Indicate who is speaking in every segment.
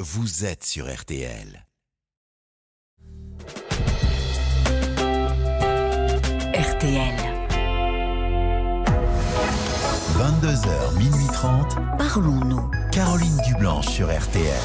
Speaker 1: vous êtes sur RTL.
Speaker 2: RTL.
Speaker 1: 22h, minuit 30.
Speaker 2: Parlons-nous.
Speaker 1: Caroline Dublanche sur RTL.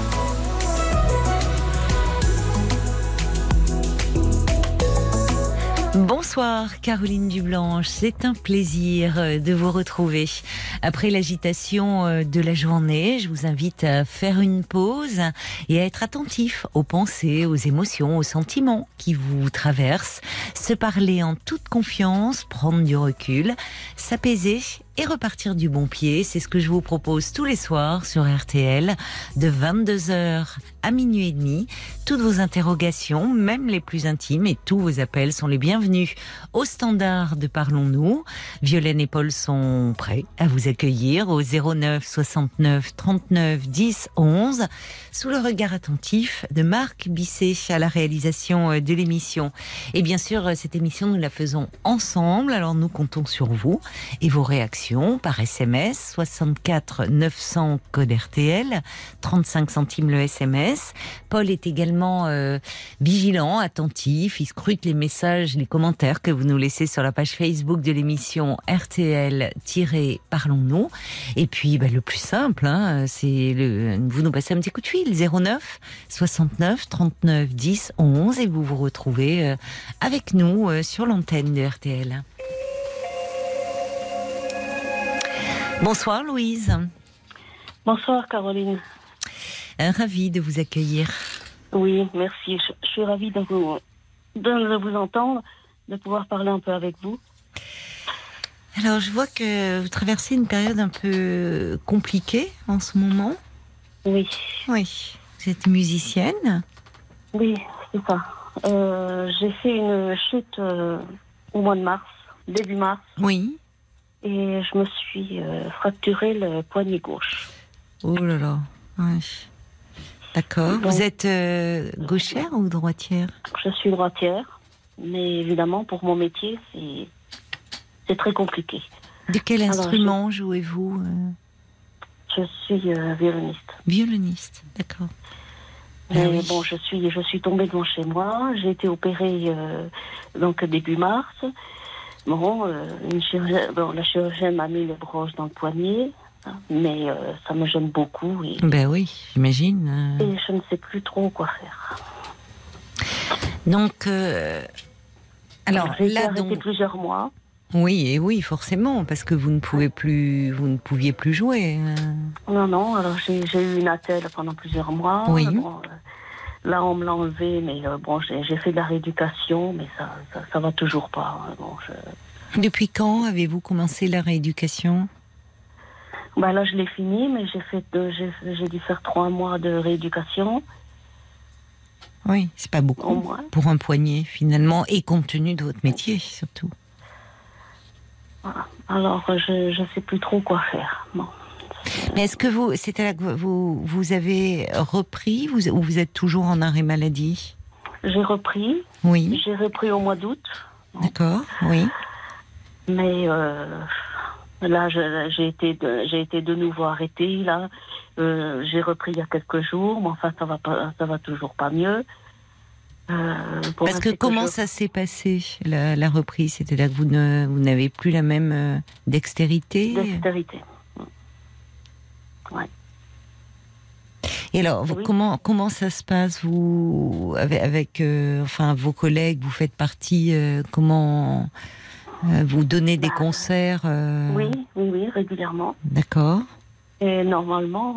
Speaker 3: Bonsoir Caroline Dublanche, c'est un plaisir de vous retrouver. Après l'agitation de la journée, je vous invite à faire une pause et à être attentif aux pensées, aux émotions, aux sentiments qui vous traversent. Se parler en toute confiance, prendre du recul, s'apaiser et repartir du bon pied. C'est ce que je vous propose tous les soirs sur RTL, de 22h à minuit et demi. Toutes vos interrogations, même les plus intimes, et tous vos appels sont les bienvenus au standard de Parlons-nous. Violaine et Paul sont prêts à vous accueillir au 09 69 39 10 11, sous le regard attentif de Marc Bisset à la réalisation de l'émission. Et bien sûr, cette émission, nous la faisons ensemble, alors nous comptons sur vous et vos réactions par SMS, 64 900 code RTL, 35 centimes le SMS. Paul est également vigilant, attentif, il scrute les messages, les commentaires que vous nous laissez sur la page Facebook de l'émission RTL-Parlons-nous. Et puis le plus simple, c'est vous nous passez un petit coup de fil, 09 69 39 10 11, et vous vous retrouvez avec nous sur l'antenne de RTL. Bonsoir Louise.
Speaker 4: Bonsoir Caroline.
Speaker 3: Ravie de vous accueillir.
Speaker 4: Oui, merci. Je suis ravie de vous entendre, de pouvoir parler un peu avec vous.
Speaker 3: Alors, je vois que vous traversez une période un peu compliquée en ce moment.
Speaker 4: Oui.
Speaker 3: Oui. Vous êtes musicienne ?
Speaker 4: Oui, c'est ça. J'ai fait une chute au mois de mars, début mars.
Speaker 3: Oui.
Speaker 4: Et je me suis fracturé le poignet gauche.
Speaker 3: Oh là là. Oui. D'accord. Donc, vous êtes gauchère ou droitière ?
Speaker 4: Je suis droitière, mais évidemment, pour mon métier, c'est très compliqué.
Speaker 3: De quel instrument jouez-vous ?
Speaker 4: Je suis violoniste.
Speaker 3: Violoniste, d'accord.
Speaker 4: Mais oui. Bon, je suis tombée devant chez moi. J'ai été opérée donc début mars. Bon, la chirurgienne m'a mis les broches dans le poignet, mais ça me gêne beaucoup.
Speaker 3: Ben oui, j'imagine.
Speaker 4: Et je ne sais plus trop quoi faire.
Speaker 3: Donc, alors
Speaker 4: j'ai arrêté plusieurs mois.
Speaker 3: Oui, forcément, parce que vous ne pouviez plus jouer.
Speaker 4: Non. Alors j'ai eu une attelle pendant plusieurs mois.
Speaker 3: Oui.
Speaker 4: Bon, là, on me l'a enlevé, mais j'ai fait de la rééducation, mais ça va toujours pas.
Speaker 3: Depuis quand avez-vous commencé la rééducation ?
Speaker 4: Là, je l'ai fini, mais j'ai dû faire 3 mois de rééducation.
Speaker 3: Oui, c'est pas beaucoup pour un poignet, finalement, et compte tenu de votre métier, surtout.
Speaker 4: Voilà. Alors, je sais plus trop quoi faire. Bon.
Speaker 3: Mais est-ce que c'était là que vous avez repris ou vous êtes toujours en arrêt maladie ?
Speaker 4: J'ai repris.
Speaker 3: Oui.
Speaker 4: J'ai repris au mois d'août.
Speaker 3: D'accord, oui.
Speaker 4: Mais là, j'ai été de nouveau arrêtée. Là, j'ai repris il y a quelques jours, mais enfin, ça va toujours pas mieux.
Speaker 3: Parce que comment ça s'est passé, la reprise ? C'était là que vous n'avez plus la même dextérité ?
Speaker 4: Dextérité. Ouais.
Speaker 3: Et alors,
Speaker 4: oui.
Speaker 3: comment ça se passe, vous, avec vos collègues, vous faites partie, comment vous donnez des concerts
Speaker 4: Oui, régulièrement.
Speaker 3: D'accord.
Speaker 4: Et normalement,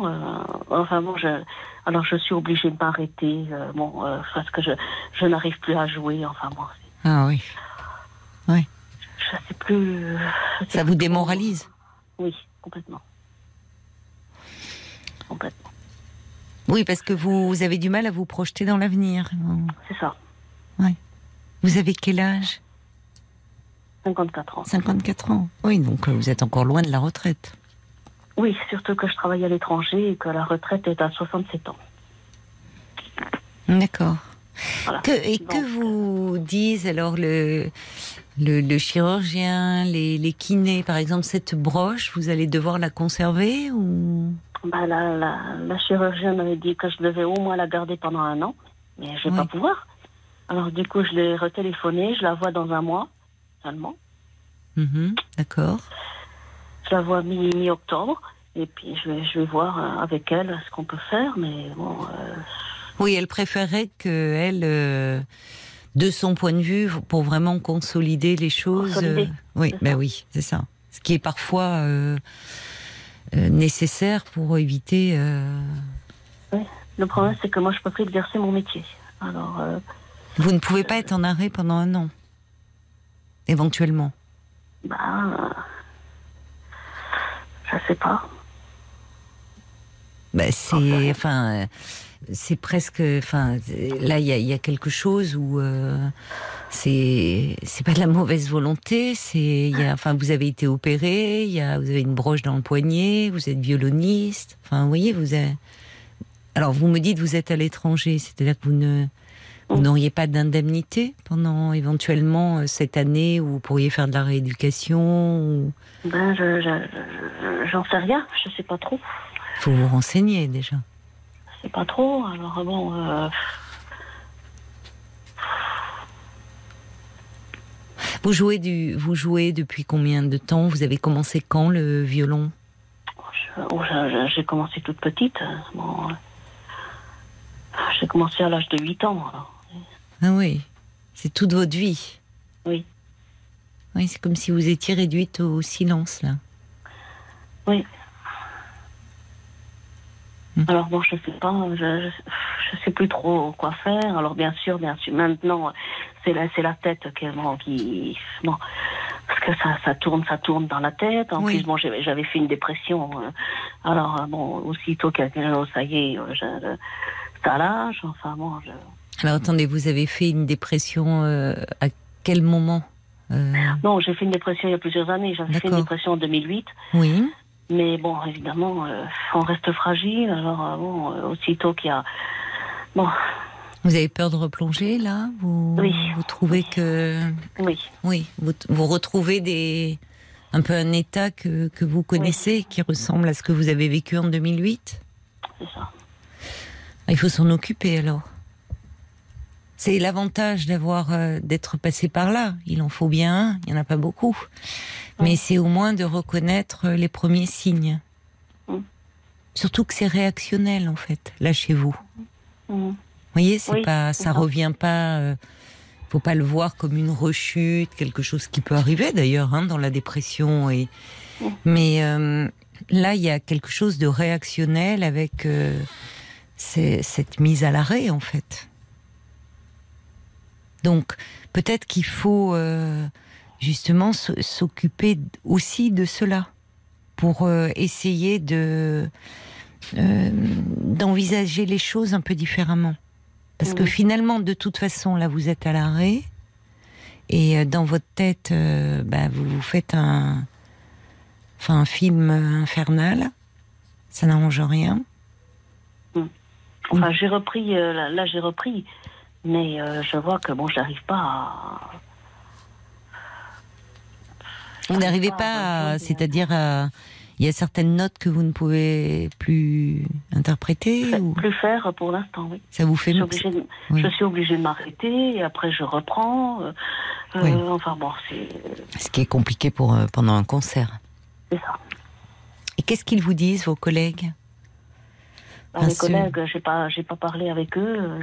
Speaker 4: je suis obligée de m'arrêter, parce que je n'arrive plus à jouer,
Speaker 3: Ah oui. Oui.
Speaker 4: Je sais plus.
Speaker 3: Ça vous démoralise ?
Speaker 4: Oui, complètement. Complètement.
Speaker 3: Oui, parce que vous avez du mal à vous projeter dans l'avenir.
Speaker 4: C'est ça.
Speaker 3: Oui. Vous avez quel âge ?
Speaker 4: 54 ans.
Speaker 3: 54 ans. Oui, donc vous êtes encore loin de la retraite.
Speaker 4: Oui, surtout que je travaille à l'étranger et que la retraite est à 67 ans.
Speaker 3: D'accord.
Speaker 4: Voilà.
Speaker 3: Que vous disent alors le chirurgien, les kinés, par exemple, cette broche, vous allez devoir la conserver ou...
Speaker 4: Bah, la chirurgienne m'avait dit que je devais au moins la garder pendant 1 an, mais je vais pas pouvoir. Alors du coup, je l'ai retéléphoné, je la vois dans 1 mois seulement.
Speaker 3: D'accord.
Speaker 4: Je la vois mi-octobre, et puis je vais voir avec elle ce qu'on peut faire, mais bon...
Speaker 3: Oui, elle préférait que elle, de son point de vue, pour vraiment consolider les choses... oui, ben oui, c'est ça. Ce qui est parfois nécessaire pour éviter...
Speaker 4: Oui, le problème, c'est que moi, je peux plus exercer mon métier. Alors...
Speaker 3: Vous ne pouvez pas être en arrêt pendant 1 an, éventuellement.
Speaker 4: Je sais pas.
Speaker 3: C'est presque, là il y a quelque chose où c'est pas de la mauvaise volonté. Vous avez été opéré, vous avez une broche dans le poignet, vous êtes violoniste. Vous voyez, alors vous me dites vous êtes à l'étranger, c'est-à-dire que vous n'auriez pas d'indemnité pendant éventuellement cette année où vous pourriez faire de la rééducation
Speaker 4: j'en sais rien, je sais pas trop.
Speaker 3: Il faut vous renseigner déjà.
Speaker 4: Je sais pas trop, alors bon...
Speaker 3: Vous jouez depuis combien de temps? Vous avez commencé quand le violon?
Speaker 4: J'ai commencé toute petite. J'ai commencé à l'âge de 8 ans. Alors.
Speaker 3: Ah oui, c'est toute votre vie.
Speaker 4: Oui.
Speaker 3: Oui, c'est comme si vous étiez réduite au silence, là.
Speaker 4: Oui. Alors bon, je sais pas, je sais plus trop quoi faire. Alors bien sûr, maintenant, c'est la tête qui parce que ça tourne dans la tête. En plus, bon, j'avais fait une dépression. Alors bon, aussitôt ça y est, ça lâche. Enfin bon.
Speaker 3: Alors attendez, vous avez fait une dépression à quel moment?
Speaker 4: Non, j'ai fait une dépression il y a plusieurs années. J'avais fait une dépression en 2008.
Speaker 3: Oui.
Speaker 4: Mais bon, évidemment, on reste fragile. Alors aussitôt qu'il y a... Bon.
Speaker 3: Vous avez peur de replonger, là?
Speaker 4: Oui.
Speaker 3: Vous trouvez que...
Speaker 4: Oui.
Speaker 3: Oui, vous retrouvez un peu un état que vous connaissez, qui ressemble à ce que vous avez vécu en 2008?
Speaker 4: C'est ça.
Speaker 3: Il faut s'en occuper, alors. C'est l'avantage d'être passé par là. Il en faut bien un, il n'y en a pas beaucoup. Mais c'est au moins de reconnaître les premiers signes. Surtout que c'est réactionnel, en fait, là, chez vous. Vous voyez, ça revient pas... faut pas le voir comme une rechute, quelque chose qui peut arriver, d'ailleurs, dans la dépression. Mais là, il y a quelque chose de réactionnel avec cette mise à l'arrêt, en fait. Donc, peut-être qu'il faut... justement s'occuper aussi de cela pour essayer d'envisager les choses un peu différemment, parce que finalement de toute façon là vous êtes à l'arrêt et dans votre tête vous faites un film infernal, ça n'arrange rien.
Speaker 4: Enfin j'ai repris j'ai repris, mais je vois que bon j'arrive pas à...
Speaker 3: Vous n'arrivez pas, c'est-à-dire, il y a certaines notes que vous ne pouvez plus interpréter
Speaker 4: plus faire pour l'instant, oui.
Speaker 3: Ça vous fait...
Speaker 4: Je suis obligée de m'arrêter, et après je reprends. Enfin bon, c'est...
Speaker 3: Ce qui est compliqué pendant un concert.
Speaker 4: C'est ça.
Speaker 3: Et qu'est-ce qu'ils vous disent, vos collègues?
Speaker 4: Les collègues, j'ai pas parlé avec eux.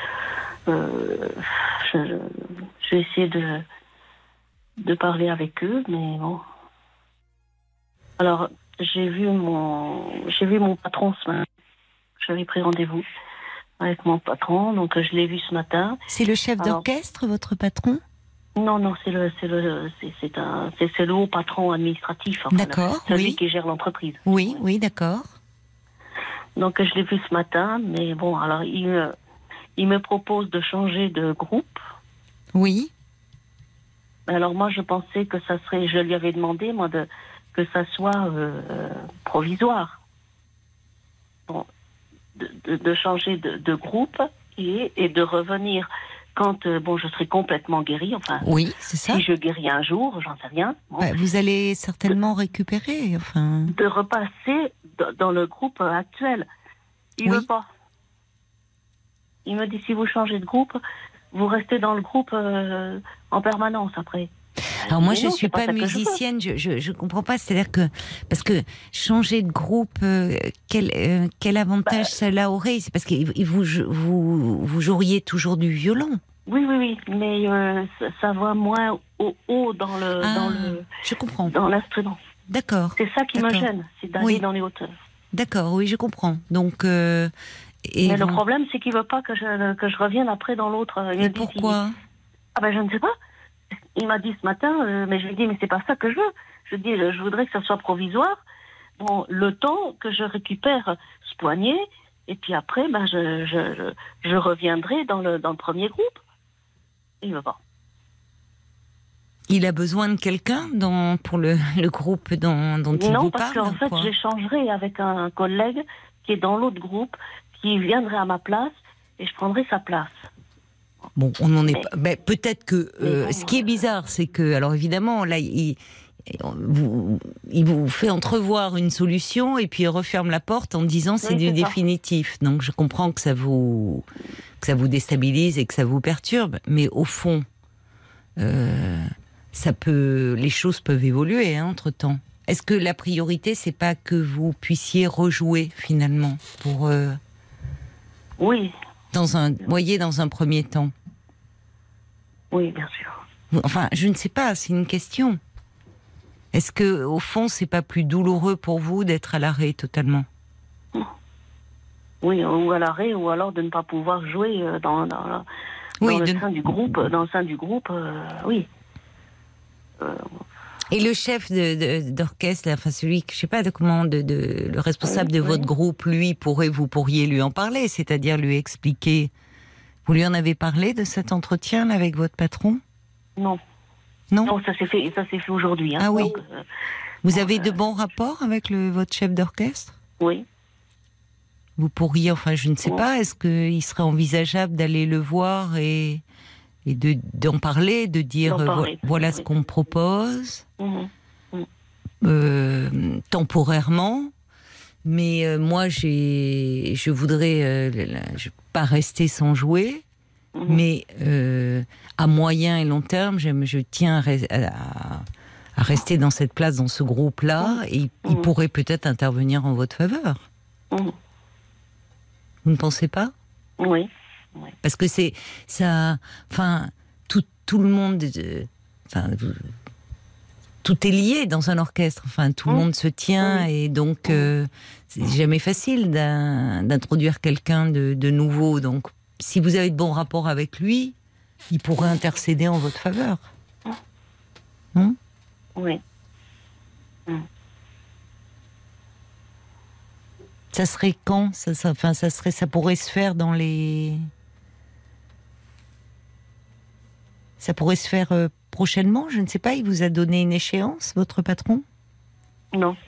Speaker 4: Je vais essayer de parler avec eux, mais bon. Alors, j'ai vu mon patron ce matin. J'avais pris rendez-vous avec mon patron, donc je l'ai vu ce matin.
Speaker 3: C'est le chef d'orchestre, votre patron?
Speaker 4: Non, c'est le haut patron administratif. Enfin,
Speaker 3: d'accord,
Speaker 4: celui qui gère l'entreprise.
Speaker 3: Oui, d'accord.
Speaker 4: Donc je l'ai vu ce matin, mais bon, alors il me propose de changer de groupe.
Speaker 3: Oui.
Speaker 4: Alors moi, je pensais que ça serait... Je lui avais demandé, moi, que ça soit provisoire. Bon, de changer de groupe et de revenir quand je serai complètement guérie. Enfin,
Speaker 3: oui, c'est ça.
Speaker 4: Si je guéris un jour, j'en sais rien. Bon,
Speaker 3: vous allez certainement récupérer. Enfin...
Speaker 4: De repasser dans le groupe actuel. Il veut pas. Il me dit, si vous changez de groupe, vous restez dans le groupe en permanence après.
Speaker 3: Alors moi,
Speaker 4: Mais
Speaker 3: je
Speaker 4: non,
Speaker 3: suis
Speaker 4: c'est
Speaker 3: pas
Speaker 4: ça que
Speaker 3: musicienne, je comprends pas. C'est-à-dire que parce que changer de groupe, quel avantage cela aurait? C'est parce que vous joueriez toujours du violon.
Speaker 4: Oui, mais ça va moins au haut
Speaker 3: je comprends.
Speaker 4: dans l'instrument.
Speaker 3: D'accord.
Speaker 4: C'est ça qui me gêne, c'est d'aller dans les hauteurs.
Speaker 3: D'accord, oui, je comprends. Donc,
Speaker 4: mais le problème, c'est qu'il veut pas que je revienne après dans l'autre.
Speaker 3: Et pourquoi?
Speaker 4: Ah ben je ne sais pas. Il m'a dit ce matin, mais je lui ai dit, mais c'est pas ça que je veux. Je dis, je voudrais que ça soit provisoire. Bon, le temps que je récupère ce poignet, et puis après, ben je reviendrai dans le premier groupe. Il veut pas.
Speaker 3: Il a besoin de quelqu'un pour le groupe dont il vous parle? Non,
Speaker 4: parce qu'en fait, j'échangerai avec un collègue qui est dans l'autre groupe, qui viendrait à ma place, et je prendrai sa place.
Speaker 3: Bon, on n'en est pas. Ben, peut-être que ce qui est bizarre, c'est que, alors évidemment, là, il vous fait entrevoir une solution et puis il referme la porte en disant c'est du définitif. Donc je comprends que ça vous déstabilise et que ça vous perturbe, mais au fond, les choses peuvent évoluer entre-temps. Est-ce que la priorité, c'est pas que vous puissiez rejouer finalement pour
Speaker 4: oui.
Speaker 3: dans un premier temps?
Speaker 4: Oui, bien sûr.
Speaker 3: Enfin, je ne sais pas, c'est une question. Est-ce que, au fond, c'est pas plus douloureux pour vous d'être à l'arrêt totalement?
Speaker 4: Oui, ou à l'arrêt, ou alors de ne pas pouvoir jouer dans le sein du groupe. Dans le sein du groupe, oui.
Speaker 3: Et le chef d'orchestre, enfin celui, je sais pas le responsable de votre groupe, lui, vous pourriez lui en parler, c'est-à-dire lui expliquer. Vous lui en avez parlé de cet entretien avec votre patron?
Speaker 4: Non. Non, ça s'est fait aujourd'hui. Hein.
Speaker 3: Ah oui.
Speaker 4: Donc,
Speaker 3: vous avez de bons rapports avec votre chef d'orchestre?
Speaker 4: Oui.
Speaker 3: Vous pourriez, enfin, je ne sais pas, est-ce qu'il serait envisageable d'aller le voir et d'en parler, de dire voilà ce qu'on propose, temporairement, mais moi je voudrais pas rester sans jouer, mais à moyen et long terme, je tiens à rester dans cette place, dans ce groupe-là, et il pourrait peut-être intervenir en votre faveur. Vous ne pensez pas?
Speaker 4: Oui.
Speaker 3: Parce que c'est ça, enfin tout le monde, tout est lié dans un orchestre. Enfin, tout le monde se tient et donc c'est jamais facile d'introduire quelqu'un de nouveau. Donc, si vous avez de bons rapports avec lui, il pourrait intercéder en votre faveur. Non?
Speaker 4: Oui.
Speaker 3: Ça serait quand? Ça pourrait se faire dans les. Ça pourrait se faire prochainement, je ne sais pas. Il vous a donné une échéance, votre patron?
Speaker 4: Non.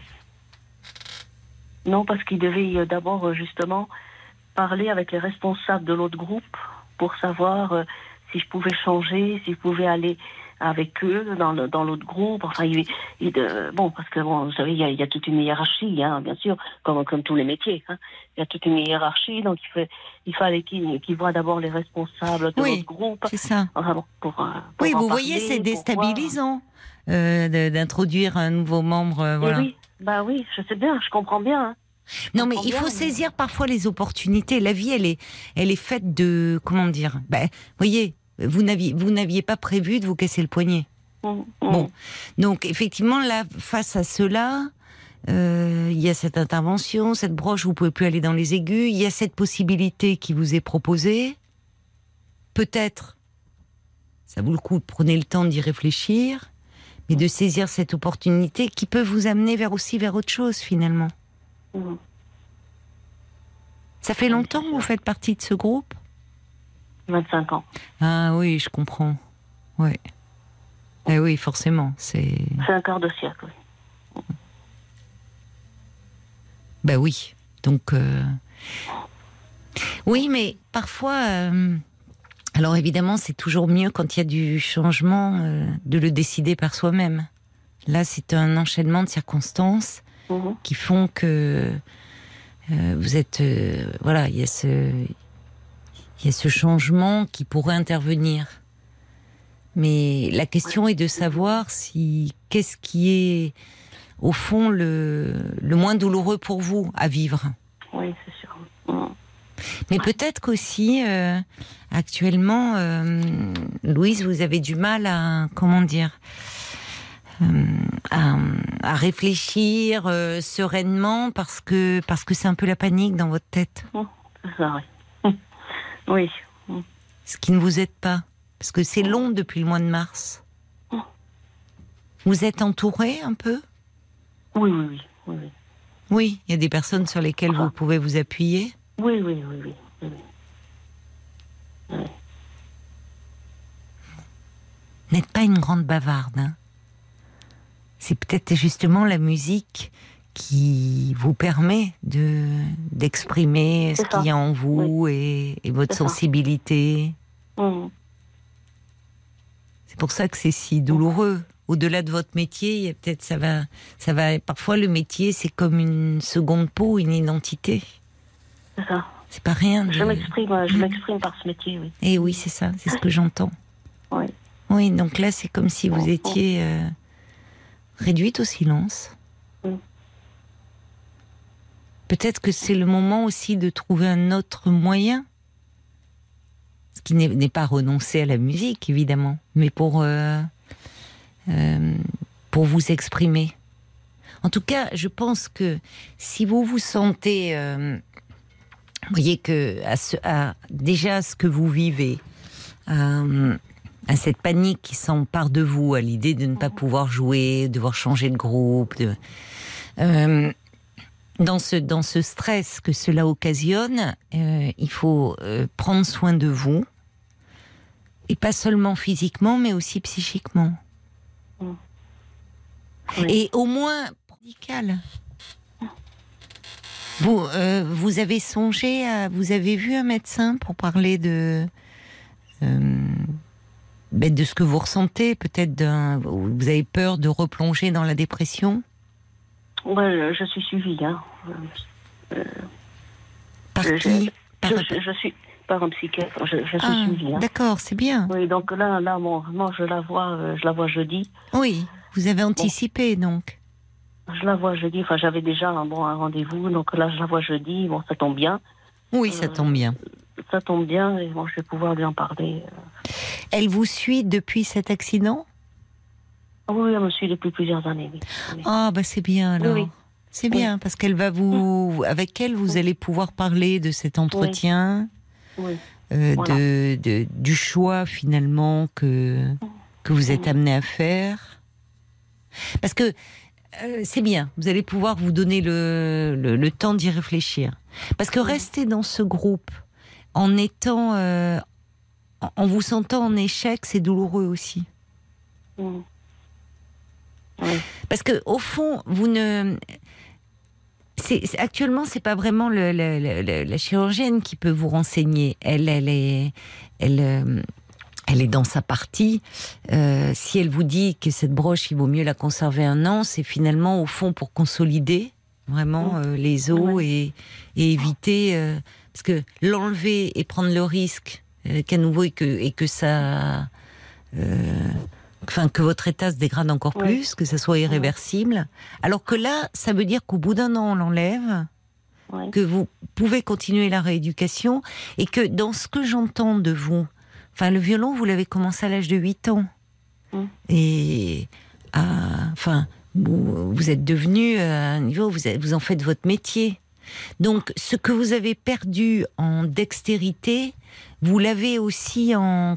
Speaker 4: Non, parce qu'il devait d'abord justement parler avec les responsables de l'autre groupe pour savoir si je pouvais changer, si je pouvais aller avec eux dans l'autre groupe. Enfin, bon, parce que bon, vous savez, il y a toute une hiérarchie, hein, bien sûr, comme tous les métiers. Hein. Il y a toute une hiérarchie, donc il fallait qu'il voit d'abord les responsables de l'autre groupe.
Speaker 3: C'est ça.
Speaker 4: Enfin, bon, pour
Speaker 3: oui, vous
Speaker 4: parler,
Speaker 3: voyez, c'est déstabilisant d'introduire un nouveau membre. Voilà.
Speaker 4: Oui, bah oui, je sais bien, je comprends bien. Hein.
Speaker 3: Non, mais il faut saisir parfois les opportunités. La vie, elle est faite de, comment dire, voyez. Vous n'aviez pas prévu de vous casser le poignet. Bon, donc effectivement là, face à cela, il y a cette intervention, cette broche, vous pouvez plus aller dans les aigus. Il y a cette possibilité qui vous est proposée. Peut-être, ça vaut le coup, prenez le temps d'y réfléchir, mais de saisir cette opportunité qui peut vous amener vers autre chose finalement. Ça fait longtemps que vous faites partie de ce groupe?
Speaker 4: 25 ans.
Speaker 3: Ah oui, je comprends. Oui. Eh oui, forcément. C'est
Speaker 4: un quart de siècle, oui.
Speaker 3: Ben oui. Donc, oui, mais parfois... Alors évidemment, c'est toujours mieux quand il y a du changement de le décider par soi-même. Là, c'est un enchaînement de circonstances qui font que vous êtes... voilà, il y a ce changement qui pourrait intervenir. Mais la question est de savoir si qu'est-ce qui est, au fond, le moins douloureux pour vous à vivre.
Speaker 4: Oui, c'est sûr.
Speaker 3: Mais peut-être qu'aussi, actuellement, Louise, vous avez du mal à, comment dire, à réfléchir sereinement parce que c'est un peu la panique dans votre tête.
Speaker 4: C'est ça, oui. Oui.
Speaker 3: Ce qui ne vous aide pas, parce que c'est long depuis le mois de mars. Vous êtes entouré un peu ?
Speaker 4: Oui.
Speaker 3: Oui, il y a des personnes sur lesquelles vous pouvez vous appuyer ?
Speaker 4: Oui.
Speaker 3: N'êtes pas une grande bavarde, hein ? C'est peut-être justement la musique qui vous permet d'exprimer ce qu'il y a en vous et votre sensibilité. C'est pour ça que c'est si douloureux. Au-delà de votre métier, il y a peut-être ça va. Parfois, le métier, c'est comme une seconde peau, une identité.
Speaker 4: C'est ça.
Speaker 3: C'est pas rien.
Speaker 4: Je m'exprime par ce métier, oui.
Speaker 3: Et oui, c'est ça. C'est ce que j'entends.
Speaker 4: Oui.
Speaker 3: Oui, donc là, c'est comme si vous étiez réduite au silence. Peut-être que c'est le moment aussi de trouver un autre moyen. Ce qui n'est pas renoncer à la musique, évidemment, mais pour vous exprimer. En tout cas, je pense que si vous vous sentez... vous voyez que déjà ce que vous vivez, à cette panique qui s'empare de vous, à l'idée de ne pas pouvoir jouer, devoir changer de groupe, dans ce stress que cela occasionne, il faut prendre soin de vous, et pas seulement physiquement, mais aussi psychiquement. Oui. Et au moins médical. Vous avez songé vous avez vu un médecin pour parler de ce que vous ressentez, peut-être vous avez peur de replonger dans la dépression?
Speaker 4: Ouais, je suis suivie.
Speaker 3: Par qui?
Speaker 4: Je suis par un psychiatre. Je suis suivie.
Speaker 3: D'accord, c'est bien.
Speaker 4: Oui, donc là, moi, je la vois jeudi.
Speaker 3: Oui, vous avez anticipé donc.
Speaker 4: Je la vois jeudi. Enfin, j'avais déjà un rendez-vous, donc là, je la vois jeudi. Bon, ça tombe bien.
Speaker 3: Oui, ça tombe bien.
Speaker 4: Ça tombe bien, et bon, je vais pouvoir lui en parler.
Speaker 3: Elle vous suit depuis cet accident?
Speaker 4: Oui, elle me suit depuis plusieurs années. Oui.
Speaker 3: Ah, bah c'est bien alors. Oui. C'est bien, parce qu'elle va avec elle, vous allez pouvoir parler de cet entretien, du choix finalement que vous êtes amené à faire. Parce que c'est bien, vous allez pouvoir vous donner le temps d'y réfléchir. Parce que rester dans ce groupe en vous sentant en échec, c'est douloureux aussi. Parce que au fond, actuellement, c'est pas vraiment la chirurgienne qui peut vous renseigner. Elle est dans sa partie. Si elle vous dit que cette broche, il vaut mieux la conserver 1 an, c'est finalement au fond pour consolider vraiment les os et éviter parce que l'enlever et prendre le risque qu'à nouveau et que ça que votre état se dégrade encore plus, que ça soit irréversible. Alors que là, ça veut dire qu'au bout d'1 an, on l'enlève, que vous pouvez continuer la rééducation, et que dans ce que j'entends de vous, le violon, vous l'avez commencé à l'âge de 8 ans. Et, vous êtes devenu à un niveau, vous en faites votre métier. Donc, ce que vous avez perdu en dextérité, vous l'avez aussi en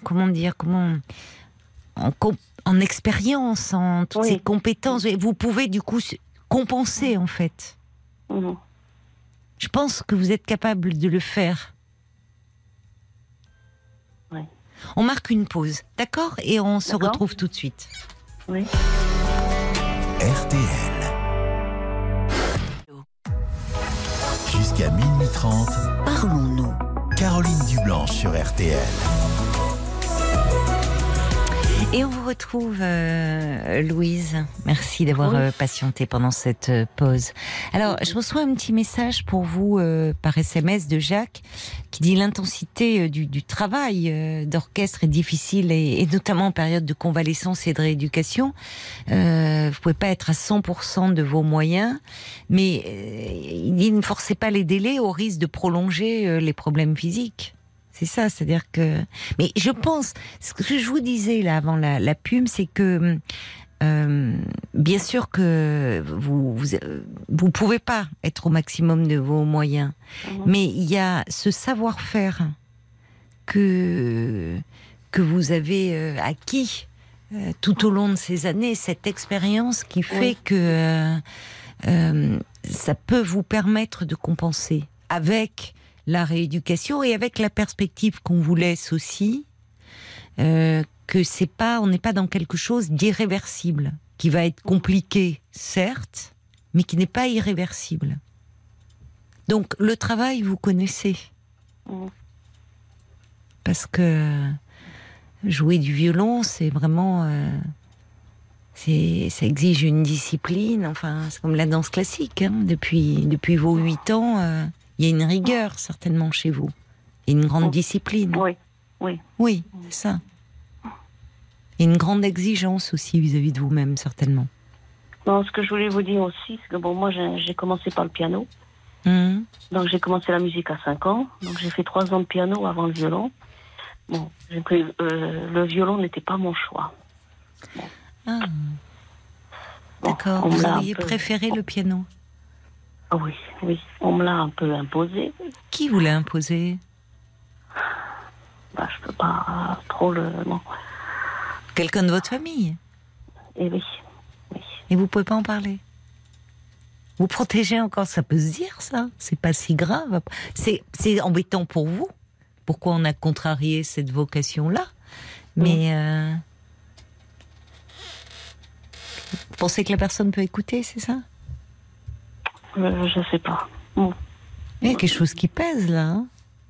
Speaker 3: expérience, en toutes ces compétences. Et vous pouvez du coup compenser en fait. Je pense que vous êtes capable de le faire. On marque une pause, d'accord? Et on se retrouve tout de suite.
Speaker 1: RTL. Jusqu'à 12h30.
Speaker 2: Parlons-nous.
Speaker 1: Caroline Dublanche sur RTL.
Speaker 3: Et on vous retrouve, Louise. Merci d'avoir
Speaker 4: Oui.
Speaker 3: patienté pendant cette pause. Alors, je reçois un petit message pour vous par SMS de Jacques qui dit l'intensité du travail d'orchestre est difficile et notamment en période de convalescence et de rééducation. Vous pouvez pas être à 100% de vos moyens, mais il dit ne forcez pas les délais au risque de prolonger les problèmes physiques. C'est ça, c'est-à-dire que... Mais je pense, ce que je vous disais là avant la pub, c'est que bien sûr que vous pouvez pas être au maximum de vos moyens, mais il y a ce savoir-faire que vous avez acquis tout au long de ces années, cette expérience qui fait que ça peut vous permettre de compenser avec la rééducation et avec la perspective qu'on vous laisse aussi, que on n'est pas dans quelque chose d'irréversible, qui va être compliqué, certes, mais qui n'est pas irréversible. Donc, le travail, vous connaissez. Parce que jouer du violon, c'est vraiment... ça exige une discipline, enfin, c'est comme la danse classique, hein. Depuis vos 8 ans... il y a une rigueur, certainement, chez vous. Et une grande discipline. Oui, c'est ça. Et une grande exigence aussi vis-à-vis de vous-même, certainement.
Speaker 4: Non, ce que je voulais vous dire aussi, c'est que moi, j'ai commencé par le piano. Donc, j'ai commencé la musique à 5 ans. Donc, j'ai fait 3 ans de piano avant le violon. Bon, le violon n'était pas mon choix. Bon.
Speaker 3: Ah. D'accord. Vous auriez préféré le piano?
Speaker 4: Ah oui, on me l'a un peu imposé.
Speaker 3: Qui vous l'a imposé?
Speaker 4: Je peux pas trop le... Non.
Speaker 3: Quelqu'un de votre famille?
Speaker 4: Eh oui.
Speaker 3: Et vous pouvez pas en parler? Vous protégez encore, ça peut se dire ça? C'est pas si grave. C'est embêtant pour vous. Pourquoi on a contrarié cette vocation-là? Mais... Vous pensez que la personne peut écouter, c'est ça?
Speaker 4: Je sais pas. Bon.
Speaker 3: Il y a quelque chose qui pèse là. Hein.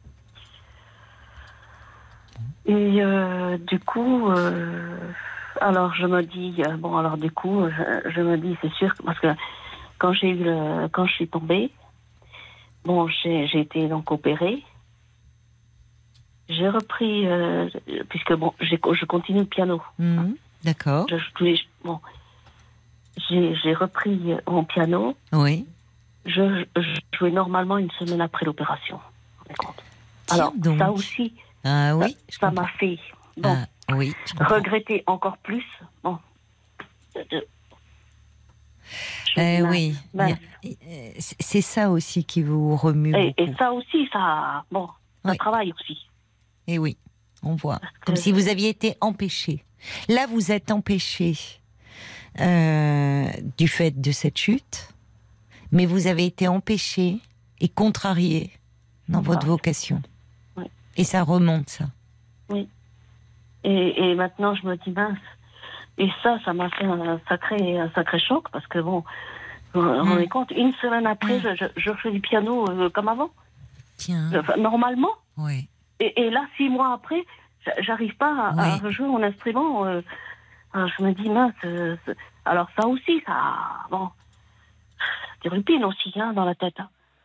Speaker 4: Et du coup, alors je me dis, je me dis, c'est sûr, parce que quand je suis tombée, j'ai été donc opérée. J'ai repris, puisque je continue le piano.
Speaker 3: D'accord.
Speaker 4: J'ai repris mon piano.
Speaker 3: Oui.
Speaker 4: Je jouais normalement une semaine après l'opération. Alors,
Speaker 3: donc.
Speaker 4: ça aussi, ça m'a fait regretter encore plus. Bon.
Speaker 3: Oui. C'est ça aussi qui vous remue beaucoup.
Speaker 4: Et ça aussi, ça travaille aussi.
Speaker 3: Et oui, on voit. Comme si vous aviez été empêché. Là, vous êtes empêché du fait de cette chute. Mais vous avez été empêché et contrarié dans votre vocation. Oui. Et ça remonte, ça.
Speaker 4: Oui. Et maintenant, je me dis, mince. Et ça m'a fait un sacré choc, parce que vous vous rendez compte, une semaine après, je fais du piano comme avant.
Speaker 3: Tiens.
Speaker 4: Normalement.
Speaker 3: Oui.
Speaker 4: Et là, 6 mois après, j'arrive pas à rejouer mon instrument. Je me dis, mince. Alors ça aussi, ça... Bon... des rupines aussi, dans la tête.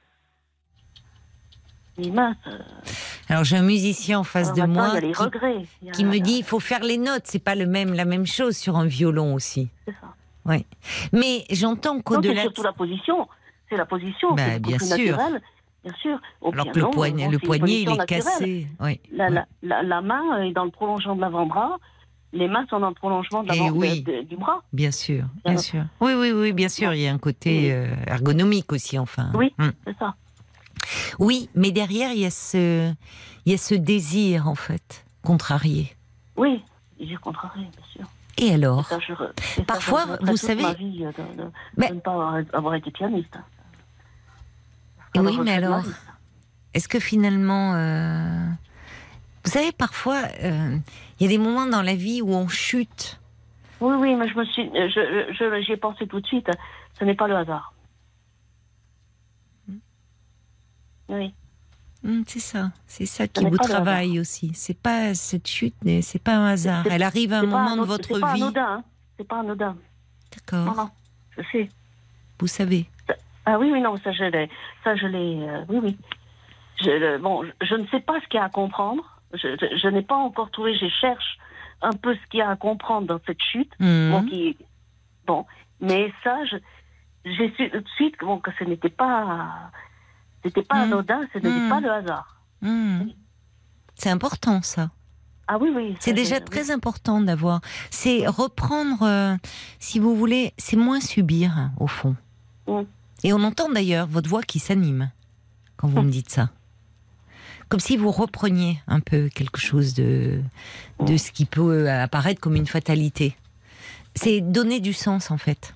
Speaker 4: Mais mince.
Speaker 3: Alors j'ai un musicien en face de moi qui me dit il faut faire les notes, c'est pas la même chose sur un violon aussi.
Speaker 4: C'est ça.
Speaker 3: Oui. Mais j'entends qu'au-delà.
Speaker 4: C'est surtout la position. C'est la position. C'est
Speaker 3: bien sûr.
Speaker 4: Naturel. Bien sûr.
Speaker 3: Alors que le poignet il est cassé. Oui.
Speaker 4: La main est dans le prolongement de l'avant-bras. Les mains sont dans le prolongement de du bras.
Speaker 3: Bien sûr, bien sûr. Oui, bien sûr. Il y a un côté ergonomique aussi, enfin.
Speaker 4: Oui, c'est ça.
Speaker 3: Oui, mais derrière, il y a ce désir, en fait, contrarié.
Speaker 4: Oui, désir contrarié, bien sûr.
Speaker 3: Et alors
Speaker 4: parfois,
Speaker 3: vous savez...
Speaker 4: ma vie de ne pas avoir été pianiste.
Speaker 3: Oui, mais alors, est-ce que finalement... Vous savez, parfois, il y a des moments dans la vie où on chute.
Speaker 4: Oui, mais j'y ai pensé tout de suite. Ce n'est pas le hasard. Oui.
Speaker 3: C'est ça qui vous travaille aussi. C'est pas cette chute, mais c'est pas un hasard. Elle arrive à un moment de votre vie.
Speaker 4: C'est pas anodin.
Speaker 3: D'accord.
Speaker 4: Non, je sais.
Speaker 3: Vous savez.
Speaker 4: Ah oui, non, ça je l'ai. Oui. Je ne sais pas ce qu'il y a à comprendre. Je n'ai pas encore trouvé. Je cherche un peu ce qu'il y a à comprendre dans cette chute. Mais ça, j'ai su tout de suite que ce n'était pas. C'était pas anodin, ce n'était pas le hasard.
Speaker 3: C'est important, ça.
Speaker 4: Ah oui.
Speaker 3: C'est déjà très important d'avoir. C'est reprendre, si vous voulez, c'est moins subir, au fond. Et on entend d'ailleurs votre voix qui s'anime quand vous me dites ça. Comme si vous repreniez un peu quelque chose de ce qui peut apparaître comme une fatalité. C'est donner du sens, en fait.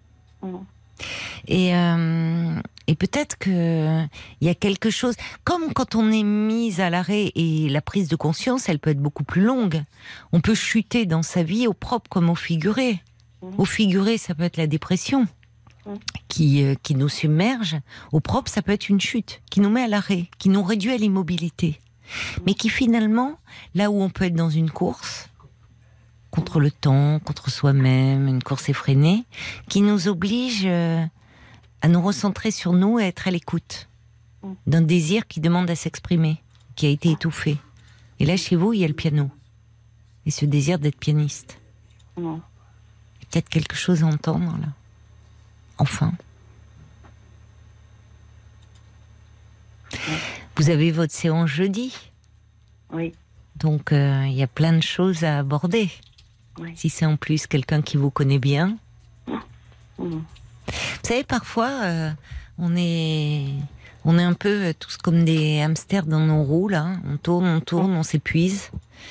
Speaker 3: Et peut-être qu'il y a quelque chose, comme quand on est mis à l'arrêt, et la prise de conscience, elle peut être beaucoup plus longue. On peut chuter dans sa vie, au propre comme au figuré. Au figuré, ça peut être la dépression qui nous submerge. Au propre, ça peut être une chute qui nous met à l'arrêt, qui nous réduit à l'immobilité. Mais qui finalement, là où on peut être dans une course, contre le temps, contre soi-même, une course effrénée, qui nous oblige à nous recentrer sur nous et à être à l'écoute d'un désir qui demande à s'exprimer, qui a été étouffé. Et là, chez vous, il y a le piano. Et ce désir d'être pianiste. Il y a peut-être quelque chose à entendre, là. Enfin. Vous avez votre séance jeudi.
Speaker 4: Oui.
Speaker 3: Donc, il y a plein de choses à aborder. Oui. Si c'est en plus quelqu'un qui vous connaît bien. Vous savez, parfois, on est un peu tous comme des hamsters dans nos roues, là. On tourne, on s'épuise.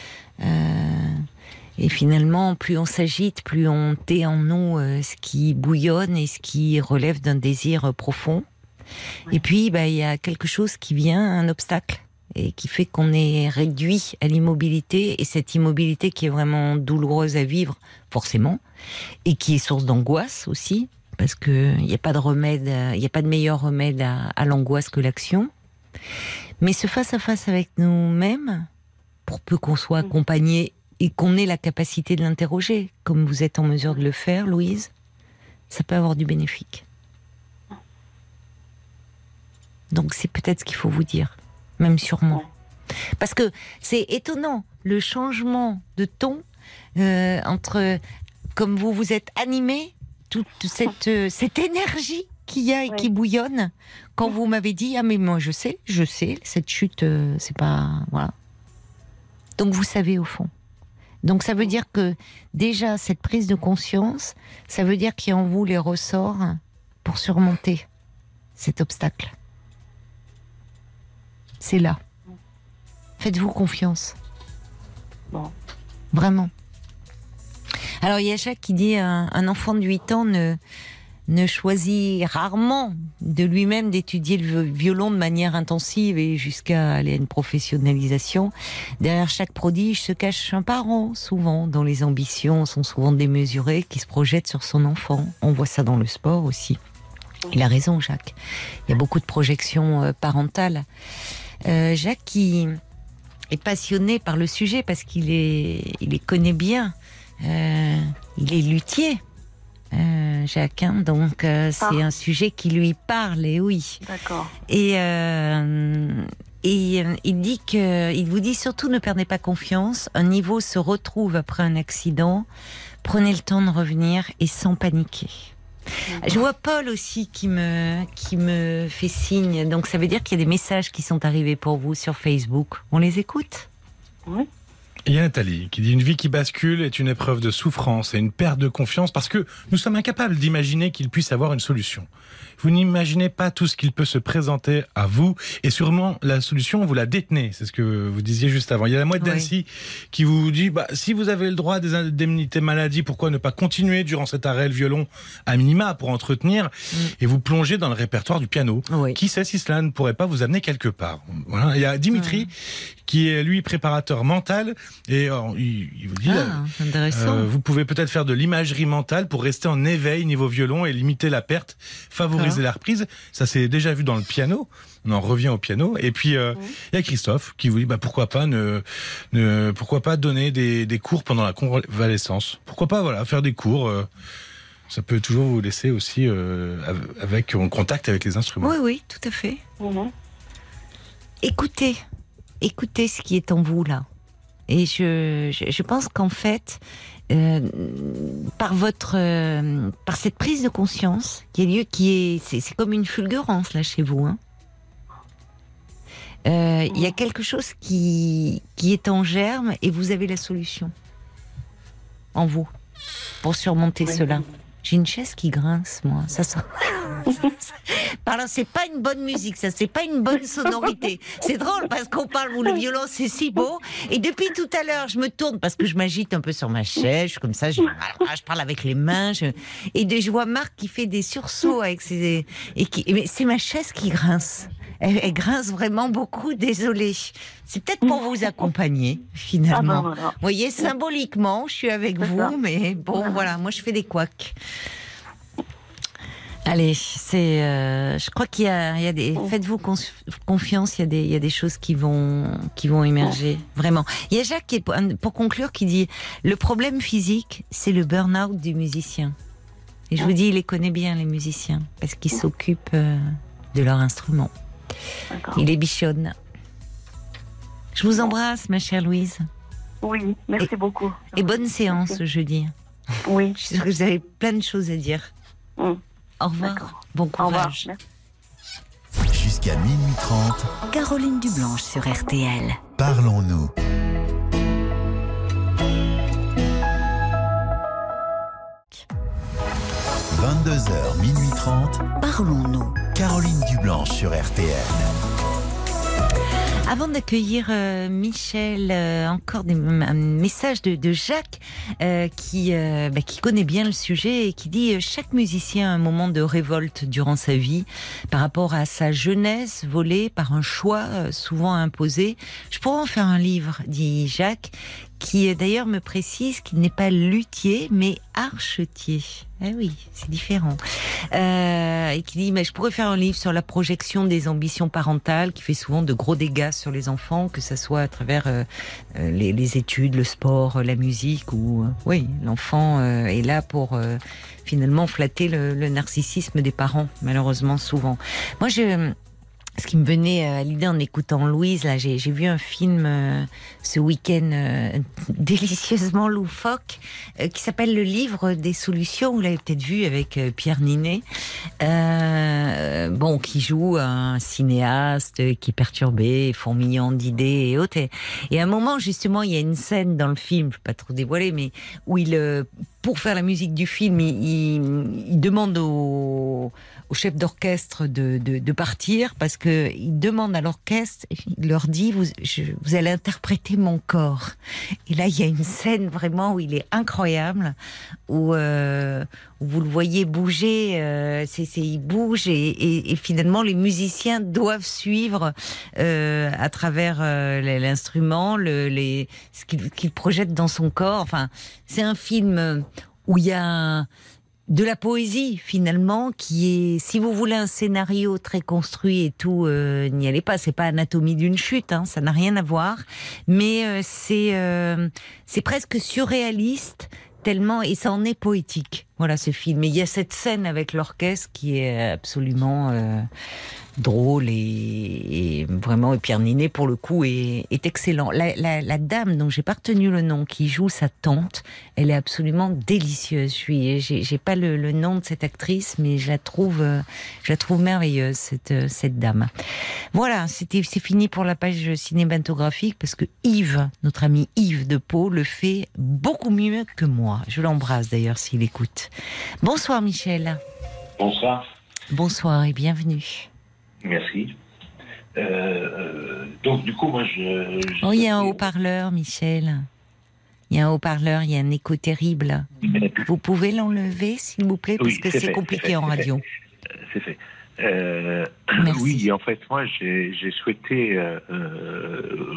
Speaker 3: Et finalement, plus on s'agite, plus on tait en nous ce qui bouillonne et ce qui relève d'un désir profond. Oui. Et puis, il y a quelque chose qui vient, un obstacle, et qui fait qu'on est réduit à l'immobilité, et cette immobilité qui est vraiment douloureuse à vivre, forcément, et qui est source d'angoisse aussi, parce qu'il n'y a pas de remède, il n'y a pas de meilleur remède à l'angoisse que l'action. Mais ce face-à-face avec nous-mêmes, pour peu qu'on soit accompagné et qu'on ait la capacité de l'interroger, comme vous êtes en mesure de le faire, Louise, ça peut avoir du bénéfique. Donc c'est peut-être ce qu'il faut vous dire, même sûrement. Parce que c'est étonnant, le changement de ton entre, comme vous êtes animé, toute cette énergie qu'il y a et qui bouillonne, quand vous m'avez dit, ah mais moi je sais, cette chute, c'est pas... Voilà. Donc vous savez au fond. Donc ça veut dire que déjà cette prise de conscience, ça veut dire qu'il y a en vous les ressorts pour surmonter cet obstacle. C'est là. Faites-vous confiance.
Speaker 4: Bon.
Speaker 3: Vraiment. Alors il y a Jacques qui dit un enfant de 8 ans ne choisit rarement de lui-même d'étudier le violon de manière intensive et jusqu'à aller à une professionnalisation. Derrière chaque prodige se cache un parent, souvent, dont les ambitions sont souvent démesurées, qui se projette sur son enfant. On voit ça dans le sport aussi. Il a raison, Jacques. Il y a beaucoup de projections parentales. Jacques qui est passionné par le sujet parce qu'il les connaît bien. Il est luthier. Jacques, donc c'est un sujet qui lui parle, et oui.
Speaker 4: D'accord.
Speaker 3: Et il vous dit surtout ne perdez pas confiance. Un niveau se retrouve après un accident. Prenez le temps de revenir et sans paniquer. D'accord. Je vois Paul aussi qui me fait signe. Donc ça veut dire qu'il y a des messages qui sont arrivés pour vous sur Facebook. On les écoute ?
Speaker 4: Oui.
Speaker 5: Il y a Nathalie qui dit « Une vie qui bascule est une épreuve de souffrance et une perte de confiance parce que nous sommes incapables d'imaginer qu'il puisse avoir une solution. Vous n'imaginez pas tout ce qu'il peut se présenter à vous et sûrement la solution, vous la détenez. » C'est ce que vous disiez juste avant. Il y a la mouette d'Annecy qui vous dit si vous avez le droit des indemnités maladie, pourquoi ne pas continuer durant cet arrêt le violon à minima pour entretenir et vous plonger dans le répertoire du piano. Qui sait si cela ne pourrait pas vous amener quelque part. Voilà. Il y a Dimitri qui est lui préparateur mental Et il vous dit,
Speaker 3: c'est intéressant.
Speaker 5: vous pouvez peut-être faire de l'imagerie mentale pour rester en éveil niveau violon et limiter la perte, favoriser la reprise. Ça c'est déjà vu dans le piano. On en revient au piano. Et puis il y a Christophe qui vous dit pourquoi pas pourquoi pas donner des cours pendant la convalescence. Pourquoi pas faire des cours. Ça peut toujours vous laisser aussi en contact avec les instruments.
Speaker 3: Oui, tout à fait. Écoutez ce qui est en vous là. Et je pense qu'en fait, par cette prise de conscience qui a lieu, c'est comme une fulgurance là chez vous. Il y a quelque chose qui est en germe et vous avez la solution en vous pour surmonter cela. J'ai une chaise qui grince, moi. Ça sent... Pardon, c'est pas une bonne musique, ça, c'est pas une bonne sonorité. C'est drôle parce qu'on parle où le violon c'est si beau. Et depuis tout à l'heure, je me tourne parce que je m'agite un peu sur ma chaise, je suis comme ça, je parle avec les mains, et je vois Marc qui fait des sursauts avec ses, mais c'est ma chaise qui grince. Elle grince vraiment beaucoup, désolée. C'est peut-être pour vous accompagner, finalement. Vous voyez, symboliquement, je suis avec vous, mais bon, voilà, moi je fais des couacs. Allez, je crois qu'il y a des. Faites-vous confiance. Il y a des choses qui vont émerger, vraiment. Il y a Jacques pour conclure qui dit le problème physique, c'est le burn-out du musicien. Et je vous dis, il les connaît bien les musiciens parce qu'ils s'occupent de leur instrument. Il les bichonne. Je vous embrasse, ma chère Louise.
Speaker 4: Oui, merci beaucoup.
Speaker 3: Et bonne séance jeudi.
Speaker 4: Oui.
Speaker 3: Je suis sûre que vous avez plein de choses à dire. Au revoir.
Speaker 4: D'accord.
Speaker 3: Bon courage.
Speaker 4: Au revoir.
Speaker 1: Jusqu'à minuit 30.
Speaker 2: Caroline Dublanche sur RTL.
Speaker 1: Parlons-nous. 22h, minuit 30.
Speaker 2: Parlons-nous.
Speaker 1: Caroline Dublanche sur RTL.
Speaker 3: Avant d'accueillir Michel, encore un message de Jacques qui connaît bien le sujet et qui dit chaque musicien a un moment de révolte durant sa vie par rapport à sa jeunesse volée par un choix souvent imposé. Je pourrais en faire un livre, dit Jacques, qui d'ailleurs me précise qu'il n'est pas luthier mais archetier. Ah oui, c'est différent. Et qui dit, mais je pourrais faire un livre sur la projection des ambitions parentales qui fait souvent de gros dégâts sur les enfants, que ça soit à travers les études, le sport, la musique, ou oui, l'enfant est là pour finalement flatter le narcissisme des parents, malheureusement souvent. Moi, ce qui me venait à l'idée en écoutant Louise, là, j'ai vu un film ce week-end délicieusement loufoque qui s'appelle Le Livre des Solutions. Vous l'avez peut-être vu avec Pierre Ninet, qui joue un cinéaste qui est perturbé, fourmillant d'idées et autres. Et à un moment, justement, il y a une scène dans le film, je ne vais pas trop dévoiler, mais où pour faire la musique du film, il demande au chef d'orchestre de partir parce que il demande à l'orchestre, il leur dit vous allez interpréter mon corps. Et là il y a une scène vraiment où il est incroyable, où vous le voyez bouger, il bouge et finalement les musiciens doivent suivre à travers l'instrument, ce qu'il projette dans son corps. Enfin, c'est un film où il y a de la poésie finalement qui est, si vous voulez un scénario très construit et tout, n'y allez pas, c'est pas Anatomie d'une chute, ça n'a rien à voir, mais c'est presque surréaliste tellement, et ça en est poétique, voilà ce film. Et il y a cette scène avec l'orchestre qui est absolument drôle et vraiment, et Pierre Ninet pour le coup est excellent. La dame dont j'ai pas retenu le nom qui joue sa tante, elle est absolument délicieuse. J'ai pas le nom de cette actrice, mais je la trouve merveilleuse cette dame. Voilà, c'est fini pour la page cinématographique parce que Yves, notre ami Yves de Pau, le fait beaucoup mieux que moi. Je l'embrasse d'ailleurs s'il écoute. Bonsoir Michel.
Speaker 6: Bonsoir.
Speaker 3: Bonsoir et bienvenue.
Speaker 6: Merci. Donc, du coup, moi,
Speaker 3: il y a un haut-parleur, Michel. Il y a un haut-parleur, il y a un écho terrible. Vous pouvez l'enlever, s'il vous plaît, parce que c'est compliqué en radio.
Speaker 6: C'est fait.
Speaker 3: Merci.
Speaker 6: Oui, en fait, moi, j'ai souhaité vous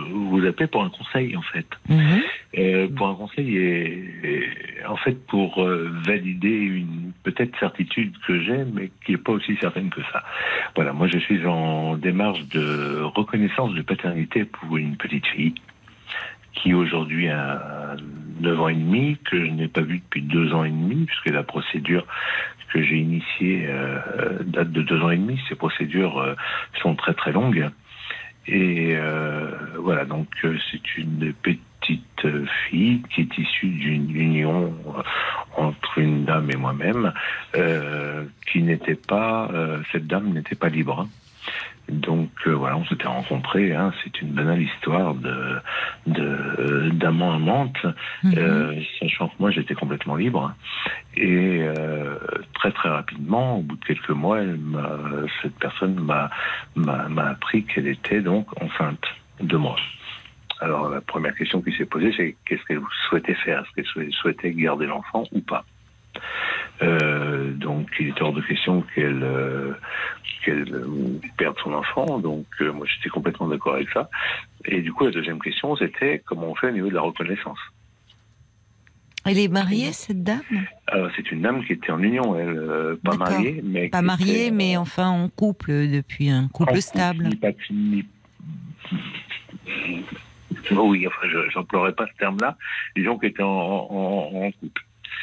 Speaker 6: appelais pour un conseil, en fait. Pour un conseil en fait, pour valider une peut-être certitude que j'ai, mais qui n'est pas aussi certaine que ça. Voilà, moi, je suis en démarche de reconnaissance de paternité pour une petite fille qui aujourd'hui a 9 ans et demi, que je n'ai pas vue depuis 2 ans et demi, puisque la procédure que j'ai initiée date de 2 ans et demi. Ces procédures sont très très longues. Et voilà, donc c'est une petite fille qui est issue d'une union entre une dame et moi-même, qui n'était pas, cette dame n'était pas libre. Hein. Donc voilà, on s'était rencontrés. Hein, c'est une banale histoire d'amant-amante, sachant que moi j'étais complètement libre. Et très très rapidement, au bout de quelques mois, cette personne m'a appris qu'elle était donc enceinte de moi. Alors la première question qui s'est posée, c'est qu'est-ce qu'elle souhaitait faire? Est-ce qu'elle souhaitait garder l'enfant ou pas? Donc il était hors de question qu'elle perde son enfant, donc moi j'étais complètement d'accord avec ça. Et du coup la deuxième question, c'était comment on fait au niveau de la reconnaissance.
Speaker 3: Elle est mariée, cette dame?
Speaker 6: Alors c'est une dame qui était en union, elle, pas mariée, mais
Speaker 3: pas mariée, mais enfin en couple, depuis un couple stable.
Speaker 6: Oui, enfin j'emploierais pas ce terme-là. Disons qu'elle était en couple.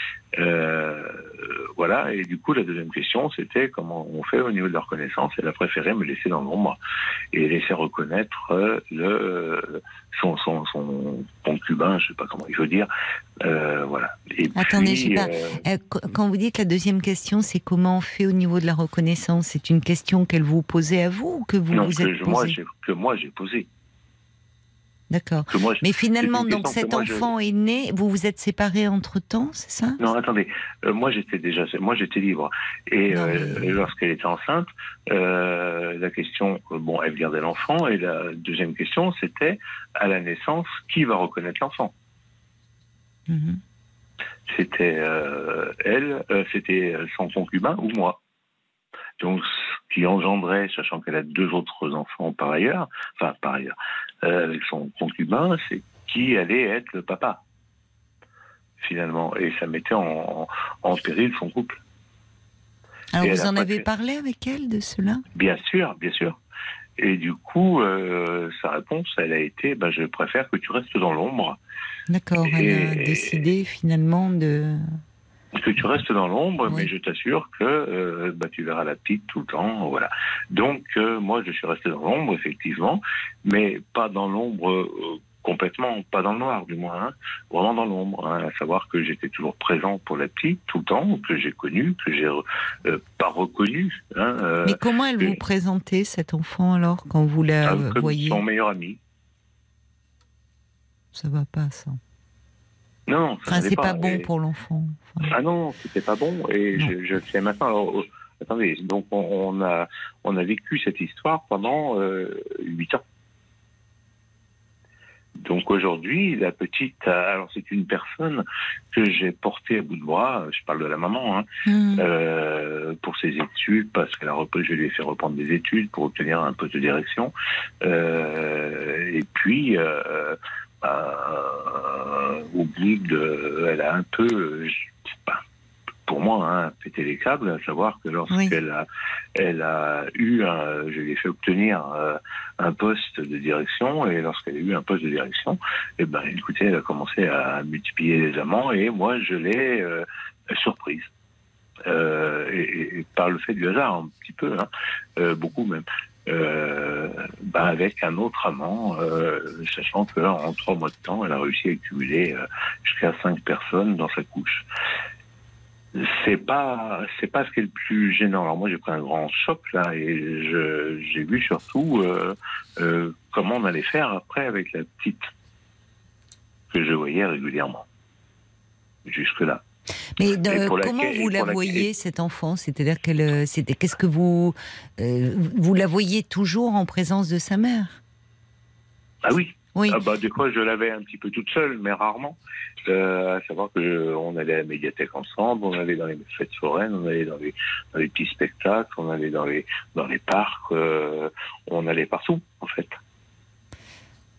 Speaker 6: Voilà, et du coup la deuxième question c'était comment on fait au niveau de la reconnaissance. Elle a préféré me laisser dans l'ombre et laisser reconnaître son concubin, je sais pas comment il faut dire, voilà. Et
Speaker 3: attendez,
Speaker 6: puis,
Speaker 3: je sais pas. Quand vous dites la deuxième question, c'est comment on fait au niveau de la reconnaissance, c'est une question qu'elle vous posait à vous ou que vous vous êtes posée?
Speaker 6: Que moi j'ai posé.
Speaker 3: D'accord. Mais finalement, donc cet enfant est né, vous vous êtes séparés entre-temps, c'est ça?
Speaker 6: Non, attendez. Moi, j'étais libre. Et lorsqu'elle était enceinte, la question, elle gardait l'enfant. Et la deuxième question, c'était, à la naissance, qui va reconnaître l'enfant? C'était c'était son concubin ou moi. Donc, ce qui engendrait, sachant qu'elle a 2 autres enfants par ailleurs, avec son concubin, c'est qui allait être le papa, finalement. Et ça mettait en péril son couple.
Speaker 3: Alors, vous en avez parlé avec elle de cela? Bien
Speaker 6: sûr. Et du coup, sa réponse, elle a été, je préfère que tu restes dans l'ombre.
Speaker 3: D'accord, elle a décidé finalement
Speaker 6: que tu restes dans l'ombre,
Speaker 3: oui.
Speaker 6: Mais je t'assure que tu verras la petite tout le temps, voilà. Donc moi je suis resté dans l'ombre effectivement, mais pas dans l'ombre complètement, pas dans le noir du moins, hein, vraiment dans l'ombre, hein, à savoir que j'étais toujours présent pour la petite tout le temps, que j'ai connu, que j'ai pas reconnu. Hein,
Speaker 3: mais comment elle vous présentait cet enfant alors quand vous la voyez?
Speaker 6: Comme son meilleur ami.
Speaker 3: Ça va pas ça.
Speaker 6: Non,
Speaker 3: c'est pas bon pour l'enfant.
Speaker 6: Ah non, c'était pas bon. Et je le sais maintenant. Alors, attendez, donc on a vécu cette histoire pendant 8 ans. Donc aujourd'hui, la petite, alors c'est une personne que j'ai portée à bout de bras, je parle de la maman, hein, pour ses études, parce je lui ai fait reprendre des études pour obtenir un poste de direction. Et puis, au bout elle a un peu, pour moi, hein, pété les câbles, à savoir que lorsqu'elle a eu, je lui ai fait obtenir un poste de direction, et lorsqu'elle a eu un poste de direction, écoutez, elle a commencé à multiplier les amants, et moi je l'ai surprise. Et par le fait du hasard, un petit peu, hein, beaucoup même. Avec un autre amant, sachant qu'en 3 mois de temps, elle a réussi à accumuler jusqu'à 5 personnes dans sa couche. C'est pas ce qui est le plus gênant. Alors moi j'ai pris un grand choc là et j'ai vu surtout comment on allait faire après avec la petite que je voyais régulièrement jusque là.
Speaker 3: Mais comment vous la voyez, cette enfant? C'est-à-dire qu'est-ce que vous la voyez toujours en présence de sa mère?
Speaker 6: Ah oui.
Speaker 3: Oui.
Speaker 6: Des fois, je l'avais un petit peu toute seule, mais rarement. À savoir qu'on allait à la médiathèque ensemble, on allait dans les fêtes foraines, on allait dans les petits spectacles, on allait dans les parcs, on allait partout, en fait.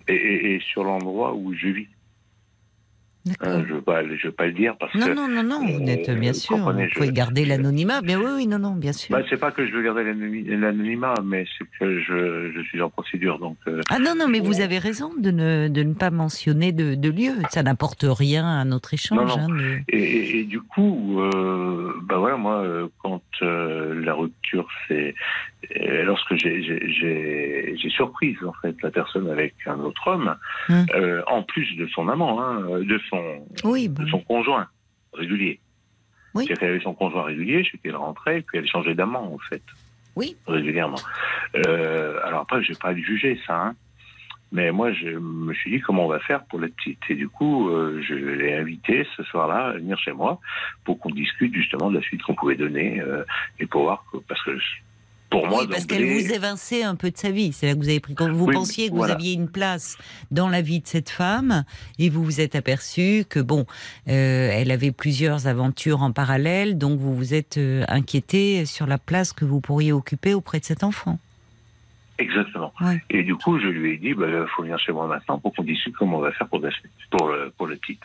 Speaker 6: et sur l'endroit où je vis.
Speaker 3: D'accord.
Speaker 6: Je veux pas le dire parce que...
Speaker 3: Non, vous n'êtes bien sûr, vous pouvez garder l'anonymat, bien oui, non, bien sûr.
Speaker 6: C'est pas que je veux garder l'anonymat, mais c'est que je suis en procédure, donc...
Speaker 3: non, mais vous avez raison de ne pas mentionner de lieu, ça n'apporte rien à notre échange.
Speaker 6: Non. Et du coup, voilà, moi, quand la rupture, c'est... lorsque j'ai surprise, en fait, la personne avec un autre homme, en plus de son amant, de son conjoint régulier.
Speaker 3: Oui.
Speaker 6: C'est-à-dire qu'elle avait son conjoint régulier, je sais qu'elle rentrait, et puis elle changeait d'amant, en fait.
Speaker 3: Oui.
Speaker 6: Régulièrement. Alors après, je n'ai pas à juger ça, mais moi, je me suis dit comment on va faire pour la petite. Et du coup, je l'ai invitée ce soir-là à venir chez moi pour qu'on discute justement de la suite qu'on pouvait donner et pour voir, parce que pour moi,
Speaker 3: parce qu'elle vous évinçait un peu de sa vie. C'est là que vous avez pris. Quand vous pensiez que vous aviez une place dans la vie de cette femme, et vous vous êtes aperçu que elle avait plusieurs aventures en parallèle, donc vous vous êtes inquiété sur la place que vous pourriez occuper auprès de cet enfant.
Speaker 6: Exactement.
Speaker 3: Ouais.
Speaker 6: Et du coup, je lui ai dit, il faut venir chez moi maintenant pour qu'on discute comment on va faire pour le petite.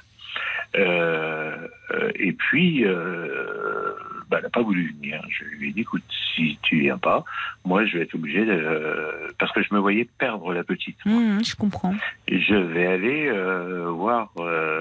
Speaker 6: Et puis, elle n'a pas voulu venir. Je lui ai dit, écoute, si tu viens pas, moi je vais être obligé parce que je me voyais perdre la petite.
Speaker 3: Je comprends.
Speaker 6: Et je vais aller voir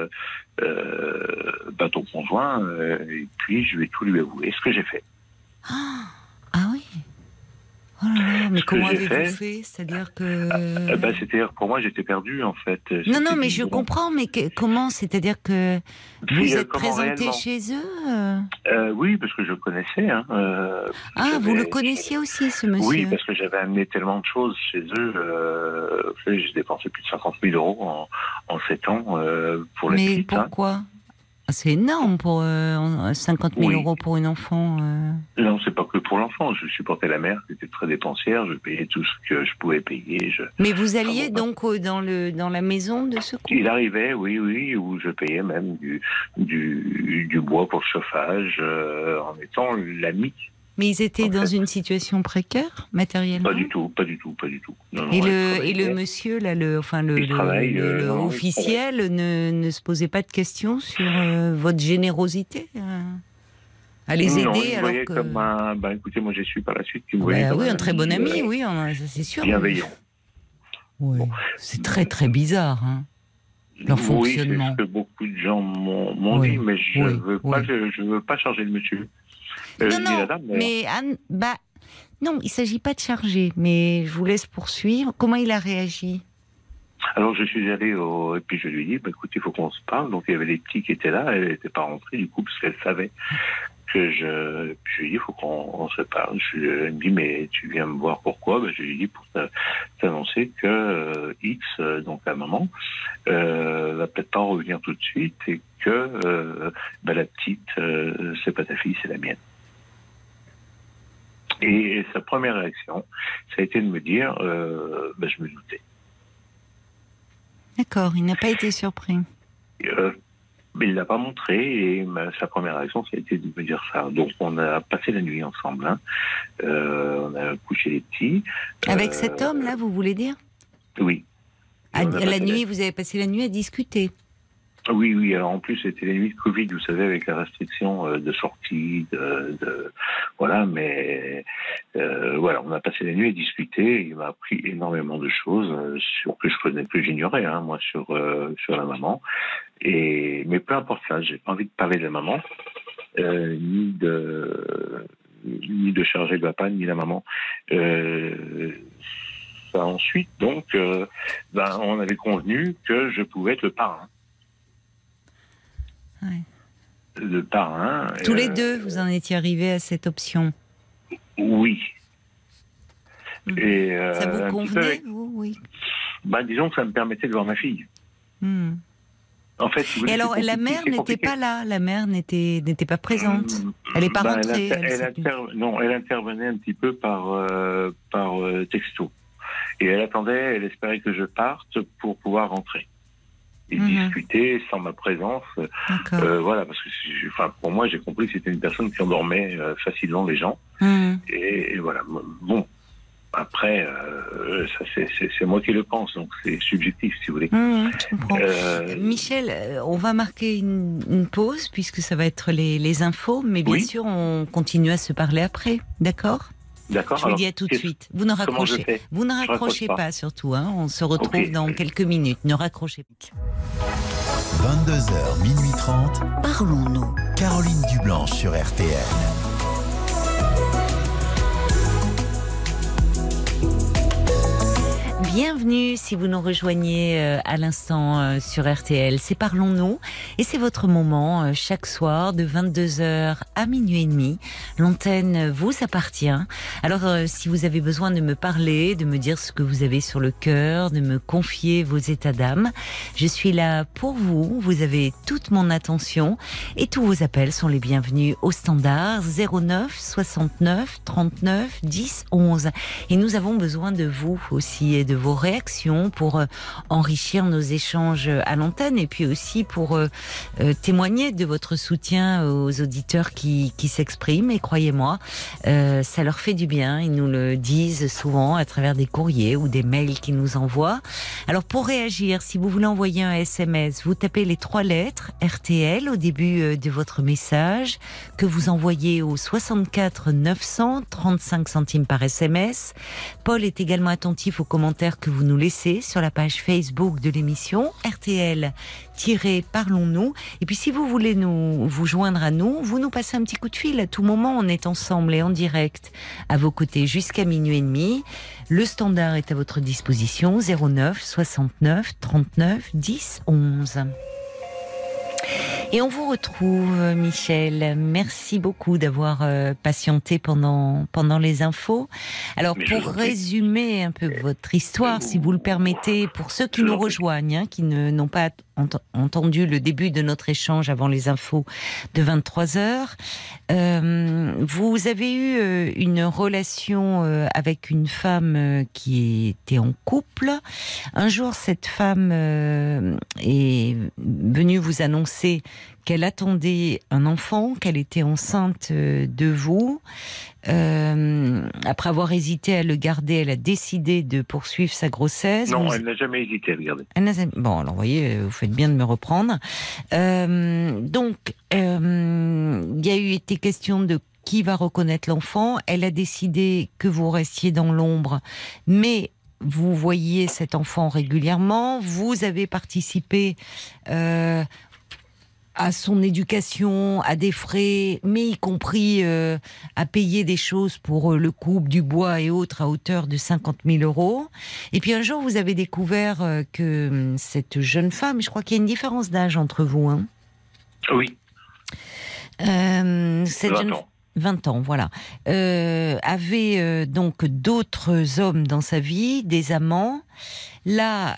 Speaker 6: ton conjoint et puis je vais tout lui avouer. Ce que j'ai fait.
Speaker 3: Ah oui. Oh là là, mais comment avez-vous fait? C'est-à-dire que...
Speaker 6: c'est-à-dire que pour moi, j'étais perdu, en fait.
Speaker 3: Non, mais je comprends, mais comment? C'est-à-dire que vous êtes présenté chez eux
Speaker 6: Oui, parce que je connaissais.
Speaker 3: Vous le connaissiez aussi, ce monsieur?
Speaker 6: Oui, parce que j'avais amené tellement de choses chez eux. J'ai dépensé plus de 50 000 euros en 7 ans pour la petite.
Speaker 3: Mais pourquoi C'est énorme pour 50 000 euros pour une enfant.
Speaker 6: Non, c'est pas que pour l'enfant. Je supportais la mère qui était très dépensière. Je payais tout ce que je pouvais payer.
Speaker 3: Mais vous alliez donc dans la maison de ce couple?
Speaker 6: Il arrivait, oui, où je payais même du bois pour le chauffage en étant l'ami.
Speaker 3: Mais ils étaient dans une situation précaire, matériellement?
Speaker 6: Pas du tout. Non,
Speaker 3: et le monsieur, là, le officiel, ne se posait pas de questions sur votre générosité à les aider?
Speaker 6: Il voyait comme écoutez, moi j'ai su par la suite qu'il me voyait
Speaker 3: un très bon ami, ça c'est sûr.
Speaker 6: Bienveillant.
Speaker 3: Oui. C'est très très bizarre, leur fonctionnement.
Speaker 6: Oui, c'est ce que beaucoup de gens m'ont dit, mais je veux pas charger le monsieur.
Speaker 3: Non, il ne s'agit pas de charger, mais je vous laisse poursuivre. Comment il a réagi?
Speaker 6: Alors je suis allé et puis je lui ai dit, écoute, il faut qu'on se parle. Donc il y avait les petits qui étaient là, elle n'était pas rentrée du coup, parce qu'elle savait que je lui ai dit, il faut qu'on se parle. Elle me dit, mais tu viens me voir pourquoi? Je lui ai dit, pour t'annoncer que X, donc la maman, va peut-être pas revenir tout de suite et que la petite, c'est pas ta fille, c'est la mienne. Et sa première réaction, ça a été de me dire, je me doutais.
Speaker 3: D'accord, il n'a pas été surpris.
Speaker 6: Mais il ne l'a pas montré, et sa première réaction, ça a été de me dire ça. Donc on a passé la nuit ensemble, on a couché les petits.
Speaker 3: Avec cet homme-là, vous voulez dire?
Speaker 6: Oui.
Speaker 3: La nuit, vous avez passé la nuit à discuter?
Speaker 6: Oui. Alors en plus, c'était les nuits de Covid, vous savez, avec la restriction de sortie, voilà. Mais on a passé la nuit à discuter. Il m'a appris énormément de choses que j'ignorais, moi, sur la maman. Mais peu importe ça, j'ai pas envie de parler de la maman, ni de charger le papa, ni la maman. Ensuite, donc, on avait convenu que je pouvais être le parrain.
Speaker 3: Ouais.
Speaker 6: Le parrain.
Speaker 3: Tous les deux, vous en étiez arrivés à cette option?
Speaker 6: Oui. Et,
Speaker 3: ça vous convenait, vous? Oui.
Speaker 6: Disons que ça me permettait de voir ma fille. En fait,
Speaker 3: et alors, la mère n'était pas là, la mère n'était pas présente. Elle n'est pas rentrée.
Speaker 6: Elle intervenait un petit peu par texto. Et elle attendait, elle espérait que je parte pour pouvoir rentrer. Et discuter sans ma présence. Voilà, parce que pour moi, j'ai compris que c'était une personne qui endormait facilement les gens. Et voilà. Bon. Après, ça c'est moi qui le pense, donc c'est subjectif, si vous voulez.
Speaker 3: Je comprends. Michel, on va marquer une pause, puisque ça va être les infos, mais bien sûr, on continue à se parler après, d'accord ?
Speaker 6: D'accord.
Speaker 3: Je vous dis à tout de suite. Vous ne raccrochez pas surtout. Hein. On se retrouve dans quelques minutes. Ne raccrochez pas.
Speaker 1: 22h, minuit 30.
Speaker 2: Parlons-nous.
Speaker 1: Caroline Dublanche sur RTL.
Speaker 3: Bienvenue si vous nous rejoignez à l'instant sur RTL. C'est Parlons-nous et c'est votre moment chaque soir de 22h à minuit et demi. L'antenne vous appartient. Alors si vous avez besoin de me parler, de me dire ce que vous avez sur le cœur, de me confier vos états d'âme, je suis là pour vous. Vous avez toute mon attention et tous vos appels sont les bienvenus au standard 09 69 39 10 11. Et nous avons besoin de vous aussi et de vos réactions pour enrichir nos échanges à l'antenne et puis aussi pour témoigner de votre soutien aux auditeurs qui s'expriment. Et croyez-moi, ça leur fait du bien. Ils nous le disent souvent à travers des courriers ou des mails qu'ils nous envoient. Alors pour réagir, si vous voulez envoyer un SMS, vous tapez les 3 lettres RTL au début de votre message que vous envoyez au 64 900 35 centimes par SMS. Paul est également attentif aux commentaires que vous nous laissez sur la page Facebook de l'émission RTL-Parlons-nous. Et puis si vous voulez vous joindre à nous, vous nous passez un petit coup de fil à tout moment. On est ensemble et en direct à vos côtés jusqu'à minuit et demi. Le standard est à votre disposition 09 69 39 10 11. Et on vous retrouve, Michel. Merci beaucoup d'avoir patienté pendant les infos. Alors, pour résumer un peu votre histoire, si vous le permettez, pour ceux qui nous rejoignent, qui n'ont pas entendu le début de notre échange avant les infos de 23h, vous avez eu une relation avec une femme qui était en couple. Un jour, cette femme est venue vous annoncer qu'elle attendait un enfant, qu'elle était enceinte de vous. Après avoir hésité à le garder, elle a décidé de poursuivre sa grossesse.
Speaker 6: Non, elle n'a jamais hésité à le garder.
Speaker 3: Bon, alors vous voyez, vous faites bien de me reprendre. Donc, il y a eu été question de qui va reconnaître l'enfant. Elle a décidé que vous restiez dans l'ombre, mais vous voyez cet enfant régulièrement. Vous avez participé à son éducation, à des frais, mais y compris à payer des choses pour le couple, du bois et autres à hauteur de 50 000 €. Et puis un jour, vous avez découvert que cette jeune femme, je crois qu'il y a une différence d'âge entre vous, hein ?
Speaker 6: Oui.
Speaker 3: Cette 20 ans, voilà. Avait donc d'autres hommes dans sa vie, des amants. Là,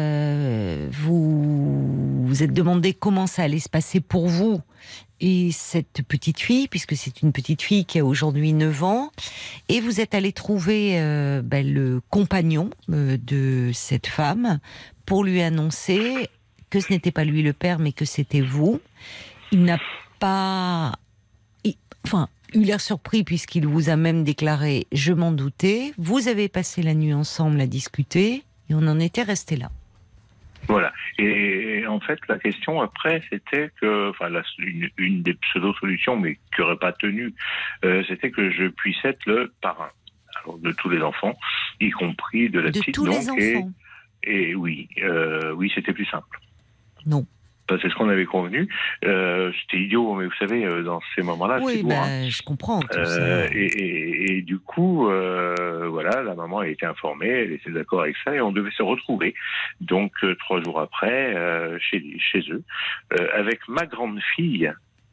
Speaker 3: vous vous êtes demandé comment ça allait se passer pour vous et cette petite fille, puisque c'est une petite fille qui a aujourd'hui 9 ans, et vous êtes allé trouver le compagnon de cette femme pour lui annoncer que ce n'était pas lui le père, mais que c'était vous. Il n'a pas... eu l'air surpris puisqu'il vous a même déclaré « je m'en doutais ». Vous avez passé la nuit ensemble à discuter et on en était resté là.
Speaker 6: Voilà. Et en fait, la question après, c'était que, une des pseudo-solutions, mais qui n'aurait pas tenu, c'était que je puisse être le parrain. Alors, de tous les enfants, y compris de la petite.
Speaker 3: De tous les enfants.
Speaker 6: Et oui, c'était plus simple.
Speaker 3: Non.
Speaker 6: C'est ce qu'on avait convenu. C'était idiot, mais vous savez, dans ces moments-là,
Speaker 3: oui,
Speaker 6: c'est lourd. Hein.
Speaker 3: Je comprends. Tout ça.
Speaker 6: Et du coup, la maman a été informée, elle était d'accord avec ça, et on devait se retrouver. Donc, 3 jours après, chez eux, avec ma grande fille.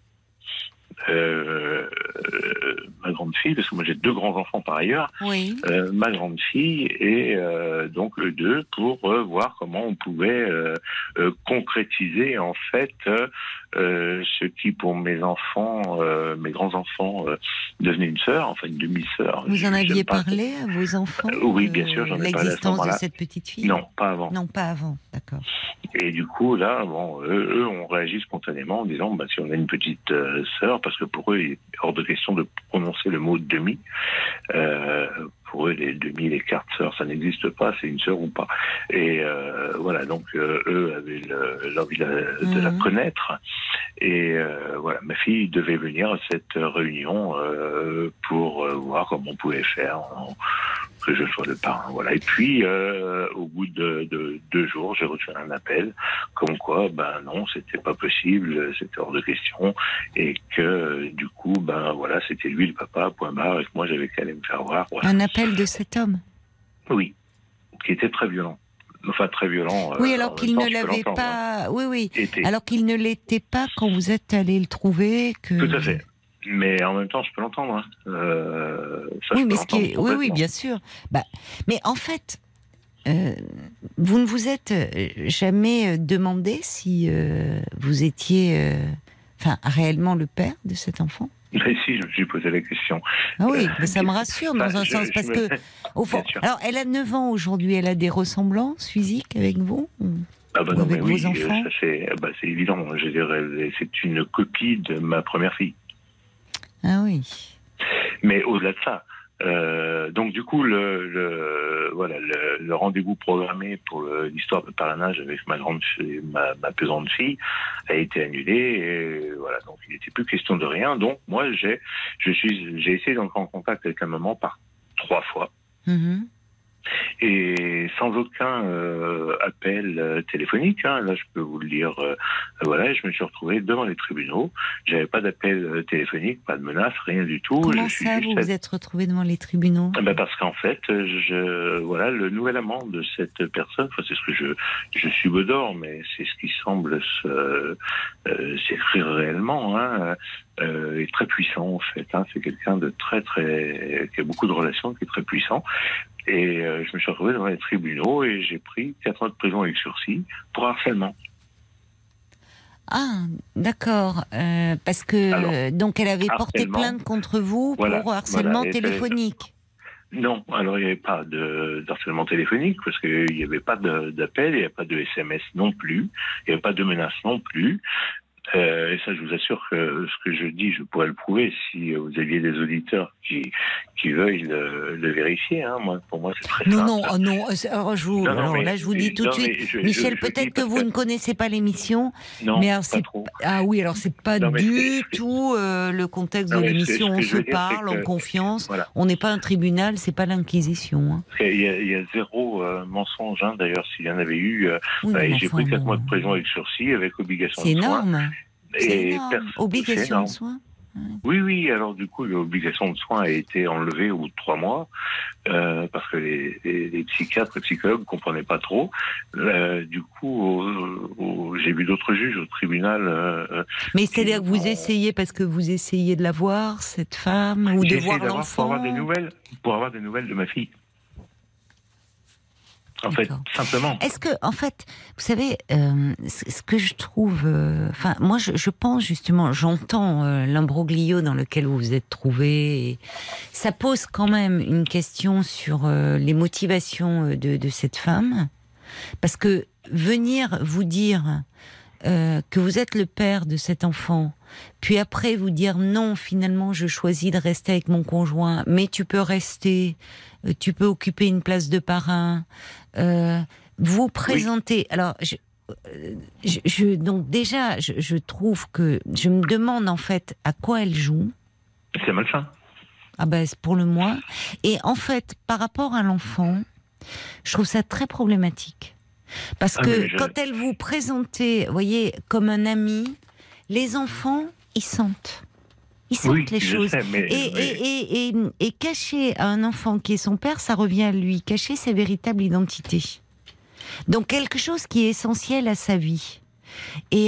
Speaker 6: Ma grande fille, parce que moi j'ai 2 grands enfants par ailleurs,
Speaker 3: oui.
Speaker 6: Ma grande fille et donc eux 2 pour voir comment on pouvait concrétiser en fait ce qui pour mes enfants, mes grands enfants devenait une sœur, enfin une demi-sœur.
Speaker 3: Vous en aviez parlé à vos enfants
Speaker 6: oui, bien sûr, j'en ai parlé à ce moment-là.
Speaker 3: L'existence de cette petite fille?
Speaker 6: Non, pas avant.
Speaker 3: Non, pas avant, d'accord.
Speaker 6: Et du coup, là, eux ont réagi spontanément en disant, si on a une petite sœur, parce que pour eux, il est hors de question de prononcer le mot demi, pour eux, les demi, les quarts sœurs, ça n'existe pas, c'est une sœur ou pas. Et voilà, donc eux avaient l'envie de la connaître. Et voilà, ma fille devait venir à cette réunion pour voir comment on pouvait faire que je sois le parrain. Voilà. Et puis, au bout de 2 jours, j'ai reçu un appel comme quoi, ben non, c'était pas possible, c'était hors de question, et que du coup, ben voilà, c'était lui le papa, point barre, et que moi j'avais qu'à aller me faire voir. Voilà.
Speaker 3: Un appel de cet homme?
Speaker 6: Oui, qui était très violent. Enfin, très violent.
Speaker 3: Oui, alors qu'il ne l'avait pas. Oui, oui. Alors qu'il ne l'était pas quand vous êtes allé le trouver. Que...
Speaker 6: Tout à fait. Mais en même temps, je peux l'entendre. Hein.
Speaker 3: Oui, mais oui, bien sûr. Bah, mais en fait, vous ne vous êtes jamais demandé si vous étiez, réellement le père de cet enfant?
Speaker 6: Mais si, je me suis posé la question.
Speaker 3: Ah oui, mais ça me rassure dans un sens, parce que, au fond, alors elle a 9 ans aujourd'hui, elle a des ressemblances physiques avec vous?
Speaker 6: Ah bah non,
Speaker 3: avec
Speaker 6: mais
Speaker 3: vos enfants?
Speaker 6: c'est évident. Je dirais, c'est une copie de ma première fille.
Speaker 3: Ah oui.
Speaker 6: Mais au-delà de ça, donc du coup, le rendez-vous programmé pour l'histoire de parrainage avec ma pesante fille a été annulé. Et voilà, donc il n'était plus question de rien. Donc moi, j'ai essayé d'entrer en contact avec la maman par 3 fois.
Speaker 3: Mm-hmm.
Speaker 6: Et sans aucun appel téléphonique, hein, là je peux vous le dire, voilà, je me suis retrouvé devant les tribunaux, j'avais pas d'appel téléphonique, pas de menace, rien du tout.
Speaker 3: Comment ça, vous vous êtes retrouvé devant les tribunaux?
Speaker 6: Parce qu'en fait, voilà, le nouvel amant de cette personne, enfin c'est ce que je subodore, mais c'est ce qui semble s'écrire réellement, hein, est très puissant en fait, hein, c'est quelqu'un de très qui a beaucoup de relations, qui est très puissant. Et je me suis retrouvé devant les tribunaux et j'ai pris 4 ans de prison avec sursis pour harcèlement.
Speaker 3: Ah, d'accord. Parce que donc elle avait porté plainte contre vous pour harcèlement téléphonique.
Speaker 6: Non, alors il n'y avait pas d'harcèlement téléphonique parce qu'il n'y avait pas d'appel, il n'y avait pas de SMS non plus, il n'y avait pas de menace non plus. Et ça, je vous assure que ce que je dis, je pourrais le prouver si vous aviez des auditeurs qui veuillent le vérifier. Hein. Pour moi, c'est très simple.
Speaker 3: Non. Alors, je vous dis tout de suite, Michel, peut-être que vous ne connaissez pas l'émission.
Speaker 6: Non,
Speaker 3: mais alors,
Speaker 6: pas trop.
Speaker 3: Ah oui, alors c'est pas du tout le contexte de l'émission. On se parle en confiance. Voilà. On n'est pas un tribunal, c'est pas l'Inquisition. Hein.
Speaker 6: Il y a 0 mensonge. Hein. D'ailleurs, s'il y en avait eu, j'ai pris 4 mois de prison avec sursis, avec obligation de soins.
Speaker 3: C'est énorme.
Speaker 6: Et
Speaker 3: obligation de soins.
Speaker 6: Oui. Alors du coup, l'obligation de soins a été enlevée au bout de 3 mois parce que les psychiatres, les psychologues ne comprenaient pas trop. Du coup, j'ai vu d'autres juges au tribunal.
Speaker 3: Mais c'est-à-dire que vous essayez parce que vous essayez de la voir, cette femme, ou de voir l'enfant.
Speaker 6: Pour avoir des nouvelles de ma fille. En fait, simplement.
Speaker 3: Est-ce que, en fait, vous savez, ce que je trouve... moi, je pense justement, j'entends l'imbroglio dans lequel vous vous êtes trouvé. Et ça pose quand même une question sur les motivations de cette femme. Parce que venir vous dire que vous êtes le père de cet enfant, puis après vous dire non, finalement, je choisis de rester avec mon conjoint, mais tu peux rester... tu peux occuper une place de parrain, vous présenter... Oui. Alors, donc déjà, je trouve que... Je me demande en fait à quoi elle joue.
Speaker 6: C'est malsain.
Speaker 3: Ah ben, c'est pour le moins. Et en fait, par rapport à l'enfant, je trouve ça très problématique. Parce que quand elle vous présentait, vous voyez, comme un ami, les enfants, ils sentent. Ils sentent les choses.
Speaker 6: Sais,
Speaker 3: et cacher à un enfant qui est son père, ça revient à lui. Cacher sa véritable identité. Donc quelque chose qui est essentiel à sa vie. Et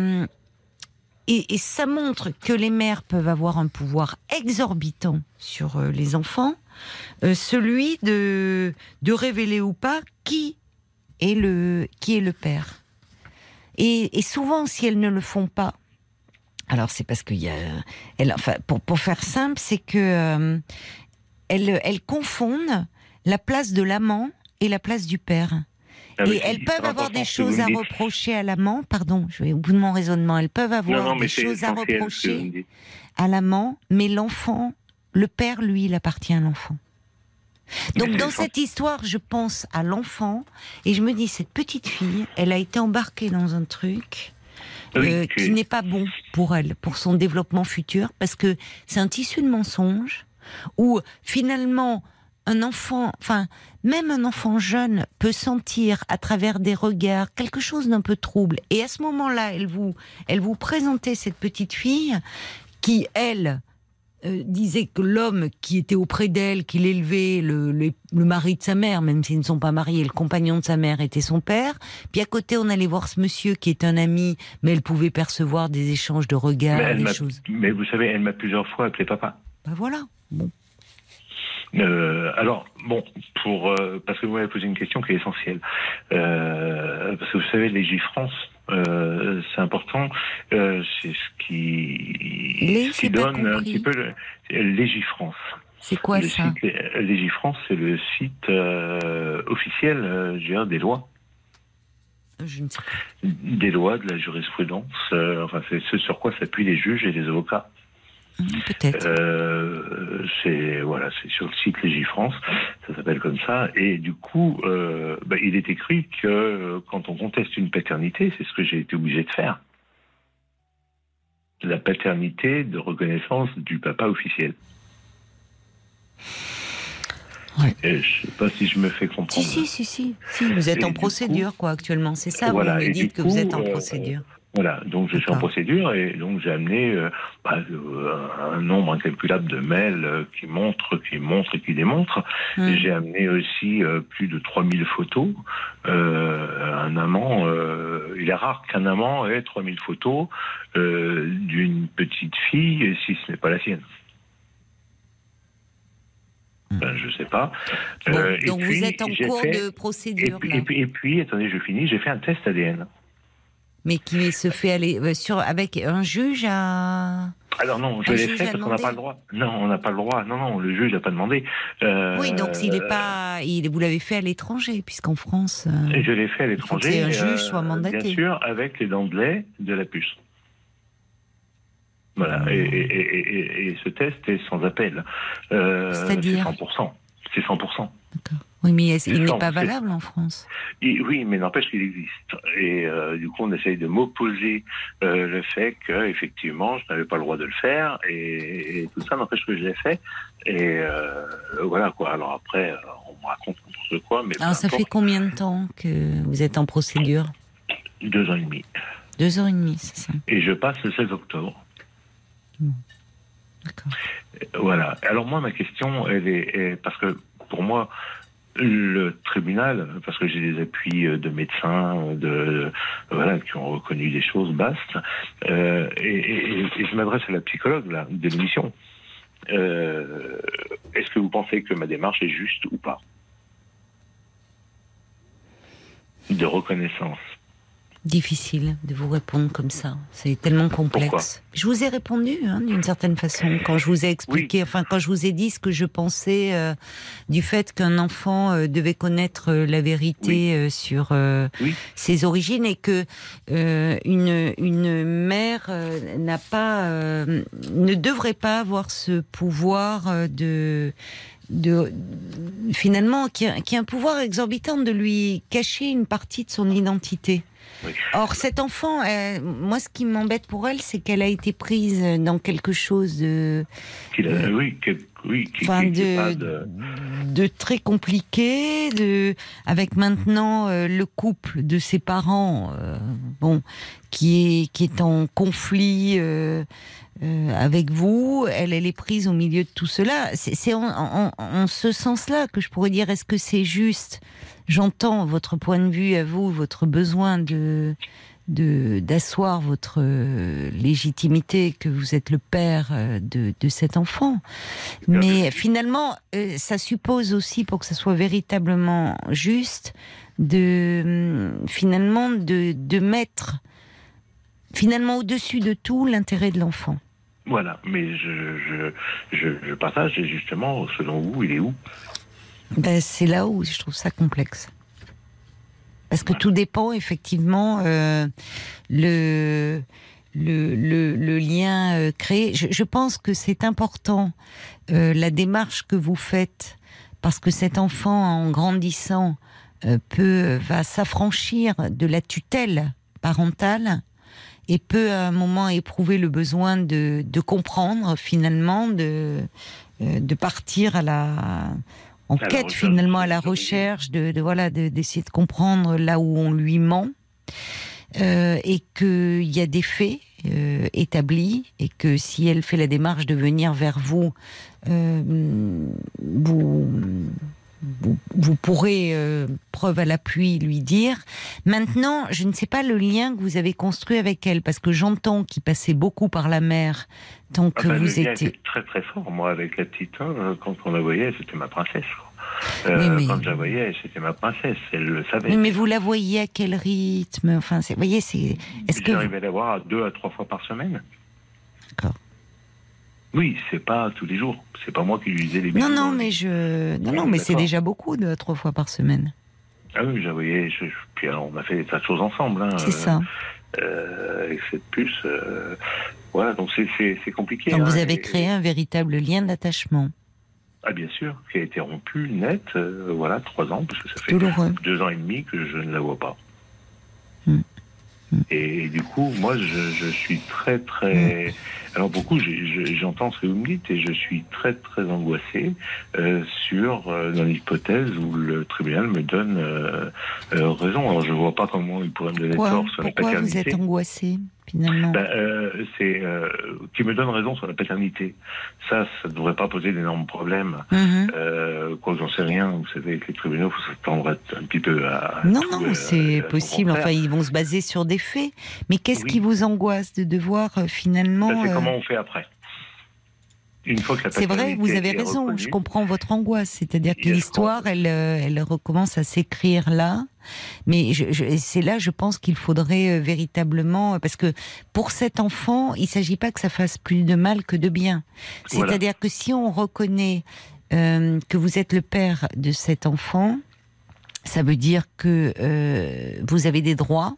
Speaker 3: ça montre que les mères peuvent avoir un pouvoir exorbitant sur les enfants. Celui de révéler ou pas qui est le père. Et souvent, si elles ne le font pas, alors c'est parce qu'il y a... pour faire simple, c'est que elles confondent la place de l'amant et la place du père. Et elles peuvent avoir des choses à reprocher à l'amant. Pardon, je vais au bout de mon raisonnement. Elles peuvent avoir des choses à reprocher à l'amant, mais l'enfant, le père, lui, il appartient à l'enfant. Donc dans cette histoire, je pense à l'enfant et je me dis, cette petite fille, elle a été embarquée dans un truc qui n'est pas bon pour elle, pour son développement futur, parce que c'est un tissu de mensonges où finalement un enfant, même un enfant jeune peut sentir à travers des regards quelque chose d'un peu trouble. Et à ce moment-là, elle vous présentait cette petite fille qui, elle, disait que l'homme qui était auprès d'elle, qui l'élevait, le mari de sa mère, même s'ils ne sont pas mariés, le compagnon de sa mère était son père. Puis à côté, on allait voir ce monsieur qui est un ami, mais elle pouvait percevoir des échanges de regards, des choses.
Speaker 6: Mais vous savez, elle m'a plusieurs fois appelé papa.
Speaker 3: Ben voilà. Bon.
Speaker 6: Alors, bon, parce que vous m'avez posé une question qui est essentielle. Parce que vous savez, Légifrance, c'est important. C'est ce qui donne un petit peu Légifrance.
Speaker 3: C'est quoi ça?
Speaker 6: Légifrance, c'est le site officiel, je veux dire, des lois.
Speaker 3: Je ne sais pas.
Speaker 6: Des lois, de la jurisprudence. C'est ce sur quoi s'appuient les juges et les avocats.
Speaker 3: Peut-être.
Speaker 6: C'est sur le site Légifrance, ça s'appelle comme ça. Et du coup, il est écrit que quand on conteste une paternité, c'est ce que j'ai été obligé de faire. La paternité de reconnaissance du papa officiel.
Speaker 3: Ouais.
Speaker 6: Et je ne sais pas si je me fais comprendre.
Speaker 3: Si. Vous êtes en procédure, actuellement. C'est ça, vous me dites que vous êtes en procédure.
Speaker 6: Voilà, donc je suis en procédure et donc j'ai amené un nombre incalculable de mails qui montrent et qui démontrent. Et j'ai amené aussi plus de 3000 photos. Un amant, il est rare qu'un amant ait 3000 photos d'une petite fille, si ce n'est pas la sienne. Je sais pas.
Speaker 3: Donc vous êtes en cours de procédure.
Speaker 6: Et puis, attendez, je finis, j'ai fait un test ADN.
Speaker 3: Mais qui se fait aller avec un juge à...
Speaker 6: Alors non, je l'ai fait parce qu'on n'a pas le droit. Non, on n'a pas le droit. Non, le juge n'a pas demandé.
Speaker 3: Oui, donc s'il n'est pas... vous l'avez fait à l'étranger, puisqu'en France...
Speaker 6: Et je l'ai fait à l'étranger.
Speaker 3: Il faut que un juge soit mandaté.
Speaker 6: Bien sûr, avec les dents de lait de la puce. Voilà, et ce test est sans appel.
Speaker 3: C'est-à-dire
Speaker 6: C'est 100%.
Speaker 3: D'accord. Oui, mais il n'est pas valable en France.
Speaker 6: Oui, mais n'empêche qu'il existe. Et du coup, on essaye de m'opposer le fait qu'effectivement, je n'avais pas le droit de le faire. Et tout ça n'empêche que je l'ai fait. Et voilà, quoi. Alors après, on me raconte n'importe quoi. Mais
Speaker 3: alors, ça fait combien de temps que vous êtes en procédure?
Speaker 6: 2 ans et demi.
Speaker 3: 2 ans et demi, c'est ça.
Speaker 6: Et je passe le 16 octobre.
Speaker 3: D'accord.
Speaker 6: Voilà. Alors moi, ma question, elle est parce que pour moi, le tribunal, parce que j'ai des appuis de médecins, qui ont reconnu des choses vastes, et je m'adresse à la psychologue là, de l'émission. Est-ce que vous pensez que ma démarche est juste ou pas de reconnaissance?
Speaker 3: Difficile de vous répondre comme ça. C'est tellement complexe.
Speaker 6: Pourquoi?
Speaker 3: Je vous ai répondu d'une certaine façon quand je vous ai expliqué, quand je vous ai dit ce que je pensais du fait qu'un enfant devait connaître la vérité sur ses origines et que une mère ne devrait pas avoir ce pouvoir finalement qui a un pouvoir exorbitant de lui cacher une partie de son identité. Oui. Or, cet enfant, moi, ce qui m'embête pour elle, c'est qu'elle a été prise dans quelque chose de très compliqué, avec maintenant le couple de ses parents, qui est en conflit avec vous. Elle est prise au milieu de tout cela. C'est en ce sens-là que je pourrais dire, est-ce que c'est juste? J'entends votre point de vue à vous, votre besoin d'asseoir votre légitimité, que vous êtes le père de cet enfant. Mais finalement, ça suppose aussi, pour que ça soit véritablement juste, de mettre finalement au-dessus de tout l'intérêt de l'enfant.
Speaker 6: Voilà, mais je partage, et justement, selon vous, il est où?
Speaker 3: C'est là où je trouve ça complexe. Parce que tout dépend, effectivement, le lien créé. Je pense que c'est important, la démarche que vous faites, parce que cet enfant, en grandissant, va s'affranchir de la tutelle parentale et peut à un moment éprouver le besoin de comprendre finalement, de partir en quête finalement, à la recherche, d'essayer de comprendre là où on lui ment, et qu'il y a des faits établis, et que si elle fait la démarche de venir vers vous, vous pourrez, preuve à l'appui, lui dire. Maintenant, je ne sais pas le lien que vous avez construit avec elle, parce que j'entends qu'il passait beaucoup par la mère, tant que vous
Speaker 6: le lien
Speaker 3: étiez...
Speaker 6: était très très fort. Moi, avec la petite, quand on la voyait, c'était ma princesse.
Speaker 3: Oui,
Speaker 6: quand je la voyais, c'était ma princesse, elle le savait.
Speaker 3: Oui, mais vous la voyez à quel rythme? Enfin, vous voyez, est-ce que
Speaker 6: j'arrivais à la voir 2 à 3 fois par semaine.
Speaker 3: D'accord.
Speaker 6: Oui, c'est pas tous les jours. C'est pas moi qui lui disais les bisous.
Speaker 3: Non, mais c'est déjà beaucoup, 2 à 3 fois par semaine.
Speaker 6: Ah oui, je la voyais. Puis alors, on a fait des tas de choses ensemble.
Speaker 3: C'est ça.
Speaker 6: Avec cette puce, voilà. Donc c'est compliqué.
Speaker 3: Donc vous avez créé un véritable lien d'attachement.
Speaker 6: Ah bien sûr, qui a été rompu, net. 3 ans, parce que ça fait
Speaker 3: douloureux.
Speaker 6: 2 ans et demi que je ne la vois pas. Et du coup, moi, je suis très, très... Alors, beaucoup, j'entends ce que vous me dites, et je suis très, très angoissé dans l'hypothèse où le tribunal me donne raison. Alors, je ne vois pas comment il pourrait me donner tort sur la paternité.
Speaker 3: Pourquoi vous êtes angoissé, finalement?
Speaker 6: C'est qu'il me donne raison sur la paternité. Ça ne devrait pas poser d'énormes problèmes. Quoi, j'en sais rien. Vous savez, avec les tribunaux, il faut s'attendre un petit peu à...
Speaker 3: Non, c'est possible. Enfin, ils vont se baser sur des faits. Mais qu'est-ce qui vous angoisse de devoir finalement...
Speaker 6: C'est comment on fait après. Une fois que la
Speaker 3: c'est vrai, vous avez raison.
Speaker 6: Reconnue,
Speaker 3: je comprends votre angoisse. C'est-à-dire que l'histoire, elle recommence à s'écrire là. Mais c'est là, je pense qu'il faudrait véritablement... Parce que pour cet enfant, il ne s'agit pas que ça fasse plus de mal que de bien. C'est-à-dire que si on reconnaît que vous êtes le père de cet enfant, ça veut dire que vous avez des droits.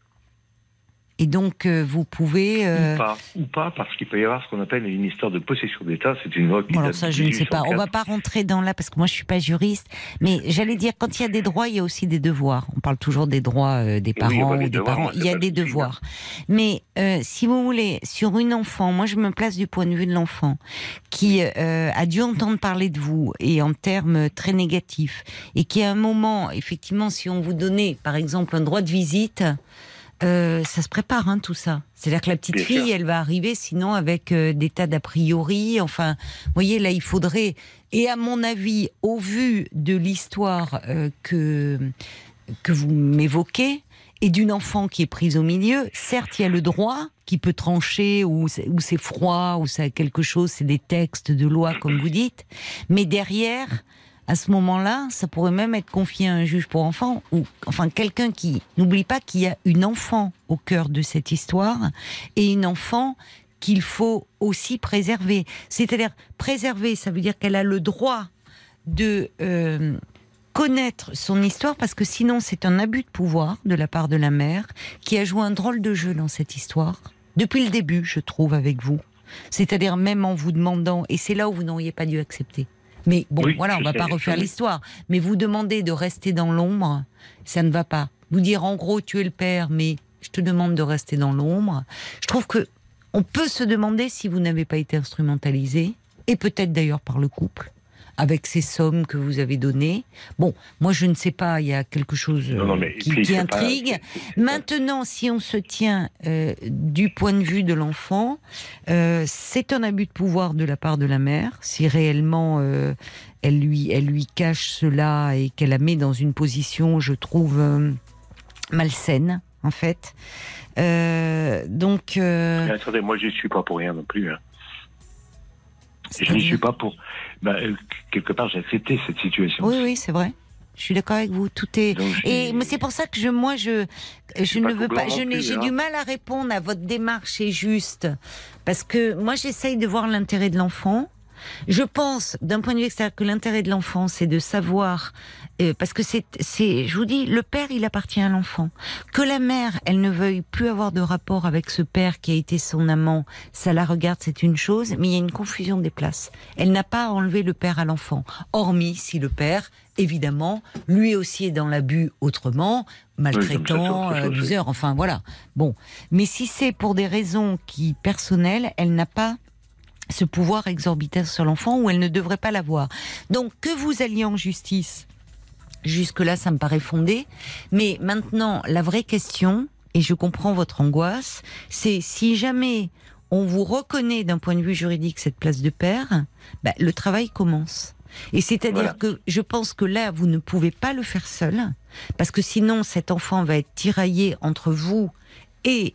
Speaker 3: Et donc, vous pouvez...
Speaker 6: Ou pas, parce qu'il peut y avoir ce qu'on appelle une histoire de possession d'État. C'est une loi qui
Speaker 3: alors ça, je ne sais pas. On ne va pas rentrer dans là, parce que moi, je ne suis pas juriste. Mais j'allais dire, quand il y a des droits, il y a aussi des devoirs. On parle toujours des droits des parents ou des parents. Il y a des devoirs. Mais si vous voulez, sur une enfant, moi, je me place du point de vue de l'enfant, qui a dû entendre parler de vous, et en termes très négatifs, et qui, à un moment, effectivement, si on vous donnait, par exemple, un droit de visite... ça se prépare, tout ça. C'est-à-dire que la petite fille, elle va arriver, sinon avec des tas d'a priori. Enfin, vous voyez, là, il faudrait... Et à mon avis, au vu de l'histoire que vous m'évoquez, et d'une enfant qui est prise au milieu, certes, il y a le droit qui peut trancher, ou c'est froid, ou c'est quelque chose, c'est des textes de loi, comme vous dites, mais derrière... À ce moment-là, ça pourrait même être confié à un juge pour enfants, ou enfin quelqu'un qui... N'oublie pas qu'il y a une enfant au cœur de cette histoire, et une enfant qu'il faut aussi préserver. C'est-à-dire, préserver, ça veut dire qu'elle a le droit de connaître son histoire, parce que sinon c'est un abus de pouvoir de la part de la mère, qui a joué un drôle de jeu dans cette histoire, depuis le début, je trouve, avec vous. C'est-à-dire même en vous demandant, et c'est là où vous n'auriez pas dû accepter. Mais bon, voilà, on ne va pas refaire l'histoire. Mais vous demander de rester dans l'ombre, ça ne va pas. Vous dire, en gros, tu es le père, mais je te demande de rester dans l'ombre. Je trouve que on peut se demander si vous n'avez pas été instrumentalisé, et peut-être d'ailleurs par le couple, avec ces sommes que vous avez données. Bon, moi je ne sais pas, il y a quelque chose qui intrigue. Maintenant, si on se tient du point de vue de l'enfant, c'est un abus de pouvoir de la part de la mère, si réellement elle lui cache cela et qu'elle la met dans une position, je trouve, malsaine, en fait. Donc...
Speaker 6: Mais attendez, moi je n'y suis pas pour rien non plus. Je n'y suis pas pour... quelque part, j'ai accepté cette situation.
Speaker 3: Oui, c'est vrai. Je suis d'accord avec vous. Tout est... mais c'est pour ça que je ne veux pas... J'ai du mal à répondre à votre démarche est juste. Parce que moi, j'essaye de voir l'intérêt de l'enfant. Je pense, d'un point de vue extérieur, que l'intérêt de l'enfant, c'est de savoir, parce que je vous dis, le père, il appartient à l'enfant. Que la mère, elle ne veuille plus avoir de rapport avec ce père qui a été son amant, ça la regarde, c'est une chose, mais il y a une confusion des places. Elle n'a pas enlevé le père à l'enfant, hormis si le père, évidemment, lui aussi est dans l'abus autrement, maltraitant, abuseur, enfin voilà. Bon, mais si c'est pour des raisons personnelles, elle n'a pas ce pouvoir exorbitant sur l'enfant, ou elle ne devrait pas l'avoir. Donc que vous alliez en justice, jusque-là ça me paraît fondé, mais maintenant la vraie question, et je comprends votre angoisse, c'est si jamais on vous reconnaît d'un point de vue juridique cette place de père, le travail commence. Et c'est-à-dire que je pense que là, vous ne pouvez pas le faire seul, parce que sinon cet enfant va être tiraillé entre vous et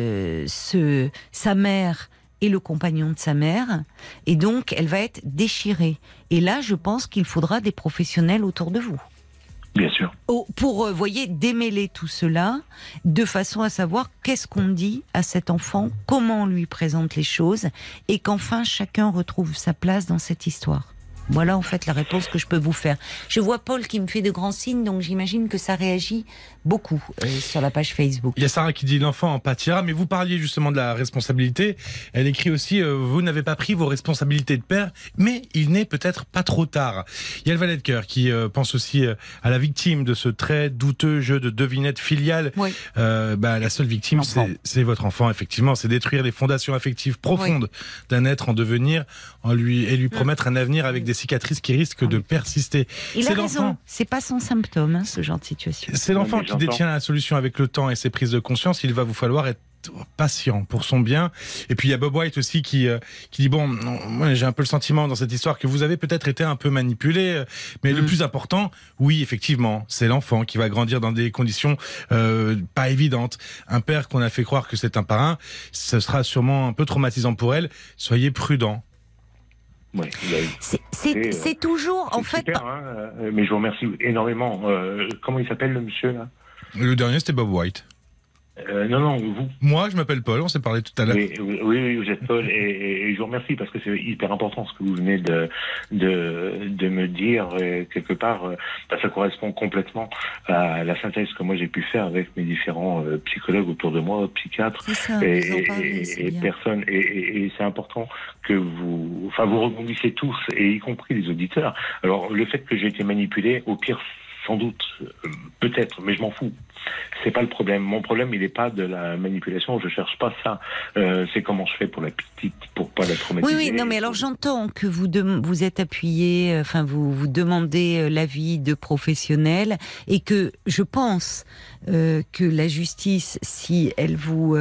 Speaker 3: sa mère et le compagnon de sa mère, et donc elle va être déchirée. Et là, je pense qu'il faudra des professionnels autour de vous.
Speaker 6: Bien sûr.
Speaker 3: Pour, voyez, démêler tout cela, de façon à savoir qu'est-ce qu'on dit à cet enfant, comment on lui présente les choses, et qu'enfin chacun retrouve sa place dans cette histoire. Voilà en fait la réponse que je peux vous faire. Je vois Paul qui me fait de grands signes, donc j'imagine que ça réagit beaucoup sur la page Facebook.
Speaker 5: Il y a Sarah qui dit l'enfant en pâtira, mais vous parliez justement de la responsabilité. Elle écrit aussi vous n'avez pas pris vos responsabilités de père, mais il n'est peut-être pas trop tard. Il y a le valet de cœur qui pense aussi à la victime de ce très douteux jeu de devinette filiale. Oui. La seule victime, c'est votre enfant, effectivement. C'est détruire les fondations affectives profondes d'un être en devenir et lui promettre un avenir avec des cicatrices qui risquent de persister.
Speaker 3: Il a raison, c'est pas son symptôme, ce genre de situation.
Speaker 5: C'est l'enfant qui détient la solution avec le temps et ses prises de conscience. Il va vous falloir être patient pour son bien. Et puis il y a Bob White aussi qui dit moi j'ai un peu le sentiment dans cette histoire que vous avez peut-être été un peu manipulé, mais le plus important, oui effectivement, c'est l'enfant qui va grandir dans des conditions pas évidentes. Un père qu'on a fait croire que c'est un parrain, ce sera sûrement un peu traumatisant pour elle. Soyez prudents.
Speaker 6: Ouais,
Speaker 3: c'est toujours en fait.
Speaker 6: Super, mais je vous remercie énormément. Comment il s'appelle le monsieur là ?
Speaker 5: Le dernier c'était Bob White.
Speaker 6: Non, vous.
Speaker 5: Moi, je m'appelle Paul, on s'est parlé tout à l'heure.
Speaker 6: Oui, vous êtes Paul, et je vous remercie parce que c'est hyper important ce que vous venez de me dire, quelque part, ça correspond complètement à la synthèse que moi j'ai pu faire avec mes différents psychologues autour de moi, psychiatres, et personnes, et c'est important que vous rebondissez tous, et y compris les auditeurs. Alors, le fait que j'ai été manipulé, au pire, sans doute, peut-être, mais je m'en fous. C'est pas le problème. Mon problème, il n'est pas de la manipulation. Je cherche pas ça. C'est comment je fais pour la petite, pour pas la traumatiser.
Speaker 3: Oui, non, mais alors j'entends que vous êtes appuyé, enfin vous demandez l'avis de professionnels, et que je pense que la justice, si elle vous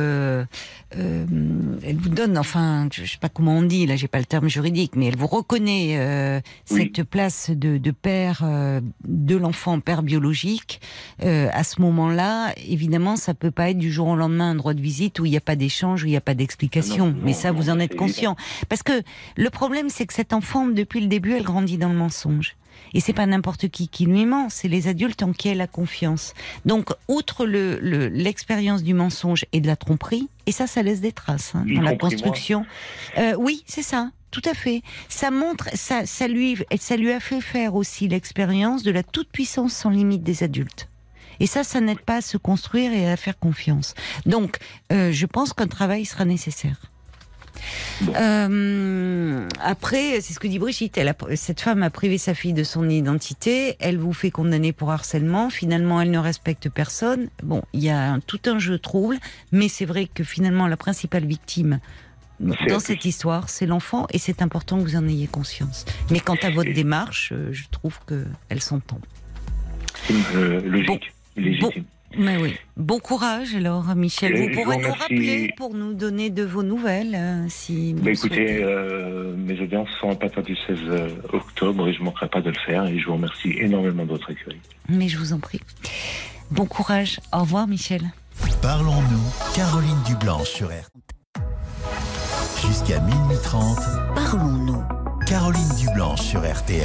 Speaker 3: donne, enfin, je sais pas comment on dit, là, j'ai pas le terme juridique, mais elle vous reconnaît cette place de père de l'enfant, père biologique. À ce moment-là, évidemment, ça peut pas être du jour au lendemain un droit de visite où il n'y a pas d'échange, où il n'y a pas d'explication. Mais ça, vous en êtes conscient. Parce que le problème, c'est que cet enfant, depuis le début, elle grandit dans le mensonge. Et c'est pas n'importe qui lui ment, c'est les adultes en qui elle a confiance. Donc, outre l'expérience du mensonge et de la tromperie, et ça laisse des traces dans la construction. Oui, c'est ça. Tout à fait. Ça montre, ça lui a fait faire aussi l'expérience de la toute-puissance sans limite des adultes. Et ça n'aide pas à se construire et à faire confiance. Donc, je pense qu'un travail sera nécessaire. Bon. Après, c'est ce que dit Brigitte, cette femme a privé sa fille de son identité, elle vous fait condamner pour harcèlement, finalement elle ne respecte personne. Bon, il y a tout un jeu trouble, mais c'est vrai que finalement la principale victime dans cette histoire, c'est l'enfant, et c'est important que vous en ayez conscience. Mais quant à votre démarche, je trouve qu'elle s'entend.
Speaker 6: Logique, légitime.
Speaker 3: Mais oui. Bon courage alors, Michel. Vous pourrez nous rappeler pour nous donner de vos nouvelles si vous
Speaker 6: écoutez, mes audiences sont à partir du 16 octobre et je ne manquerai pas de le faire, et je vous remercie énormément de votre accueil.
Speaker 3: Mais je vous en prie. Bon courage. Au revoir, Michel.
Speaker 1: Parlons-nous, Caroline Dublanche sur RTL. Jusqu'à minuit 30.
Speaker 2: Parlons-nous.
Speaker 1: Caroline Dublanche sur RTL.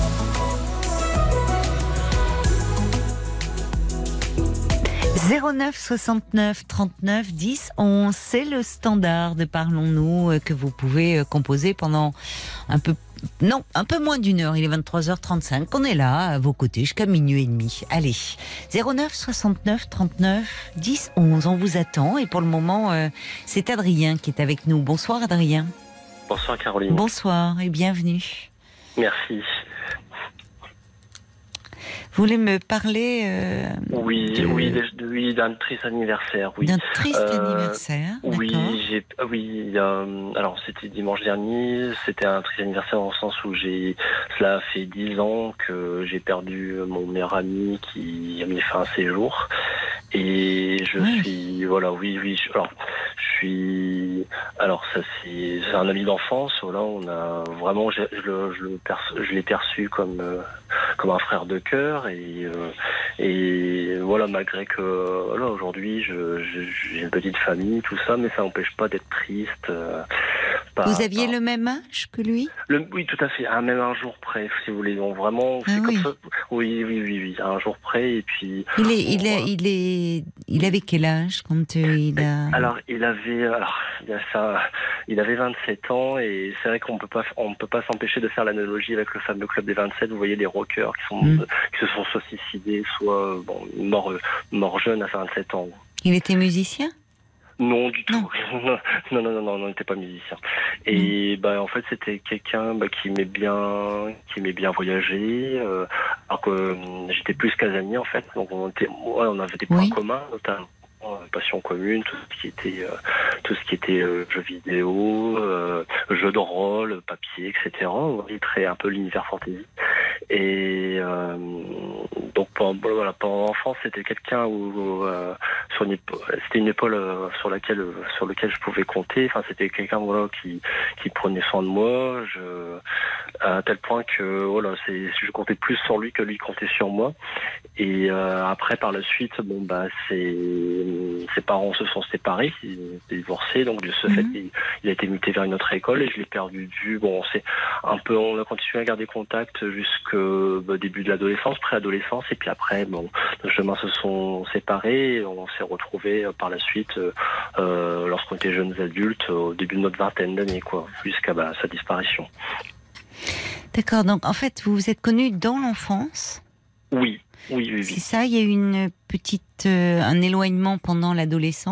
Speaker 3: 09 69 39 10 11, c'est le standard de Parlons-nous que vous pouvez composer pendant un peu Non, un peu moins d'une heure, il est 23h35. On est là, à vos côtés, jusqu'à minuit et demi. Allez, 09 69 39 10 11, on vous attend. Et pour le moment, c'est Adrien qui est avec nous. Bonsoir Adrien.
Speaker 7: Bonsoir Caroline.
Speaker 3: Bonsoir et bienvenue.
Speaker 7: Merci.
Speaker 3: Vous voulez me parler
Speaker 7: Oui, d'un triste anniversaire. Oui.
Speaker 3: D'un triste anniversaire.
Speaker 7: Oui,
Speaker 3: d'accord.
Speaker 7: alors c'était dimanche dernier. C'était un triste anniversaire dans le sens où cela fait 10 ans que j'ai perdu mon meilleur ami qui a mis fin à ses jours. Et alors ça c'est un ami d'enfance. Là, on a vraiment, je l'ai perçu comme un frère de cœur et voilà, malgré que voilà, aujourd'hui j'ai une petite famille, tout ça, mais ça n'empêche pas d'être triste.
Speaker 3: Vous aviez le même âge que lui ?
Speaker 7: Oui, tout à fait, même un jour près, si vous voulez. Donc vraiment, c'est comme ça. Oui, à un jour près. Et puis. Il
Speaker 3: avait quel âge quand il a.
Speaker 7: Alors, il avait 27 ans et c'est vrai qu'on peut pas s'empêcher de faire l'analogie avec le fameux club des 27. Vous voyez les rockers qui se sont soit suicidés, soit morts jeunes à 27 ans.
Speaker 3: Il était musicien ?
Speaker 7: Non, du tout. Non, on n'était pas musicien. Et en fait, c'était quelqu'un qui aimait bien voyager. Alors que j'étais plus casanier en fait. Donc on avait des points communs, notamment passion commune, tout ce qui était jeux vidéo, jeux de rôle, papier, etc. On voyait un peu l'univers fantasy. Et donc pendant l'enfance, c'était quelqu'un c'était une épaule sur laquelle je pouvais compter. Enfin, c'était quelqu'un qui prenait soin de moi. À tel point que je comptais plus sur lui que lui comptait sur moi. Et après, par la suite, ses parents se sont séparés, ils étaient divorcés, donc de ce fait, il a été muté vers une autre école et je l'ai perdu de vue. Bon, on a continué à garder contact jusqu'au début de l'adolescence, préadolescence, et puis après, nos chemins se sont séparés et on s'est retrouvés par la suite lorsqu'on était jeunes adultes, au début de notre vingtaine d'années, jusqu'à sa disparition.
Speaker 3: D'accord, donc en fait, vous vous êtes connus dans l'enfance ?
Speaker 7: Oui.
Speaker 3: C'est ça, il y a eu un éloignement pendant l'adolescence ?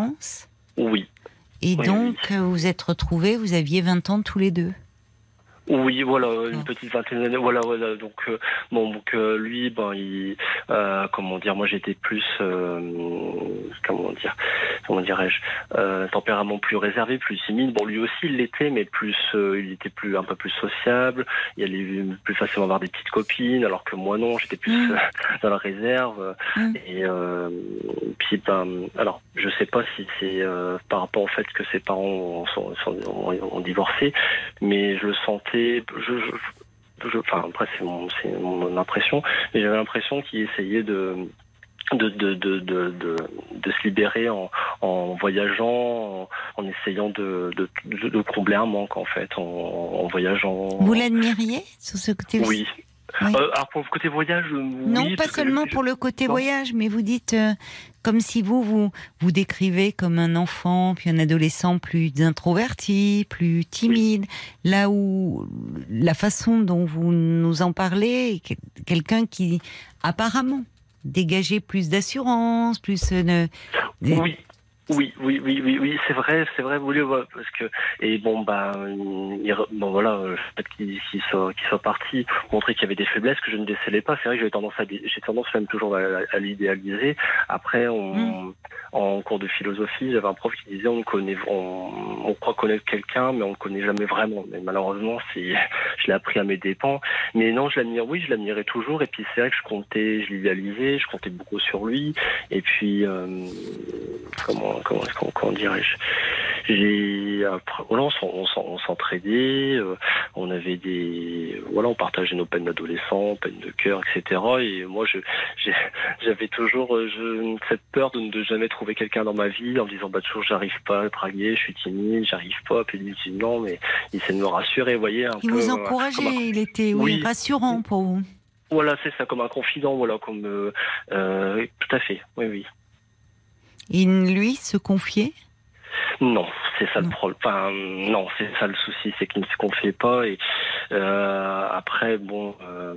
Speaker 7: Oui.
Speaker 3: Et donc, vous vous êtes retrouvés, vous aviez 20 ans tous les deux ?
Speaker 7: Oui, voilà, une petite vingtaine d'années. Voilà. Donc lui, moi j'étais plus, tempérament plus réservé, plus timide. Bon, lui aussi il l'était, mais il était un peu plus sociable. Il allait plus facilement avoir des petites copines, alors que moi non, j'étais plus dans la réserve. Et puis alors je sais pas si c'est par rapport au fait que ses parents ont divorcé, mais je le sentais. Après c'est mon impression, mais j'avais l'impression qu'il essayait de se libérer en voyageant, en essayant de combler un manque en fait, en voyageant.
Speaker 3: Vous l'admiriez sur ce côté?
Speaker 7: Oui. Alors pour le côté voyage,
Speaker 3: non, pas seulement pour le côté voyage, mais vous dites comme si vous décrivez comme un enfant puis un adolescent plus introverti, plus timide, là où la façon dont vous nous en parlez, quelqu'un qui apparemment dégageait plus d'assurance, plus Oui, c'est vrai, vous voulez, parce que peut-être qu'il soit parti, montrer qu'il y avait des faiblesses que je ne décelais pas. C'est vrai que j'ai tendance même toujours à l'idéaliser. Après, en cours de philosophie, j'avais un prof qui disait on croit connaître quelqu'un, mais on ne le connaît jamais vraiment. Mais malheureusement, je l'ai appris à mes dépens. Mais non, je l'admirais toujours. Et puis c'est vrai que je l'idéalisais, je comptais beaucoup sur lui. Et puis comment dirais-je, on s'entraidait, on avait on partageait nos peines d'adolescents, peines de cœur, etc. Et moi, j'avais toujours cette peur de ne jamais trouver quelqu'un dans ma vie, en me disant toujours j'arrive pas à draguer, je suis timide, j'arrive pas. Puis il dit non, mais il essaie de me rassurer, vous voyez. Il vous encourageait, il était rassurant pour vous.
Speaker 7: Voilà, c'est ça, comme un confident, tout à fait, oui.
Speaker 3: Et lui se confiait ?
Speaker 7: Non, C'est ça le problème. Enfin, non, c'est ça le souci, c'est qu'on ne fait pas. Et après, bon,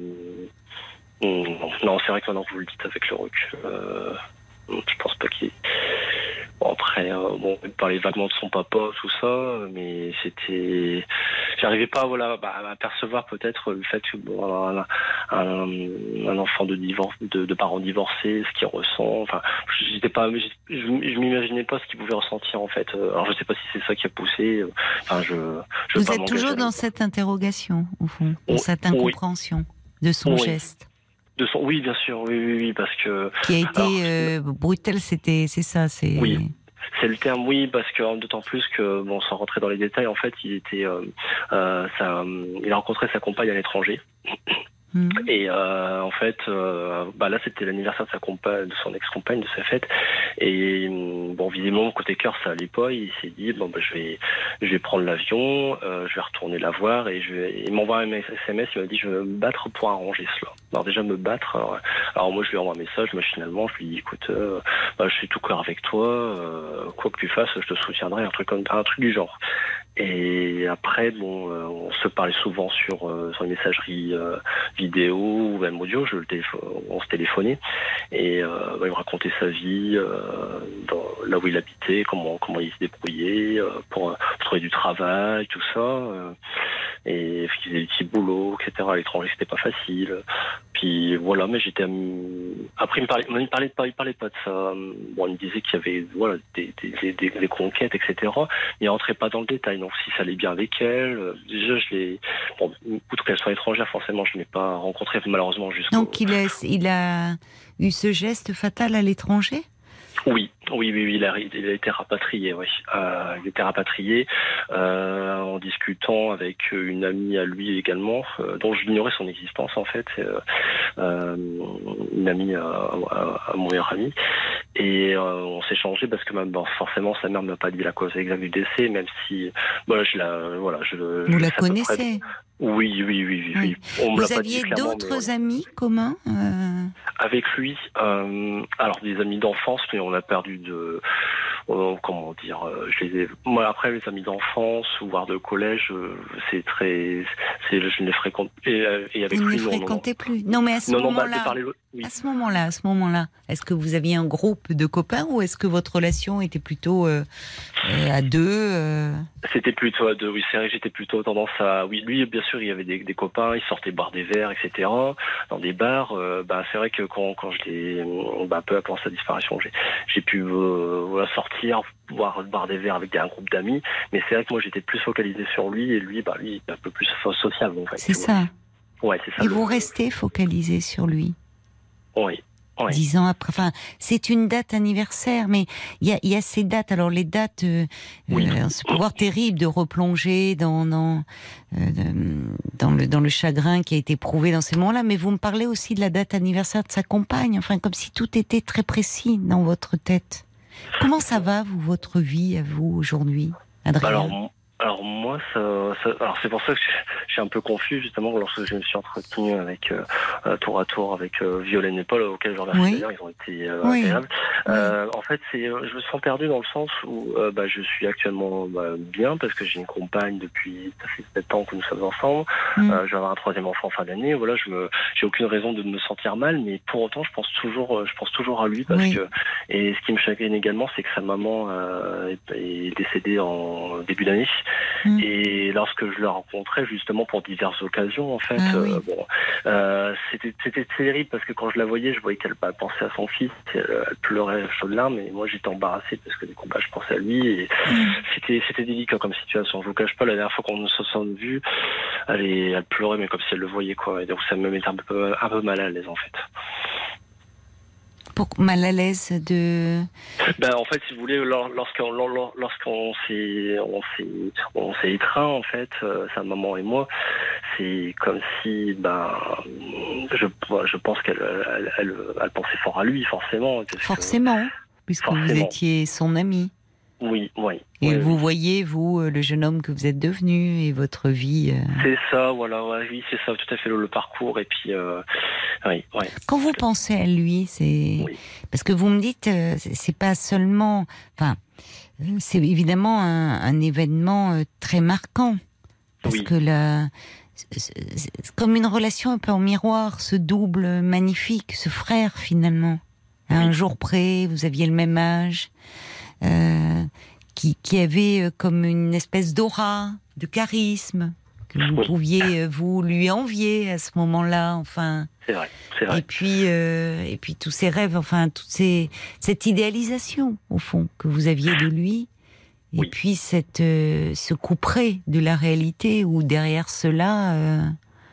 Speaker 7: non, c'est vrai que maintenant que vous le dites avec le recul, je pense pas qu'il. Bon, après, bon, il parlait vaguement de son papa, tout ça, mais j'arrivais pas, voilà, à percevoir peut-être le fait que bon, un enfant de parents divorcés, ce qu'il ressent. Enfin, je m'imaginais pas ce qu'il pouvait ressentir en fait. Alors je sais pas si c'est ça qui a poussé. Enfin,
Speaker 3: Vous êtes toujours dans cette interrogation, au fond, dans cette incompréhension de son geste.
Speaker 7: Oui, bien sûr, oui, parce que...
Speaker 3: Qui a été brutal, c'est ça, c'est...
Speaker 7: Oui, c'est le terme, oui, parce que d'autant plus que, bon, sans rentrer dans les détails, en fait, il a rencontré sa compagne à l'étranger. Et en fait, là c'était l'anniversaire de de son ex-compagne, de sa fête. Et bon, visiblement côté cœur ça allait pas. Il s'est dit je vais prendre l'avion, je vais retourner la voir et il m'envoie un SMS. Il m'a dit je vais me battre pour arranger cela. Alors déjà me battre. Alors moi je lui envoie un message machinalement. Je lui dis écoute, je suis tout cœur avec toi. Quoi que tu fasses, je te soutiendrai. Un truc du genre. Et après, bon, on se parlait souvent sur les messageries vidéo ou même audio. On se téléphonait et il me racontait sa vie, là où il habitait, comment il se débrouillait pour trouver du travail, tout ça. Et qu'il faisait des petits boulots, etc. À l'étranger, c'était pas facile. Puis voilà, mais j'étais. Après, il parlait pas de ça. Bon, il me disait qu'il y avait des conquêtes, etc. Il rentrait pas dans le détail. Donc, si ça allait bien avec elle, déjà, outre qu'elle soit étrangère, forcément, je ne l'ai pas rencontrée malheureusement jusqu'au.
Speaker 3: Donc, il a eu ce geste fatal à l'étranger ?
Speaker 7: Oui, il a été rapatrié, oui. Il était rapatrié en discutant avec une amie à lui également, dont j'ignorais son existence en fait, une amie à mon meilleur ami. Et on s'est changé parce que forcément sa mère ne m'a pas dit la cause exacte du décès, même si vous
Speaker 3: la connaissez.
Speaker 7: Oui.
Speaker 3: Vous aviez d'autres amis communs
Speaker 7: avec lui, alors des amis d'enfance, mais on a perdu comment dire, moi après les amis d'enfance ou voire de collège, je ne les fréquente et avec
Speaker 3: vous
Speaker 7: lui
Speaker 3: ne les fréquentez plus. Non, mais à ce moment-là, est-ce que vous aviez un groupe de copains ou est-ce que votre relation était plutôt à deux
Speaker 7: C'était plutôt à deux, oui, c'est vrai que j'étais plutôt tendance à... Oui, lui, bien sûr, il y avait des copains, il sortait boire des verres, etc., dans des bars. C'est vrai que quand je l'ai... peu avant sa disparition, j'ai pu sortir, boire des verres avec un groupe d'amis, mais c'est vrai que moi, j'étais plus focalisé sur lui, et lui, il est un peu plus sociable, en fait.
Speaker 3: C'est ça.
Speaker 7: Ouais, c'est ça.
Speaker 3: Et vous restez focalisé sur lui.
Speaker 7: Oui. Ouais.
Speaker 3: 10 ans après, enfin, c'est une date anniversaire, mais il y a ces dates. Alors les dates, ce pouvoir terrible de replonger dans le chagrin qui a été prouvé dans ces moments-là. Mais vous me parlez aussi de la date anniversaire de sa compagne, enfin comme si tout était très précis dans votre tête. Comment ça va, votre vie à vous aujourd'hui, Adrien ?
Speaker 7: Alors moi, alors c'est pour ça que je suis un peu confus justement lorsque je me suis entretenu avec tour à tour avec Violaine et Paul, auxquels je remercie d'ailleurs, ils ont été agréables. En fait, je me sens perdu dans le sens où je suis actuellement bien parce que j'ai une compagne depuis ça fait 7 ans que nous sommes ensemble. Je vais avoir un 3e enfant en fin d'année. Voilà, j'ai aucune raison de me sentir mal, mais pour autant, je pense toujours à lui parce que et ce qui me chagrine également, c'est que sa maman est décédée en début d'année. Et lorsque je la rencontrais justement pour diverses occasions en fait, c'était terrible parce que quand je la voyais, je voyais qu'elle pensait à son fils, elle pleurait chaud de larmes et moi j'étais embarrassé parce que du coup je pensais à lui et c'était délicat comme situation. Je vous cache pas, la dernière fois qu'on se sont vus, elle pleurait mais comme si elle le voyait quoi. Et donc ça me mettait un peu mal à l'aise en fait.
Speaker 3: Mal à l'aise de...
Speaker 7: en fait, si vous voulez, lorsqu'on s'est étreint, en fait, sa maman et moi, c'est comme si, je pense qu'elle pensait fort à lui, forcément.
Speaker 3: Forcément, puisque vous étiez son ami.
Speaker 7: Oui.
Speaker 3: Et vous voyez, vous, le jeune homme que vous êtes devenu et votre vie...
Speaker 7: C'est ça, voilà, oui, c'est ça, tout à fait le parcours. Et puis, oui.
Speaker 3: Quand vous pensez à lui, c'est... Parce que vous me dites, c'est pas seulement... Enfin, c'est évidemment un événement très marquant. Parce que c'est comme une relation un peu en miroir, ce double magnifique, ce frère finalement. À un jour près, vous aviez le même âge, qui avait comme une espèce d'aura, de charisme, que vous pouviez vous lui envier à ce moment-là, enfin. C'est vrai. Et puis tous ces rêves, enfin cette idéalisation au fond que vous aviez de lui, et puis ce couperet de la réalité où derrière cela,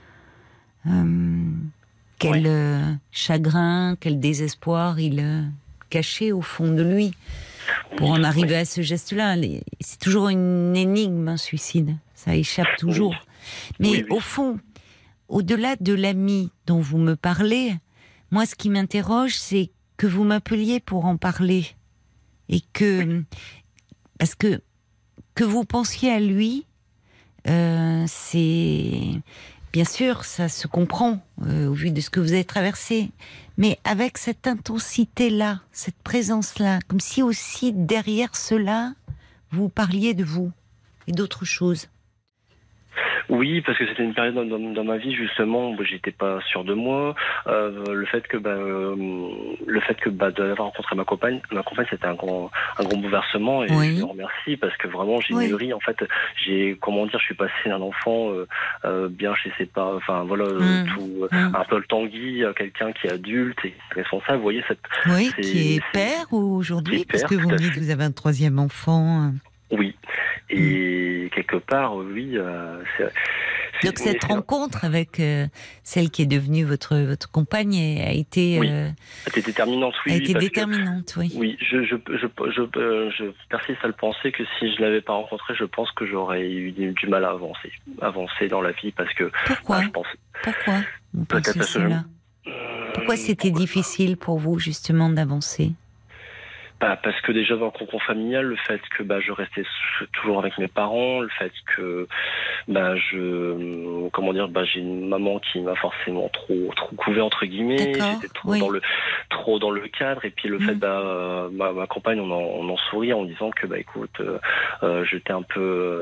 Speaker 3: quel chagrin, quel désespoir il cachait au fond de lui pour en arriver à ce geste-là. C'est toujours une énigme, un suicide. Ça échappe toujours. Mais au fond, au-delà de l'ami dont vous me parlez, moi, ce qui m'interroge, c'est que vous m'appeliez pour en parler. Et parce que vous pensiez à lui, c'est... Bien sûr, ça se comprend au vu de ce que vous avez traversé, mais avec cette intensité-là, cette présence-là, comme si aussi derrière cela, vous parliez de vous et d'autres choses.
Speaker 7: Oui, parce que c'était une période dans ma vie justement où j'étais pas sûr de moi. Le fait que d'avoir rencontré ma compagne, c'était un grand bouleversement et je le remercie parce que vraiment j'ai mûri. En fait, je suis passé d'un enfant bien chez ses parents, enfin voilà, un peu le Tanguy, à quelqu'un qui est adulte et responsable. Vous voyez
Speaker 3: qui est père aujourd'hui, parce que vous me dites que vous avez un troisième enfant.
Speaker 7: Oui, et quelque part,
Speaker 3: donc cette rencontre avec celle qui est devenue votre compagne a été
Speaker 7: déterminante.
Speaker 3: A été déterminante, oui.
Speaker 7: Oui, je persiste à le penser que si je l'avais pas rencontrée, je pense que j'aurais eu du mal à avancer dans la vie parce que.
Speaker 3: Pourquoi vous pensez cela Pourquoi c'était difficile pour vous justement d'avancer?
Speaker 7: Parce que déjà dans le cocon familial, le fait que je restais toujours avec mes parents, le fait que j'ai une maman qui m'a forcément trop couvé entre guillemets, j'étais trop dans le cadre, et puis le fait ma compagne on en sourit en disant que écoute, j'étais un peu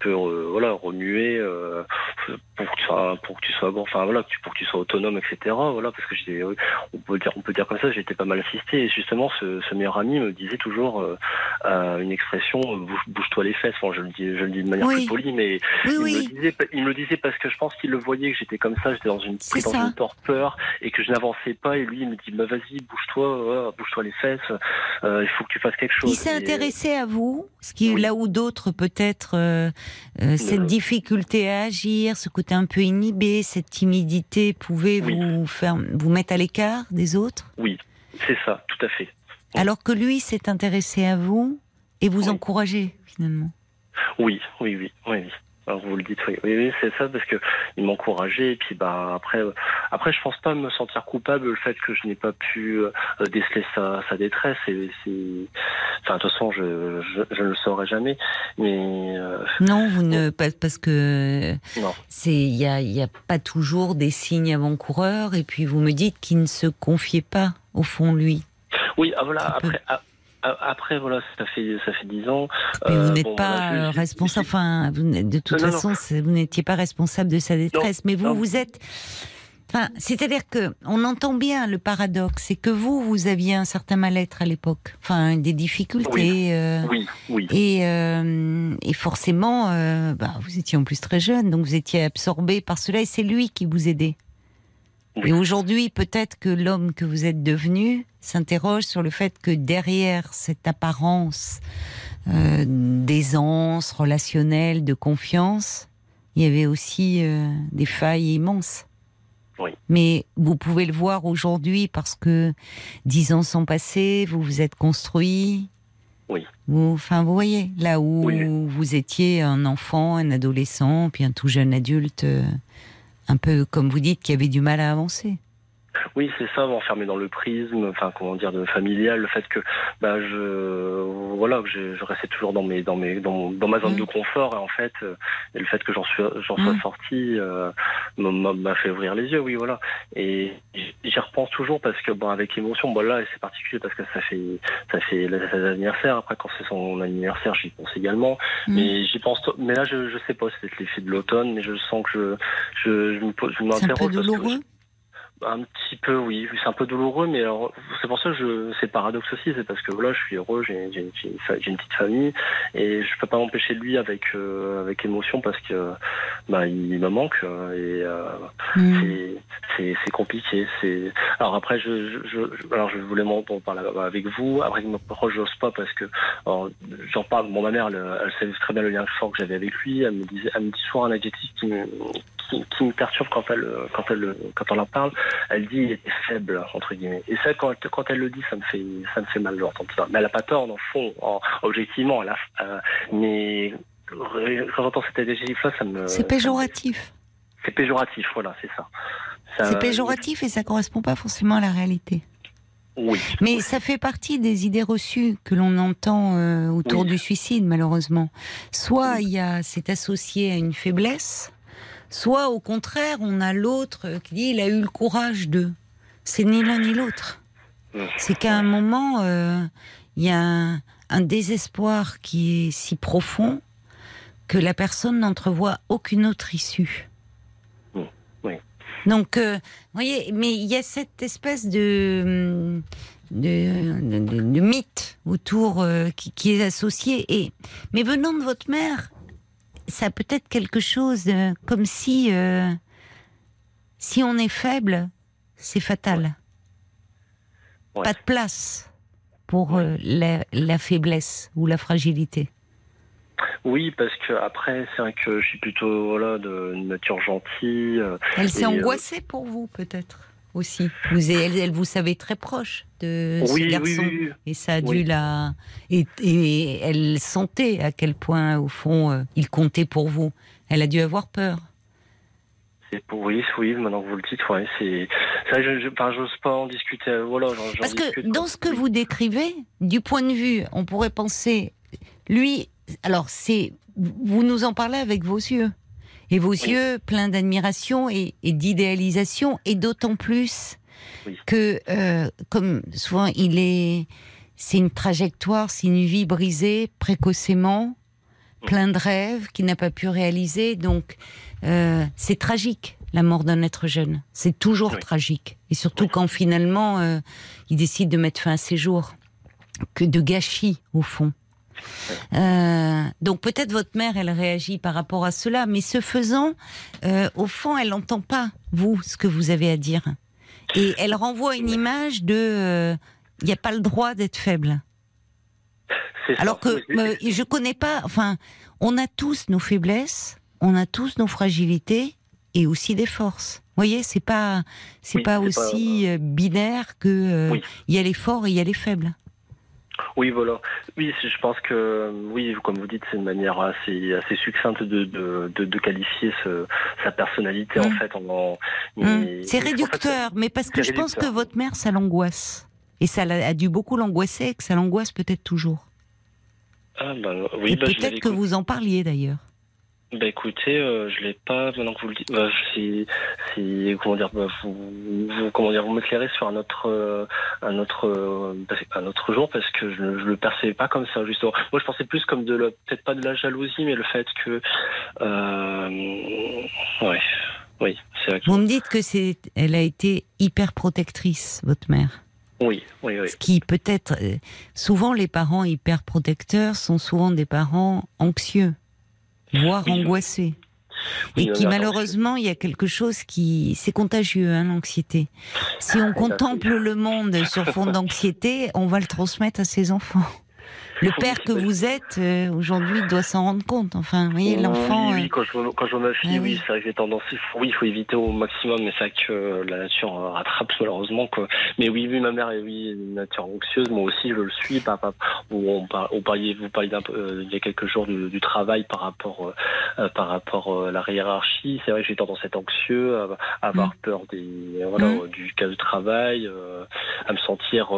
Speaker 7: remué pour que tu sois bon, enfin voilà, pour que tu sois autonome, etc. Voilà, parce que on peut dire comme ça, j'étais pas mal assisté, et justement ce meilleur ami me disait toujours une expression, bouge-toi les fesses. Enfin, je le dis de manière plus polie, mais il me le disait parce que je pense qu'il le voyait que j'étais comme ça, j'étais dans une torpeur et que je n'avançais pas, et lui il me dit vas-y, bouge-toi les fesses, il faut que tu fasses quelque chose.
Speaker 3: Il s'est intéressé à vous, ce qui là où d'autres peut-être cette difficulté à agir, ce côté un peu inhibé, cette timidité pouvait vous mettre à l'écart des autres. Oui,
Speaker 7: c'est ça, tout à fait.
Speaker 3: Alors que lui s'est intéressé à vous et vous encourager finalement.
Speaker 7: Oui. Alors, vous le dites, oui, c'est ça, parce que il m'encourageait, et puis après, je pense pas me sentir coupable le fait que je n'ai pas pu déceler sa détresse. Enfin, de toute façon, je ne le saurai jamais. Mais
Speaker 3: non, vous ne parce que il y a pas toujours des signes avant-coureurs, et puis vous me dites qu'il ne se confiait pas au fond lui.
Speaker 7: Oui, voilà. Après, voilà, ça fait 10 ans.
Speaker 3: Mais vous n'êtes pas responsable. Enfin, de toute façon, vous n'étiez pas responsable de sa détresse. Mais vous êtes. Enfin, c'est-à-dire que on entend bien le paradoxe, c'est que vous aviez un certain mal-être à l'époque. Enfin, des difficultés.
Speaker 7: Oui.
Speaker 3: Et forcément, vous étiez en plus très jeune, donc vous étiez absorbé par cela, et c'est lui qui vous aidait. Et aujourd'hui, peut-être que l'homme que vous êtes devenu s'interroge sur le fait que derrière cette apparence d'aisance relationnelle, de confiance, il y avait aussi des failles immenses. Oui. Mais vous pouvez le voir aujourd'hui parce que 10 ans sont passés, vous vous êtes construit.
Speaker 7: Oui.
Speaker 3: Vous voyez, là où vous étiez un enfant, un adolescent, puis un tout jeune adulte... un peu, comme vous dites, qui avait du mal à avancer.
Speaker 7: Oui, c'est ça, enfermé dans le prisme, enfin comment dire, de familial, le fait que je restais toujours dans ma zone de confort, et en fait, et le fait que j'en sois sorti m'a fait ouvrir les yeux, oui, voilà. Et j'y repense toujours parce que avec émotion, là c'est particulier parce que ça fait l'anniversaire. Après, quand c'est son anniversaire, j'y pense également. Mais j'y pense. Mais là, je sais pas, c'est peut-être l'effet de l'automne, mais je sens que je m'interroge.
Speaker 3: C'est un peu douloureux.
Speaker 7: Un petit peu, oui. C'est un peu douloureux, mais alors, c'est pour ça que c'est paradoxe aussi. C'est parce que voilà, je suis heureux, j'ai une petite famille, et je peux pas m'empêcher de lui avec émotion parce que il me manque, et c'est compliqué. Alors après, je voulais m'en parler avec vous. Après, j'ose pas parce que j'en parle. Ma mère, elle savait très bien le lien fort que j'avais avec lui. Elle me dit souvent un adjectif qui me perturbe quand on en parle. Elle dit il était faible, entre guillemets. Et ça, quand elle le dit, ça me fait mal d'entendre ça. Mais elle a pas tort, dans le fond, objectivement. Mais quand j'entends cet adjectif-là, ça me...
Speaker 3: C'est péjoratif.
Speaker 7: C'est péjoratif, voilà, c'est ça.
Speaker 3: C'est péjoratif et ça correspond pas forcément à la réalité.
Speaker 7: Oui.
Speaker 3: Mais ça fait partie des idées reçues que l'on entend autour du suicide, malheureusement. Soit c'est associé à une faiblesse, soit au contraire, on a l'autre qui dit il a eu le courage de. C'est ni l'un ni l'autre. C'est qu'à un moment, il y a un désespoir qui est si profond que la personne n'entrevoit aucune autre issue.
Speaker 7: Oui.
Speaker 3: Donc, vous voyez, mais il y a cette espèce de mythe autour qui est associé. Mais venant de votre mère, ça a peut-être quelque chose comme si on est faible, c'est fatal.
Speaker 7: Ouais.
Speaker 3: Pas de place pour la faiblesse ou la fragilité.
Speaker 7: Oui, parce que après, c'est vrai que je suis plutôt de nature gentille.
Speaker 3: Elle s'est angoissée pour vous, peut-être aussi. Elle vous savez très proche de ce garçon.
Speaker 7: Oui.
Speaker 3: Et ça a dû la... Et elle sentait à quel point, au fond, il comptait pour vous. Elle a dû avoir peur.
Speaker 7: Oui, maintenant que vous le dites, c'est ça. J'ose pas en discuter.
Speaker 3: Parce que dans ce que vous décrivez, du point de vue, on pourrait penser, lui... Alors, vous nous en parlez avec vos yeux. Et vos yeux pleins d'admiration et d'idéalisation, et d'autant plus que, comme souvent, c'est une trajectoire, c'est une vie brisée précocement, plein de rêves qu'il n'a pas pu réaliser. Donc, c'est tragique, la mort d'un être jeune. C'est toujours tragique. Et surtout quand finalement, il décide de mettre fin à ses jours. Que de gâchis, au fond. Donc peut-être votre mère, elle réagit par rapport à cela, mais ce faisant, au fond, elle n'entend pas, vous, ce que vous avez à dire. Et elle renvoie une image de... Il n'y a pas le droit d'être faible. Alors que je connais pas... Enfin, on a tous nos faiblesses, on a tous nos fragilités, et aussi des forces. Vous voyez, c'est pas aussi binaire que il y a les forts et il y a les faibles.
Speaker 7: Oui, voilà. Oui, je pense que, comme vous dites, c'est une manière assez succincte de qualifier sa personnalité, en fait.
Speaker 3: C'est réducteur, mais parce que je pense que votre mère, ça l'angoisse. Et ça a dû beaucoup l'angoisser, et que ça l'angoisse peut-être toujours. Et peut-être que vous en parliez, d'ailleurs.
Speaker 7: Écoutez, je l'ai pas, maintenant que vous le dites. Vous m'éclairez sur un autre jour, parce que je le percevais pas comme ça, justement. Moi, je pensais plus comme peut-être pas de la jalousie, mais le fait que, oui, c'est vrai.
Speaker 3: Vous me dites que elle a été hyper protectrice, votre mère.
Speaker 7: Oui.
Speaker 3: Ce qui peut-être, souvent les parents hyper protecteurs sont souvent des parents anxieux, voire angoissés. Et qui malheureusement, il y a quelque chose c'est contagieux, l'anxiété. Si on contemple le monde sur fond d'anxiété, on va le transmettre à ses enfants. Le père que vous êtes, aujourd'hui, doit s'en rendre compte. Enfin, vous voyez, l'enfant...
Speaker 7: Oui, quand je vois ma fille, oui, c'est vrai que j'ai tendance... Oui, il faut éviter au maximum, mais c'est vrai que la nature rattrape malheureusement, quoi. Mais oui, ma mère est une nature anxieuse. Moi aussi, je le suis. Vous parliez d'un peu, il y a quelques jours du travail par rapport à la hiérarchie. C'est vrai que j'ai tendance à être anxieux, à avoir peur du cas de travail, à me sentir...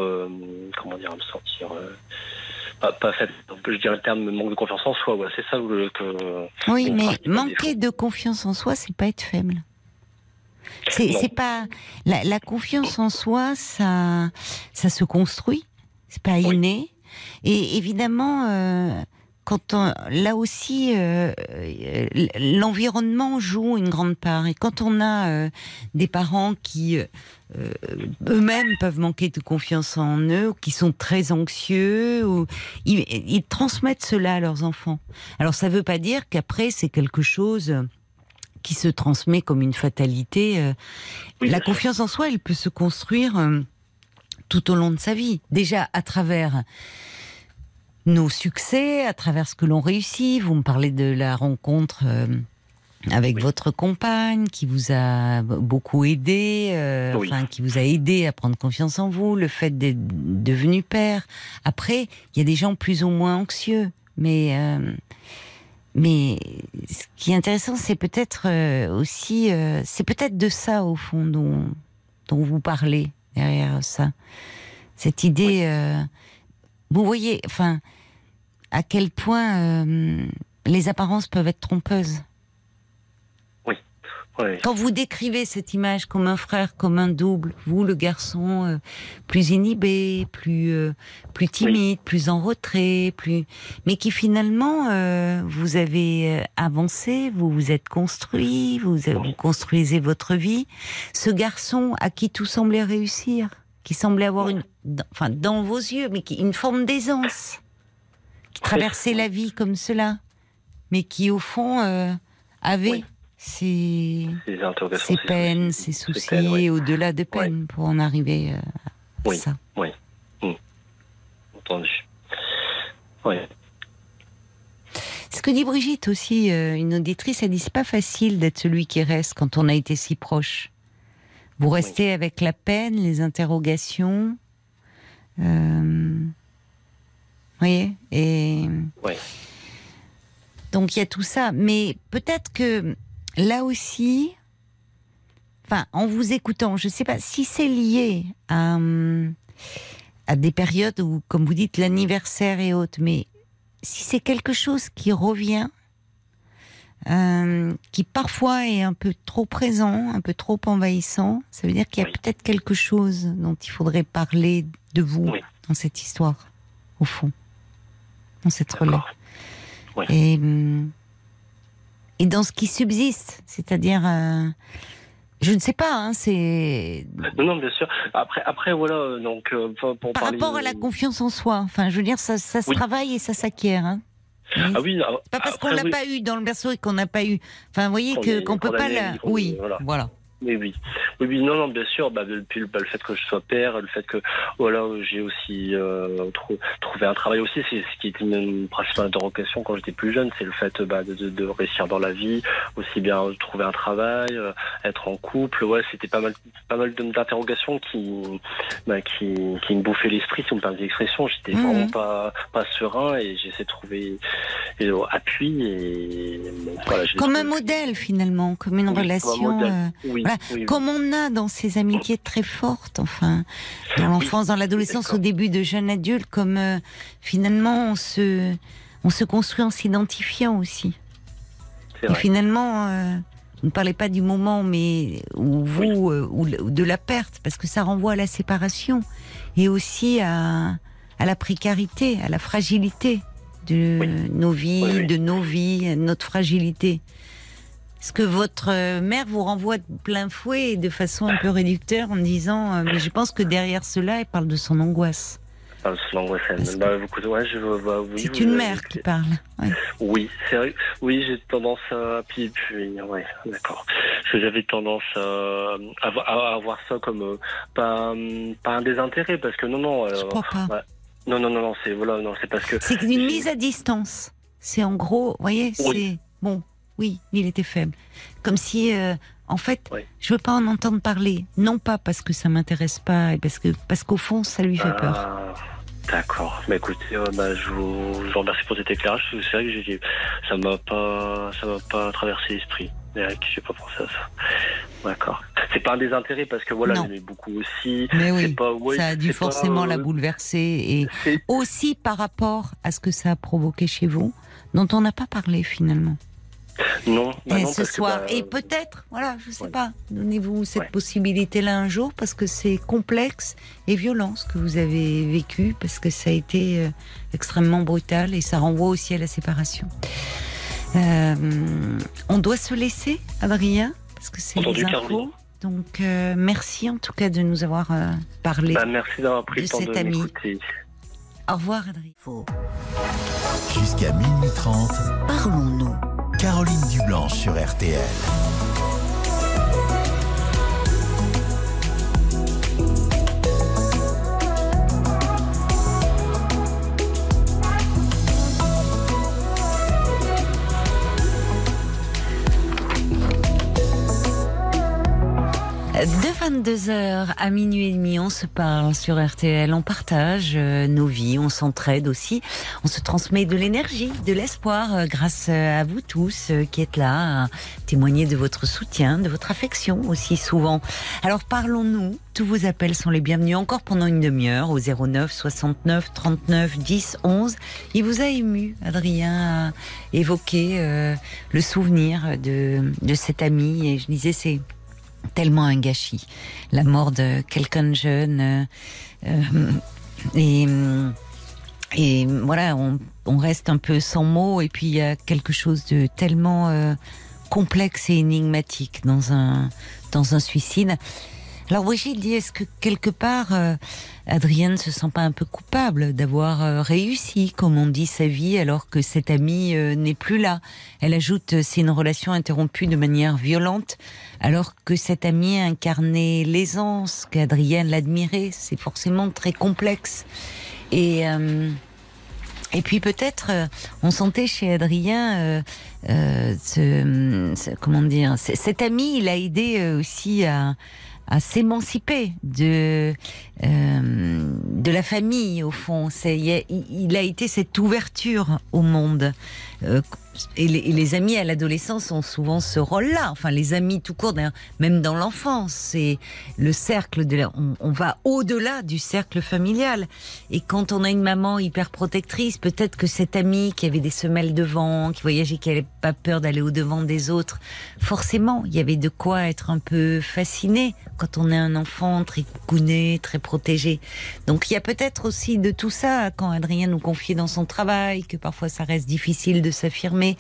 Speaker 7: pas fait, je dirais le terme manque de confiance en soi, c'est ça que...
Speaker 3: Oui, mais manquer de confiance en soi, c'est pas être faible. C'est pas... La confiance en soi, ça se construit, c'est pas inné. Et évidemment, là aussi, l'environnement joue une grande part. Et quand on a des parents qui... eux-mêmes peuvent manquer de confiance en eux, ou qui sont très anxieux, ou ils transmettent cela à leurs enfants. Alors ça ne veut pas dire qu'après c'est quelque chose qui se transmet comme une fatalité. La confiance en soi, elle peut se construire tout au long de sa vie. Déjà à travers nos succès, à travers ce que l'on réussit. Vous me parlez de la rencontre avec votre compagne, qui vous a beaucoup aidé, qui vous a aidé à prendre confiance en vous, le fait d'être devenu père. Après, il y a des gens plus ou moins anxieux, mais ce qui est intéressant, c'est peut-être aussi, c'est peut-être de ça au fond dont vous parlez derrière ça, cette idée. Vous voyez, à quel point les apparences peuvent être trompeuses. Quand vous décrivez cette image comme un frère, comme un double, vous, le garçon, plus inhibé, plus timide, plus en retrait, mais qui finalement, vous avez avancé, vous vous êtes construit, vous construisez votre vie. Ce garçon à qui tout semblait réussir, qui semblait avoir dans vos yeux, mais une forme d'aisance, qui traversait la vie comme cela, mais qui au fond avait ses peines, ses soucis, au-delà de peines, pour en arriver à ça.
Speaker 7: Oui, entendu. Oui.
Speaker 3: Ce que dit Brigitte aussi, une auditrice, elle dit c'est pas facile d'être celui qui reste quand on a été si proche. Vous restez avec la peine, les interrogations. Vous voyez, et donc il y a tout ça, mais peut-être que là aussi, en vous écoutant, je ne sais pas si c'est lié à des périodes où, comme vous dites, l'anniversaire et autres, mais si c'est quelque chose qui revient, qui parfois est un peu trop présent, un peu trop envahissant, ça veut dire qu'il y a peut-être quelque chose dont il faudrait parler de vous dans cette histoire, au fond, dans cette relais. Et dans ce qui subsiste, c'est-à-dire, je ne sais pas, c'est...
Speaker 7: Non, bien sûr. Après voilà, donc... pour
Speaker 3: par rapport à la confiance en soi, je veux dire, ça se travaille et ça s'acquiert, hein.
Speaker 7: Ah oui,
Speaker 3: pas parce qu'on l'a pas eu dans le berceau et qu'on n'a pas eu... vous voyez qu'on peut pas... Oui, voilà.
Speaker 7: Oui, non, bien sûr. Depuis le fait que je sois père, le fait que j'ai aussi trouvé un travail aussi, c'est ce qui était une principale interrogation quand j'étais plus jeune, c'est le fait de réussir dans la vie, aussi bien trouver un travail, être en couple. C'était pas mal d'interrogations qui me bouffaient l'esprit, si on me permet l'expression. J'étais vraiment pas serein et j'essaie de trouver appui et
Speaker 3: comme un modèle finalement, comme une relation. Comme on a dans ces amitiés très fortes, dans l'enfance, dans l'adolescence, au début de jeune adulte, comme finalement on se construit en s'identifiant aussi. Et finalement, vous ne parlez pas du moment, mais ou de la perte, parce que ça renvoie à la séparation et aussi à la précarité, à la fragilité de nos vies, de notre fragilité. Est-ce que votre mère vous renvoie de plein fouet et de façon un peu réducteur en disant mais je pense que derrière cela, elle parle de son angoisse.
Speaker 7: C'est
Speaker 3: une mère qui parle.
Speaker 7: Oui, c'est vrai. Oui, j'ai tendance à... Puis, d'accord. Parce que j'avais tendance à voir ça comme pas un désintérêt, parce que non.
Speaker 3: Je crois pas.
Speaker 7: Non, c'est parce que...
Speaker 3: C'est une mise à distance. C'est en gros, vous voyez, c'est... Bon, oui, il était faible. Comme si, en fait, je veux pas en entendre parler. Non pas parce que ça m'intéresse pas, et parce qu'au fond, ça lui fait peur.
Speaker 7: D'accord. Mais écoutez, je vous remercie pour cet éclairage. C'est vrai que ça m'a pas traversé l'esprit. J'ai pas pensé à ça. D'accord. C'est pas un désintérêt parce que j'aimais beaucoup aussi.
Speaker 3: Mais oui,
Speaker 7: pas,
Speaker 3: ça a dû forcément la bouleverser et aussi par rapport à ce que ça a provoqué chez vous, dont on n'a pas parlé finalement.
Speaker 7: Non,
Speaker 3: ce soir. Et peut-être, je sais pas, donnez-vous cette possibilité-là un jour parce que c'est complexe et violent ce que vous avez vécu parce que ça a été extrêmement brutal et ça renvoie aussi à la séparation. On doit se laisser, Adrien, parce que c'est les infos. Caroline. Donc, merci en tout cas de nous avoir parlé.
Speaker 7: Merci d'avoir pris le temps de m'écouter.
Speaker 3: Au revoir, Adrien.
Speaker 1: Jusqu'à minuit 30,
Speaker 2: Parlons-nous.
Speaker 1: Caroline Dublanche sur RTL.
Speaker 3: De 22h à minuit et demi, on se parle sur RTL, on partage nos vies, on s'entraide aussi, on se transmet de l'énergie, de l'espoir grâce à vous tous qui êtes là, à témoigner de votre soutien, de votre affection aussi souvent. Alors parlons-nous, tous vos appels sont les bienvenus encore pendant une demi-heure au 09 69 39 10 11. Il vous a ému, Adrien, à évoquer le souvenir de cet ami et je disais c'est tellement un gâchis, la mort de quelqu'un de jeune et voilà, on reste un peu sans mots et puis il y a quelque chose de tellement complexe et énigmatique dans un suicide. Alors Brigitte dit, est-ce que quelque part Adrien ne se sent pas un peu coupable d'avoir réussi, comme on dit, sa vie alors que cette amie n'est plus là? Elle ajoute, c'est une relation interrompue de manière violente alors que cette amie incarnait l'aisance, qu'Adrien l'admirait. C'est forcément très complexe. Et puis peut-être, on sentait chez Adrien, comment dire, cet ami, il a aidé aussi à s'émanciper de la famille, au fond. Il a été cette ouverture au monde. Et les amis à l'adolescence ont souvent ce rôle-là. Enfin, les amis tout court, même dans l'enfance, c'est le cercle on va au-delà du cercle familial. Et quand on a une maman hyper protectrice, peut-être que cette amie qui avait des semelles de vent, qui voyageait, qui n'avait pas peur d'aller au-devant des autres, forcément, il y avait de quoi être un peu fasciné quand on est un enfant très coucouné, très protégé. Donc il y a peut-être aussi de tout ça quand Adrien nous confiait dans son travail, que parfois ça reste difficile de s'affirmer.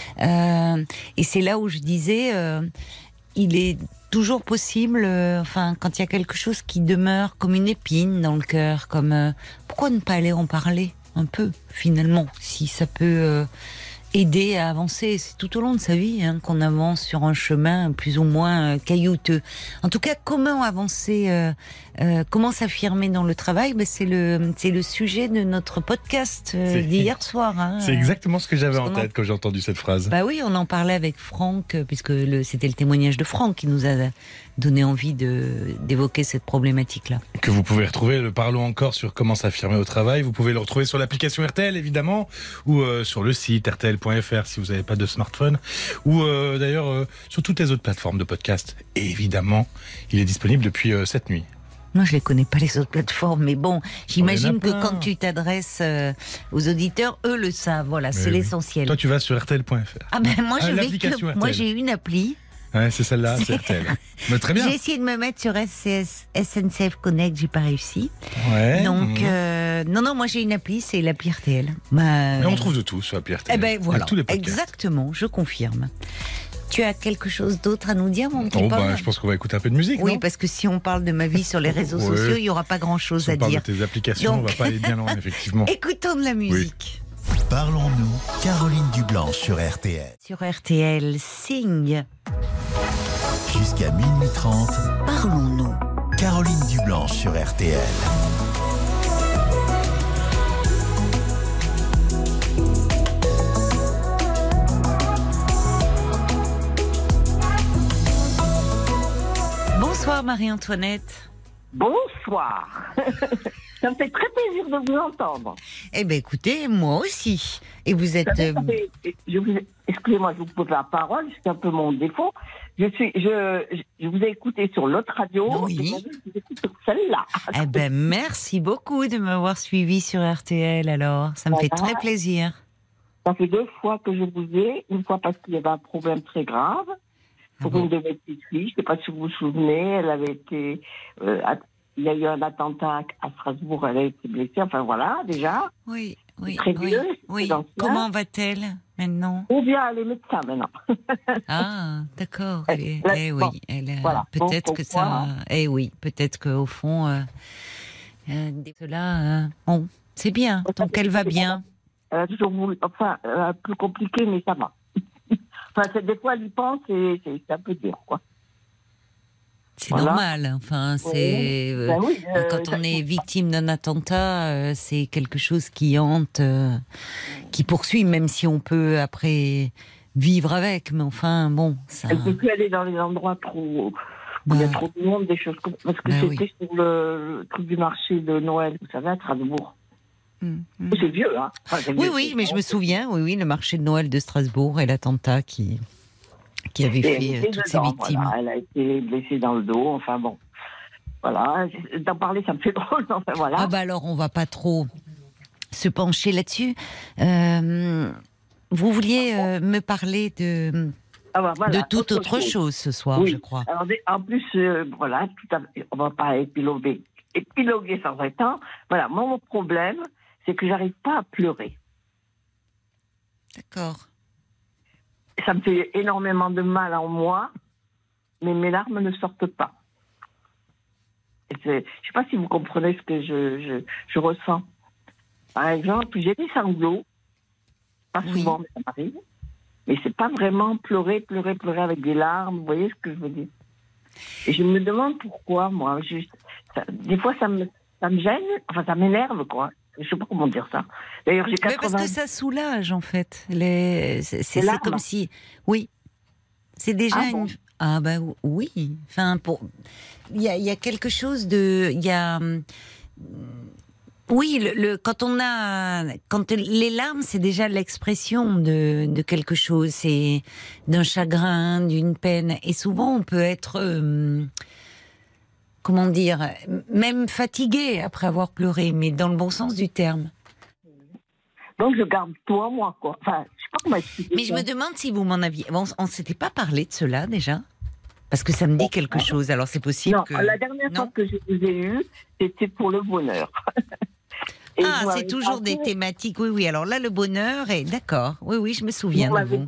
Speaker 3: Et c'est là où je disais, il est toujours possible, quand il y a quelque chose qui demeure comme une épine dans le cœur, comme pourquoi ne pas aller en parler un peu finalement, si ça peut aider à avancer. C'est tout au long de sa vie qu'on avance sur un chemin plus ou moins caillouteux. En tout cas, comment avancer, comment s'affirmer dans le travail, c'est le sujet de notre podcast d'hier soir.
Speaker 5: C'est exactement ce que j'avais en tête quand j'ai entendu cette phrase.
Speaker 3: Bah oui, on en parlait avec Franck, puisque c'était le témoignage de Franck qui nous a donné envie d'évoquer cette problématique-là.
Speaker 5: Que vous pouvez retrouver, le Parlons encore sur comment s'affirmer au travail. Vous pouvez le retrouver sur l'application RTL, évidemment, ou sur le site rtl.fr si vous n'avez pas de smartphone, ou d'ailleurs sur toutes les autres plateformes de podcast. Et évidemment, il est disponible depuis cette nuit.
Speaker 3: Moi, je les connais pas les autres plateformes, mais bon, j'imagine que quand tu t'adresses aux auditeurs, eux le savent. Voilà, c'est l'essentiel.
Speaker 5: Toi, tu vas sur rtl.fr.
Speaker 3: Ah ben moi, moi, j'ai une appli.
Speaker 5: Ouais, c'est celle-là, c'est RTL. Mais très bien.
Speaker 3: J'ai essayé de me mettre sur SNCF Connect, j'ai pas réussi.
Speaker 5: Ouais.
Speaker 3: Donc, non, moi j'ai une appli, c'est l'appli RTL. Mais
Speaker 5: on trouve de tout sur l'appli RTL.
Speaker 3: Eh ben voilà,
Speaker 5: tous les podcasts.
Speaker 3: Exactement, je confirme. Tu as quelque chose d'autre à nous dire, mon petit Paul ?
Speaker 5: Je pense qu'on va écouter un peu de musique,
Speaker 3: oui,
Speaker 5: non ?
Speaker 3: Parce que si on parle de ma vie sur les réseaux sociaux, il n'y aura pas grand-chose à dire.
Speaker 5: Si on parle de tes applications, donc... on va pas aller bien loin, effectivement.
Speaker 3: Écoutons de la musique.
Speaker 1: Oui. Parlons-nous, Caroline Dublanche sur RTL.
Speaker 3: Sur RTL, Sing.
Speaker 1: Jusqu'à minuit 30,
Speaker 2: Parlons-nous.
Speaker 1: Caroline Dublanche sur RTL.
Speaker 3: Bonsoir Marie-Antoinette.
Speaker 8: Bonsoir. Ça me fait très plaisir de vous entendre.
Speaker 3: Eh bien écoutez, moi aussi. Et vous êtes...
Speaker 8: Excusez-moi, je vous pose la parole, c'est un peu mon défaut. Je vous ai écouté sur l'autre radio.
Speaker 3: Oui.
Speaker 8: Et je vous écoute sur celle-là.
Speaker 3: Eh ben merci beaucoup de m'avoir suivi sur RTL alors. Ça me fait très plaisir.
Speaker 8: Ça fait 2 fois que je vous ai. Une fois parce qu'il y avait un problème très grave. Pour une de mes petites filles, je ne sais pas si vous vous souvenez, elle avait été... il y a eu un attentat à Strasbourg, elle a été blessée, enfin voilà, déjà.
Speaker 3: Oui.
Speaker 8: Très vieux.
Speaker 3: Oui. Comment va-t-elle maintenant?
Speaker 8: Ou bien elle est médecin maintenant.
Speaker 3: Ah, d'accord.
Speaker 8: Voilà.
Speaker 3: Peut-être que ça... oui, peut-être qu'au fond, cela... bon, c'est bien, donc elle va bien.
Speaker 8: Elle a toujours voulu... Enfin, un peu compliqué, mais ça va. Enfin, des fois, elle y pense et c'est un peu dur, quoi.
Speaker 3: C'est normal. Enfin, c'est quand on est victime d'un attentat, c'est quelque chose qui hante, qui poursuit, même si on peut après vivre avec. Mais enfin, bon, ça.
Speaker 8: Elle ne peut plus aller dans les endroits où il y a trop de monde, des choses comme parce que c'était sur le truc du marché de Noël, vous savez, à Strasbourg. C'est vieux, hein. Enfin,
Speaker 3: oui, mais je me souviens, le marché de Noël de Strasbourg et l'attentat qui avait fait toutes ces victimes.
Speaker 8: Voilà, elle a été blessée dans le dos, enfin bon. Voilà, d'en parler, ça me fait drôle, enfin voilà.
Speaker 3: Ah bah alors, on va pas trop se pencher là-dessus. Vous vouliez me parler de toute autre chose ce soir, je crois.
Speaker 8: Alors, en plus, voilà, on va pas épiloguer sans vrai temps. Voilà, mon problème, c'est que j'arrive pas à pleurer.
Speaker 3: D'accord.
Speaker 8: Ça me fait énormément de mal en moi, mais mes larmes ne sortent pas. Je ne sais pas si vous comprenez ce que je ressens. Par exemple, j'ai des sanglots, pas souvent, mais ça m'arrive. Mais c'est pas vraiment pleurer avec des larmes, vous voyez ce que je veux dire. Et je me demande pourquoi, moi. Des fois, ça me gêne, enfin, ça m'énerve, quoi. Je sais pas comment dire ça. D'ailleurs, j'ai 80...
Speaker 3: Mais parce que ça soulage, en fait. C'est comme si... Oui. C'est déjà une... Ah bah oui. Enfin, il y a quelque chose de... Il y a... Oui, quand les larmes, c'est déjà l'expression de quelque chose. C'est d'un chagrin, d'une peine. Et souvent, on peut être... comment dire, même fatigué après avoir pleuré, mais dans le bon sens du terme.
Speaker 8: Donc je garde tout en moi, quoi. Enfin, je sais pas comment expliquer.
Speaker 3: Mais je me demande si vous m'en aviez... Bon, on ne s'était pas parlé de cela déjà? Parce que ça me dit quelque chose, alors c'est possible que...
Speaker 8: La dernière fois que je vous ai eu, c'était pour le bonheur.
Speaker 3: C'est toujours des thématiques, oui. Alors là, le bonheur est... D'accord, oui, je me souviens de vous.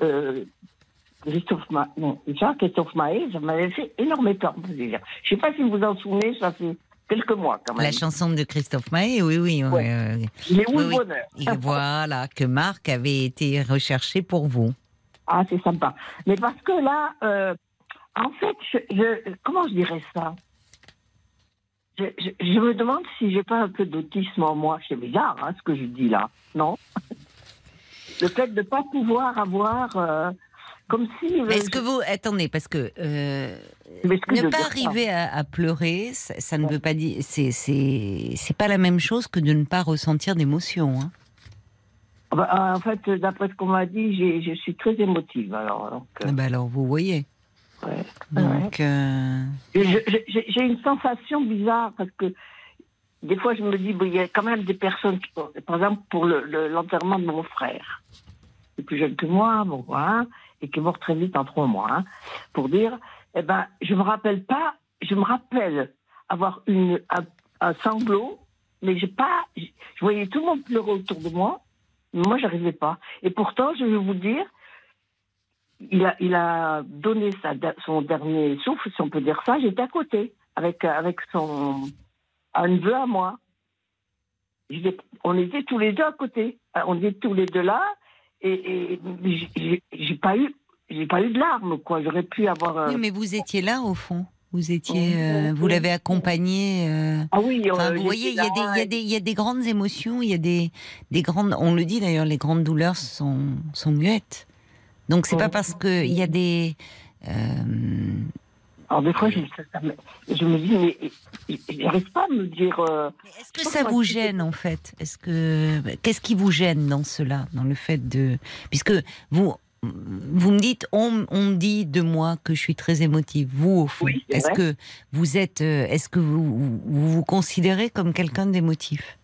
Speaker 8: Christophe Maé, ça m'avait fait énormément plaisir. Je ne sais pas si vous en souvenez, ça fait quelques mois quand même.
Speaker 3: La chanson de Christophe Maé, oui.
Speaker 8: Il est où le bonheur?
Speaker 3: Et voilà, que Marc avait été recherché pour vous.
Speaker 8: Ah, c'est sympa. Mais parce que là, en fait, comment je dirais ça? Je me demande si j'ai pas un peu d'autisme en moi. C'est bizarre, hein, ce que je dis là, non? Le fait de ne pas pouvoir avoir... comme si...
Speaker 3: Est-ce que vous... Attendez, parce que... ne pas arriver à pleurer, ça ne veut pas dire... C'est pas la même chose que de ne pas ressentir d'émotion. Hein.
Speaker 8: En fait, d'après ce qu'on m'a dit, je suis très émotive. Alors
Speaker 3: vous voyez.
Speaker 8: Ouais.
Speaker 3: Donc...
Speaker 8: J'ai une sensation bizarre, parce que des fois, je me dis, il y a quand même des personnes qui... Par exemple, pour l'enterrement de mon frère. Il est plus jeune que moi, bon, voilà, et qui est mort très vite en 3 mois, pour dire, je me rappelle avoir un sanglot, mais je voyais tout le monde pleurer autour de moi, mais moi, j'arrivais pas. Et pourtant, je vais vous dire, il a donné son dernier souffle, si on peut dire ça, j'étais à côté, avec un neveu à moi. On était tous les deux à côté, on était tous les deux là, et j'ai pas eu de larmes, quoi. J'aurais pu avoir...
Speaker 3: Oui, mais vous étiez là, au fond. Vous étiez... vous l'avez accompagné...
Speaker 8: Ah oui,
Speaker 3: vous voyez, il y a des grandes émotions, il y a des grandes... On le dit d'ailleurs, les grandes douleurs sont muettes. Donc c'est pas parce qu'il y a des...
Speaker 8: Alors des fois, je me dis, mais j'arrive pas à me dire...
Speaker 3: Est-ce que ça vous gêne, en fait? Qu'est-ce qui vous gêne dans cela, dans le fait de... Puisque vous me dites, on dit de moi que je suis très émotive. Vous, au fond,
Speaker 8: oui,
Speaker 3: est-ce que vous êtes... Est-ce que vous considérez comme quelqu'un d'émotif?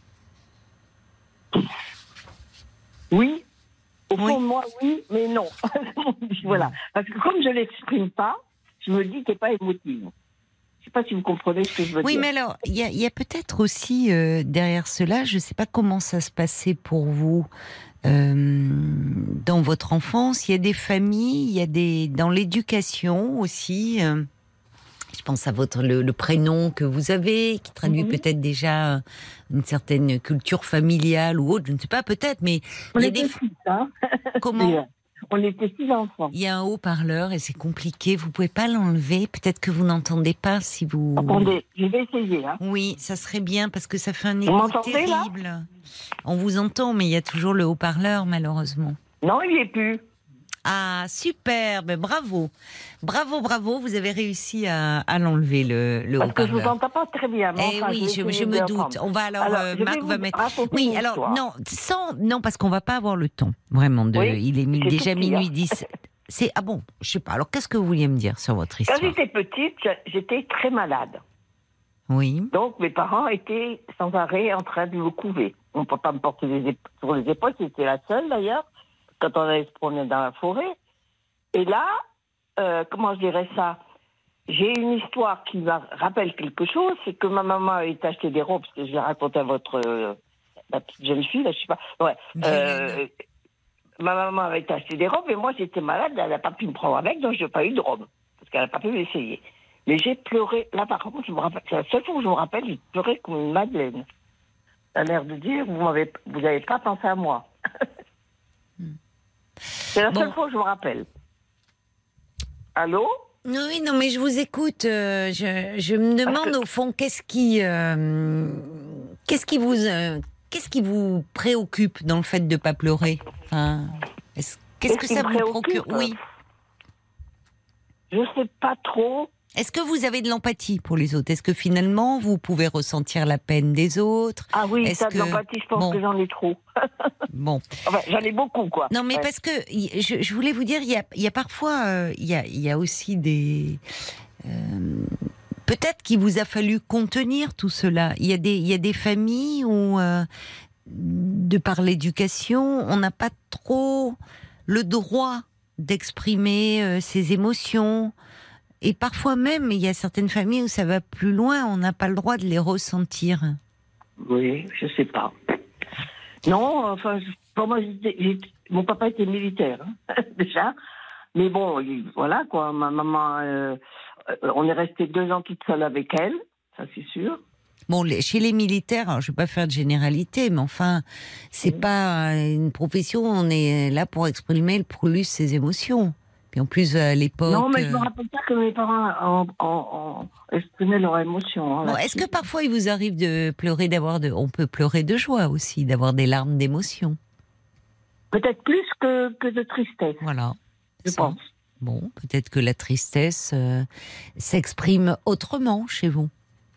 Speaker 8: Oui. Au fond de moi, oui, mais non. Voilà. Parce que comme je l'exprime pas, je me dis que t'es pas émotive. Je sais pas si vous comprenez ce que je veux dire.
Speaker 3: Oui, mais alors, il y a peut-être aussi derrière cela, je sais pas comment ça se passait pour vous dans votre enfance. Il y a des familles, dans l'éducation aussi. Je pense à le prénom que vous avez, qui traduit peut-être déjà une certaine culture familiale ou autre, je ne sais pas, peut-être, mais...
Speaker 8: On était 6, hein.
Speaker 3: Comment?
Speaker 8: On était 6 enfants.
Speaker 3: Il y a un haut-parleur et c'est compliqué, vous pouvez pas l'enlever, peut-être que vous n'entendez pas si vous...
Speaker 8: Attendez, je vais essayer. Hein.
Speaker 3: Oui, ça serait bien, parce que ça fait un écho terrible. Là on vous entend, mais il y a toujours le haut-parleur, malheureusement.
Speaker 8: Non, il n'y est plus.
Speaker 3: Ah, super, ben bravo. Bravo, vous avez réussi à l'enlever, le haut-parleur.
Speaker 8: Parce que je ne vous entends pas très bien.
Speaker 3: Eh enfin, oui, je me doute. On va alors Marc va mettre... Oui, alors, non, parce qu'on ne va pas avoir le temps, vraiment. Il est déjà minuit 10. Ah bon, je ne sais pas. Alors, qu'est-ce que vous vouliez me dire sur votre histoire?
Speaker 8: Quand j'étais petite, j'étais très malade.
Speaker 3: Oui.
Speaker 8: Donc, mes parents étaient sans arrêt en train de me couver. Mon papa me portait sur les épaules, c'était la seule d'ailleurs, quand on allait se promener dans la forêt. Et là, comment je dirais ça? J'ai une histoire qui me rappelle quelque chose, c'est que ma maman avait acheté des robes, parce que je l'ai raconté à la petite jeune fille, là, je sais pas. Ouais. Ma maman avait acheté des robes, et moi j'étais malade, elle n'a pas pu me prendre avec, donc je n'ai pas eu de robe, parce qu'elle n'a pas pu m'essayer. Mais j'ai pleuré, là par contre, je me rappelle, c'est la seule fois où je me rappelle, j'ai pleuré comme une madeleine. Ça a l'air de dire, vous n'avez pas pensé à moi. C'est la seule fois que je me rappelle. Allô?
Speaker 3: Oui, non, mais je vous écoute. Je me demande au fond qu'est-ce qui vous préoccupe dans le fait de ne pas pleurer. Enfin, qu'est-ce que ça vous procure? Oui.
Speaker 8: Je ne sais pas trop.
Speaker 3: Est-ce que vous avez de l'empathie pour les autres? Est-ce que finalement vous pouvez ressentir la peine des autres?
Speaker 8: Ah oui, ça de l'empathie, je pense que j'en ai trop.
Speaker 3: Bon.
Speaker 8: Enfin, j'en ai beaucoup, quoi.
Speaker 3: Non, mais parce que je voulais vous dire, il y a parfois, il y a aussi des... peut-être qu'il vous a fallu contenir tout cela. Il y a des familles où, de par l'éducation, on n'a pas trop le droit d'exprimer ses émotions. Et parfois même, il y a certaines familles où ça va plus loin, on n'a pas le droit de les ressentir.
Speaker 8: Oui, je sais pas. Non, enfin, pour moi, mon papa était militaire, hein, déjà. Mais bon, voilà, quoi. Ma maman, on est resté 2 ans toute seule avec elle, ça c'est sûr.
Speaker 3: Bon, chez les militaires, alors je ne vais pas faire de généralité, mais enfin, c'est pas une profession, on est là pour exprimer le plus ses émotions. Puis en plus, à l'époque...
Speaker 8: Non, mais je me rappelle pas que mes parents exprimaient leurs émotions. Hein,
Speaker 3: bon, est-ce que parfois il vous arrive de pleurer, on peut pleurer de joie aussi, d'avoir des larmes d'émotion?
Speaker 8: Peut-être plus que de tristesse.
Speaker 3: Voilà.
Speaker 8: Je pense.
Speaker 3: Bon, peut-être que la tristesse s'exprime autrement chez vous.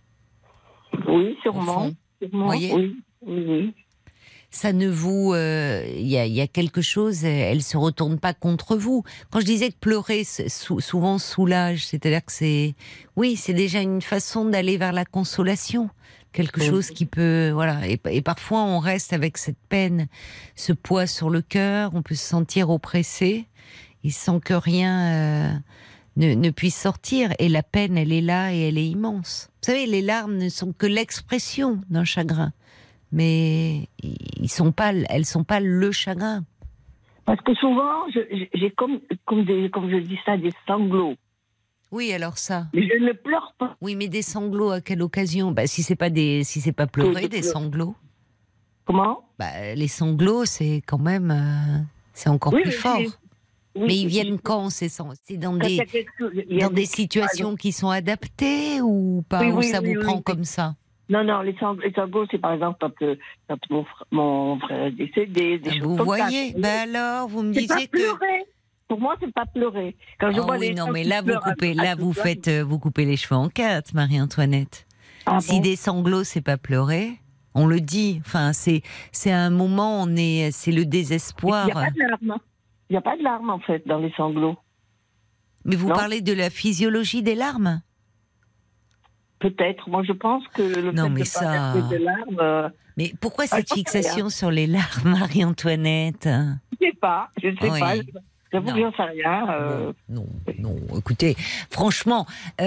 Speaker 8: Oui, sûrement.
Speaker 3: Vous voyez?
Speaker 8: Oui.
Speaker 3: Ça ne vous... Il y a quelque chose, elle se retourne pas contre vous. Quand je disais que pleurer souvent soulage, c'est-à-dire que c'est déjà une façon d'aller vers la consolation. Quelque chose qui peut... Voilà. Et parfois, on reste avec cette peine, ce poids sur le cœur, on peut se sentir oppressé, et sans que rien ne puisse sortir. Et la peine, elle est là et elle est immense. Vous savez, les larmes ne sont que l'expression d'un chagrin. Mais elles sont pas le chagrin.
Speaker 8: Parce que souvent, j'ai comme je dis ça, des sanglots.
Speaker 3: Oui, alors ça.
Speaker 8: Mais je ne pleure pas.
Speaker 3: Oui, mais des sanglots à quelle occasion? Si c'est pas pleurer, des sanglots.
Speaker 8: Comment?
Speaker 3: Les sanglots, c'est quand même, c'est encore plus fort. Oui, mais ils viennent quand ces sanglots? C'est dans des situations qui sont adaptées ou pas? Ou ça vous prend comme ça?
Speaker 8: Non, les sanglots, c'est par exemple quand mon frère est décédé, des choses
Speaker 3: vous
Speaker 8: comme
Speaker 3: voyez,
Speaker 8: ça.
Speaker 3: Alors, vous me disiez
Speaker 8: que... pour moi, c'est pas pleurer. Quand je vois
Speaker 3: oui,
Speaker 8: les
Speaker 3: non,
Speaker 8: gens
Speaker 3: mais
Speaker 8: qui
Speaker 3: là,
Speaker 8: pleurent
Speaker 3: vous coupez les cheveux en quatre, Marie-Antoinette.
Speaker 8: Ah
Speaker 3: Si
Speaker 8: bon
Speaker 3: des sanglots, c'est pas pleurer, on le dit. Enfin, c'est un moment, c'est le désespoir.
Speaker 8: Il n'y a pas de larmes. Il n'y a pas de larmes, en fait, dans les sanglots.
Speaker 3: Mais vous
Speaker 8: Non.
Speaker 3: parlez de la physiologie des larmes?
Speaker 8: Peut-être. Moi, je pense que le
Speaker 3: Non,
Speaker 8: fait
Speaker 3: mais
Speaker 8: de
Speaker 3: ça-
Speaker 8: pas verser de larmes...
Speaker 3: Mais pourquoi
Speaker 8: Ah,
Speaker 3: cette
Speaker 8: j'en sais
Speaker 3: fixation
Speaker 8: rien.
Speaker 3: sur les larmes, Marie-Antoinette?
Speaker 8: Je ne sais pas. Je ne sais
Speaker 3: Oui.
Speaker 8: pas. J'avoue que
Speaker 3: Non.
Speaker 8: j'en sais rien.
Speaker 3: Non, écoutez, franchement,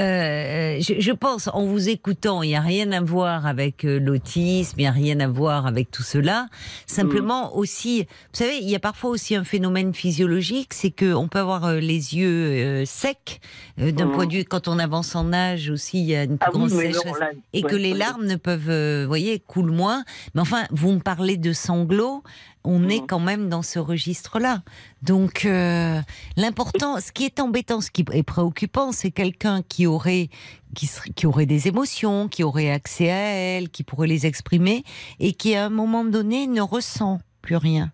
Speaker 3: je pense, en vous écoutant, il n'y a rien à voir avec l'autisme, il n'y a rien à voir avec tout cela. Simplement aussi, vous savez, il y a parfois aussi un phénomène physiologique, c'est qu'on peut avoir les yeux secs, d'un point de vue, quand on avance en âge aussi, il y a une plus
Speaker 8: Ah oui,
Speaker 3: grande
Speaker 8: mais non,
Speaker 3: sécheresse,
Speaker 8: là,
Speaker 3: et
Speaker 8: ouais,
Speaker 3: que les
Speaker 8: ouais.
Speaker 3: larmes ne peuvent, vous voyez, coulent moins. Mais enfin, vous me parlez de sanglots, on est quand même dans ce registre-là. Donc, l'important, ce qui est embêtant, ce qui est préoccupant, c'est quelqu'un qui aurait des émotions, qui aurait accès à elles, qui pourrait les exprimer, et qui, à un moment donné, ne ressent plus rien,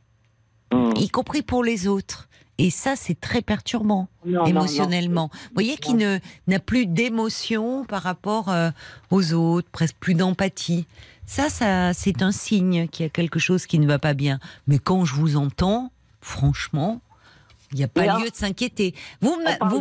Speaker 3: y compris pour les autres. Et ça, c'est très perturbant,
Speaker 8: Non,
Speaker 3: émotionnellement. Vous voyez, qui n'a plus d'émotion par rapport aux autres, presque plus d'empathie. Ça, c'est un signe qu'il y a quelque chose qui ne va pas bien. Mais quand je vous entends, franchement, il n'y a pas lieu de s'inquiéter. Vous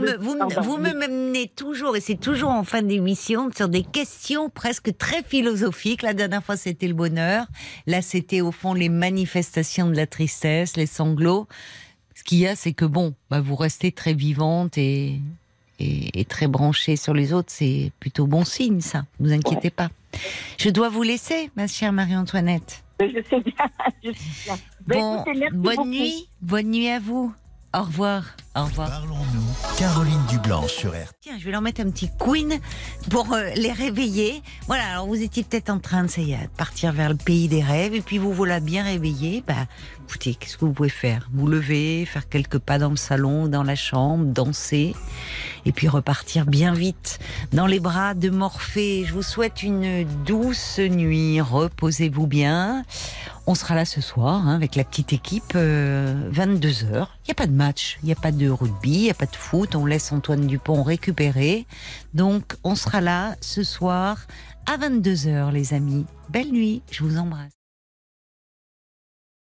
Speaker 3: me menez toujours, et c'est toujours en fin d'émission, sur des questions presque très philosophiques. La dernière fois, c'était le bonheur. Là, c'était au fond les manifestations de la tristesse, les sanglots. Ce qu'il y a, c'est que vous restez très vivante et très branchée sur les autres. C'est plutôt bon signe, ça. Ne vous inquiétez pas. Je dois vous laisser, ma chère Marie-Antoinette.
Speaker 8: Je sais bien. Je sais bien.
Speaker 3: Bon,
Speaker 8: Écoutez, merci beaucoup.
Speaker 3: bonne nuit à vous. Au revoir. Au revoir.
Speaker 1: Parlons-nous. Caroline Dublanche sur RTL.
Speaker 3: Tiens, je vais leur mettre un petit Queen pour les réveiller. Voilà, alors vous étiez peut-être en train de partir vers le pays des rêves, et puis vous voilà bien réveillés. Écoutez, qu'est-ce que vous pouvez faire? Vous lever, faire quelques pas dans le salon, dans la chambre, danser, et puis repartir bien vite dans les bras de Morphée. Je vous souhaite une douce nuit, reposez-vous bien. On sera là ce soir avec la petite équipe, 22h. Il n'y a pas de match, il n'y a pas de rugby, il n'y a pas de foot. On laisse Antoine Dupont récupérer. Donc on sera là ce soir à 22h, les amis. Belle nuit, je vous embrasse.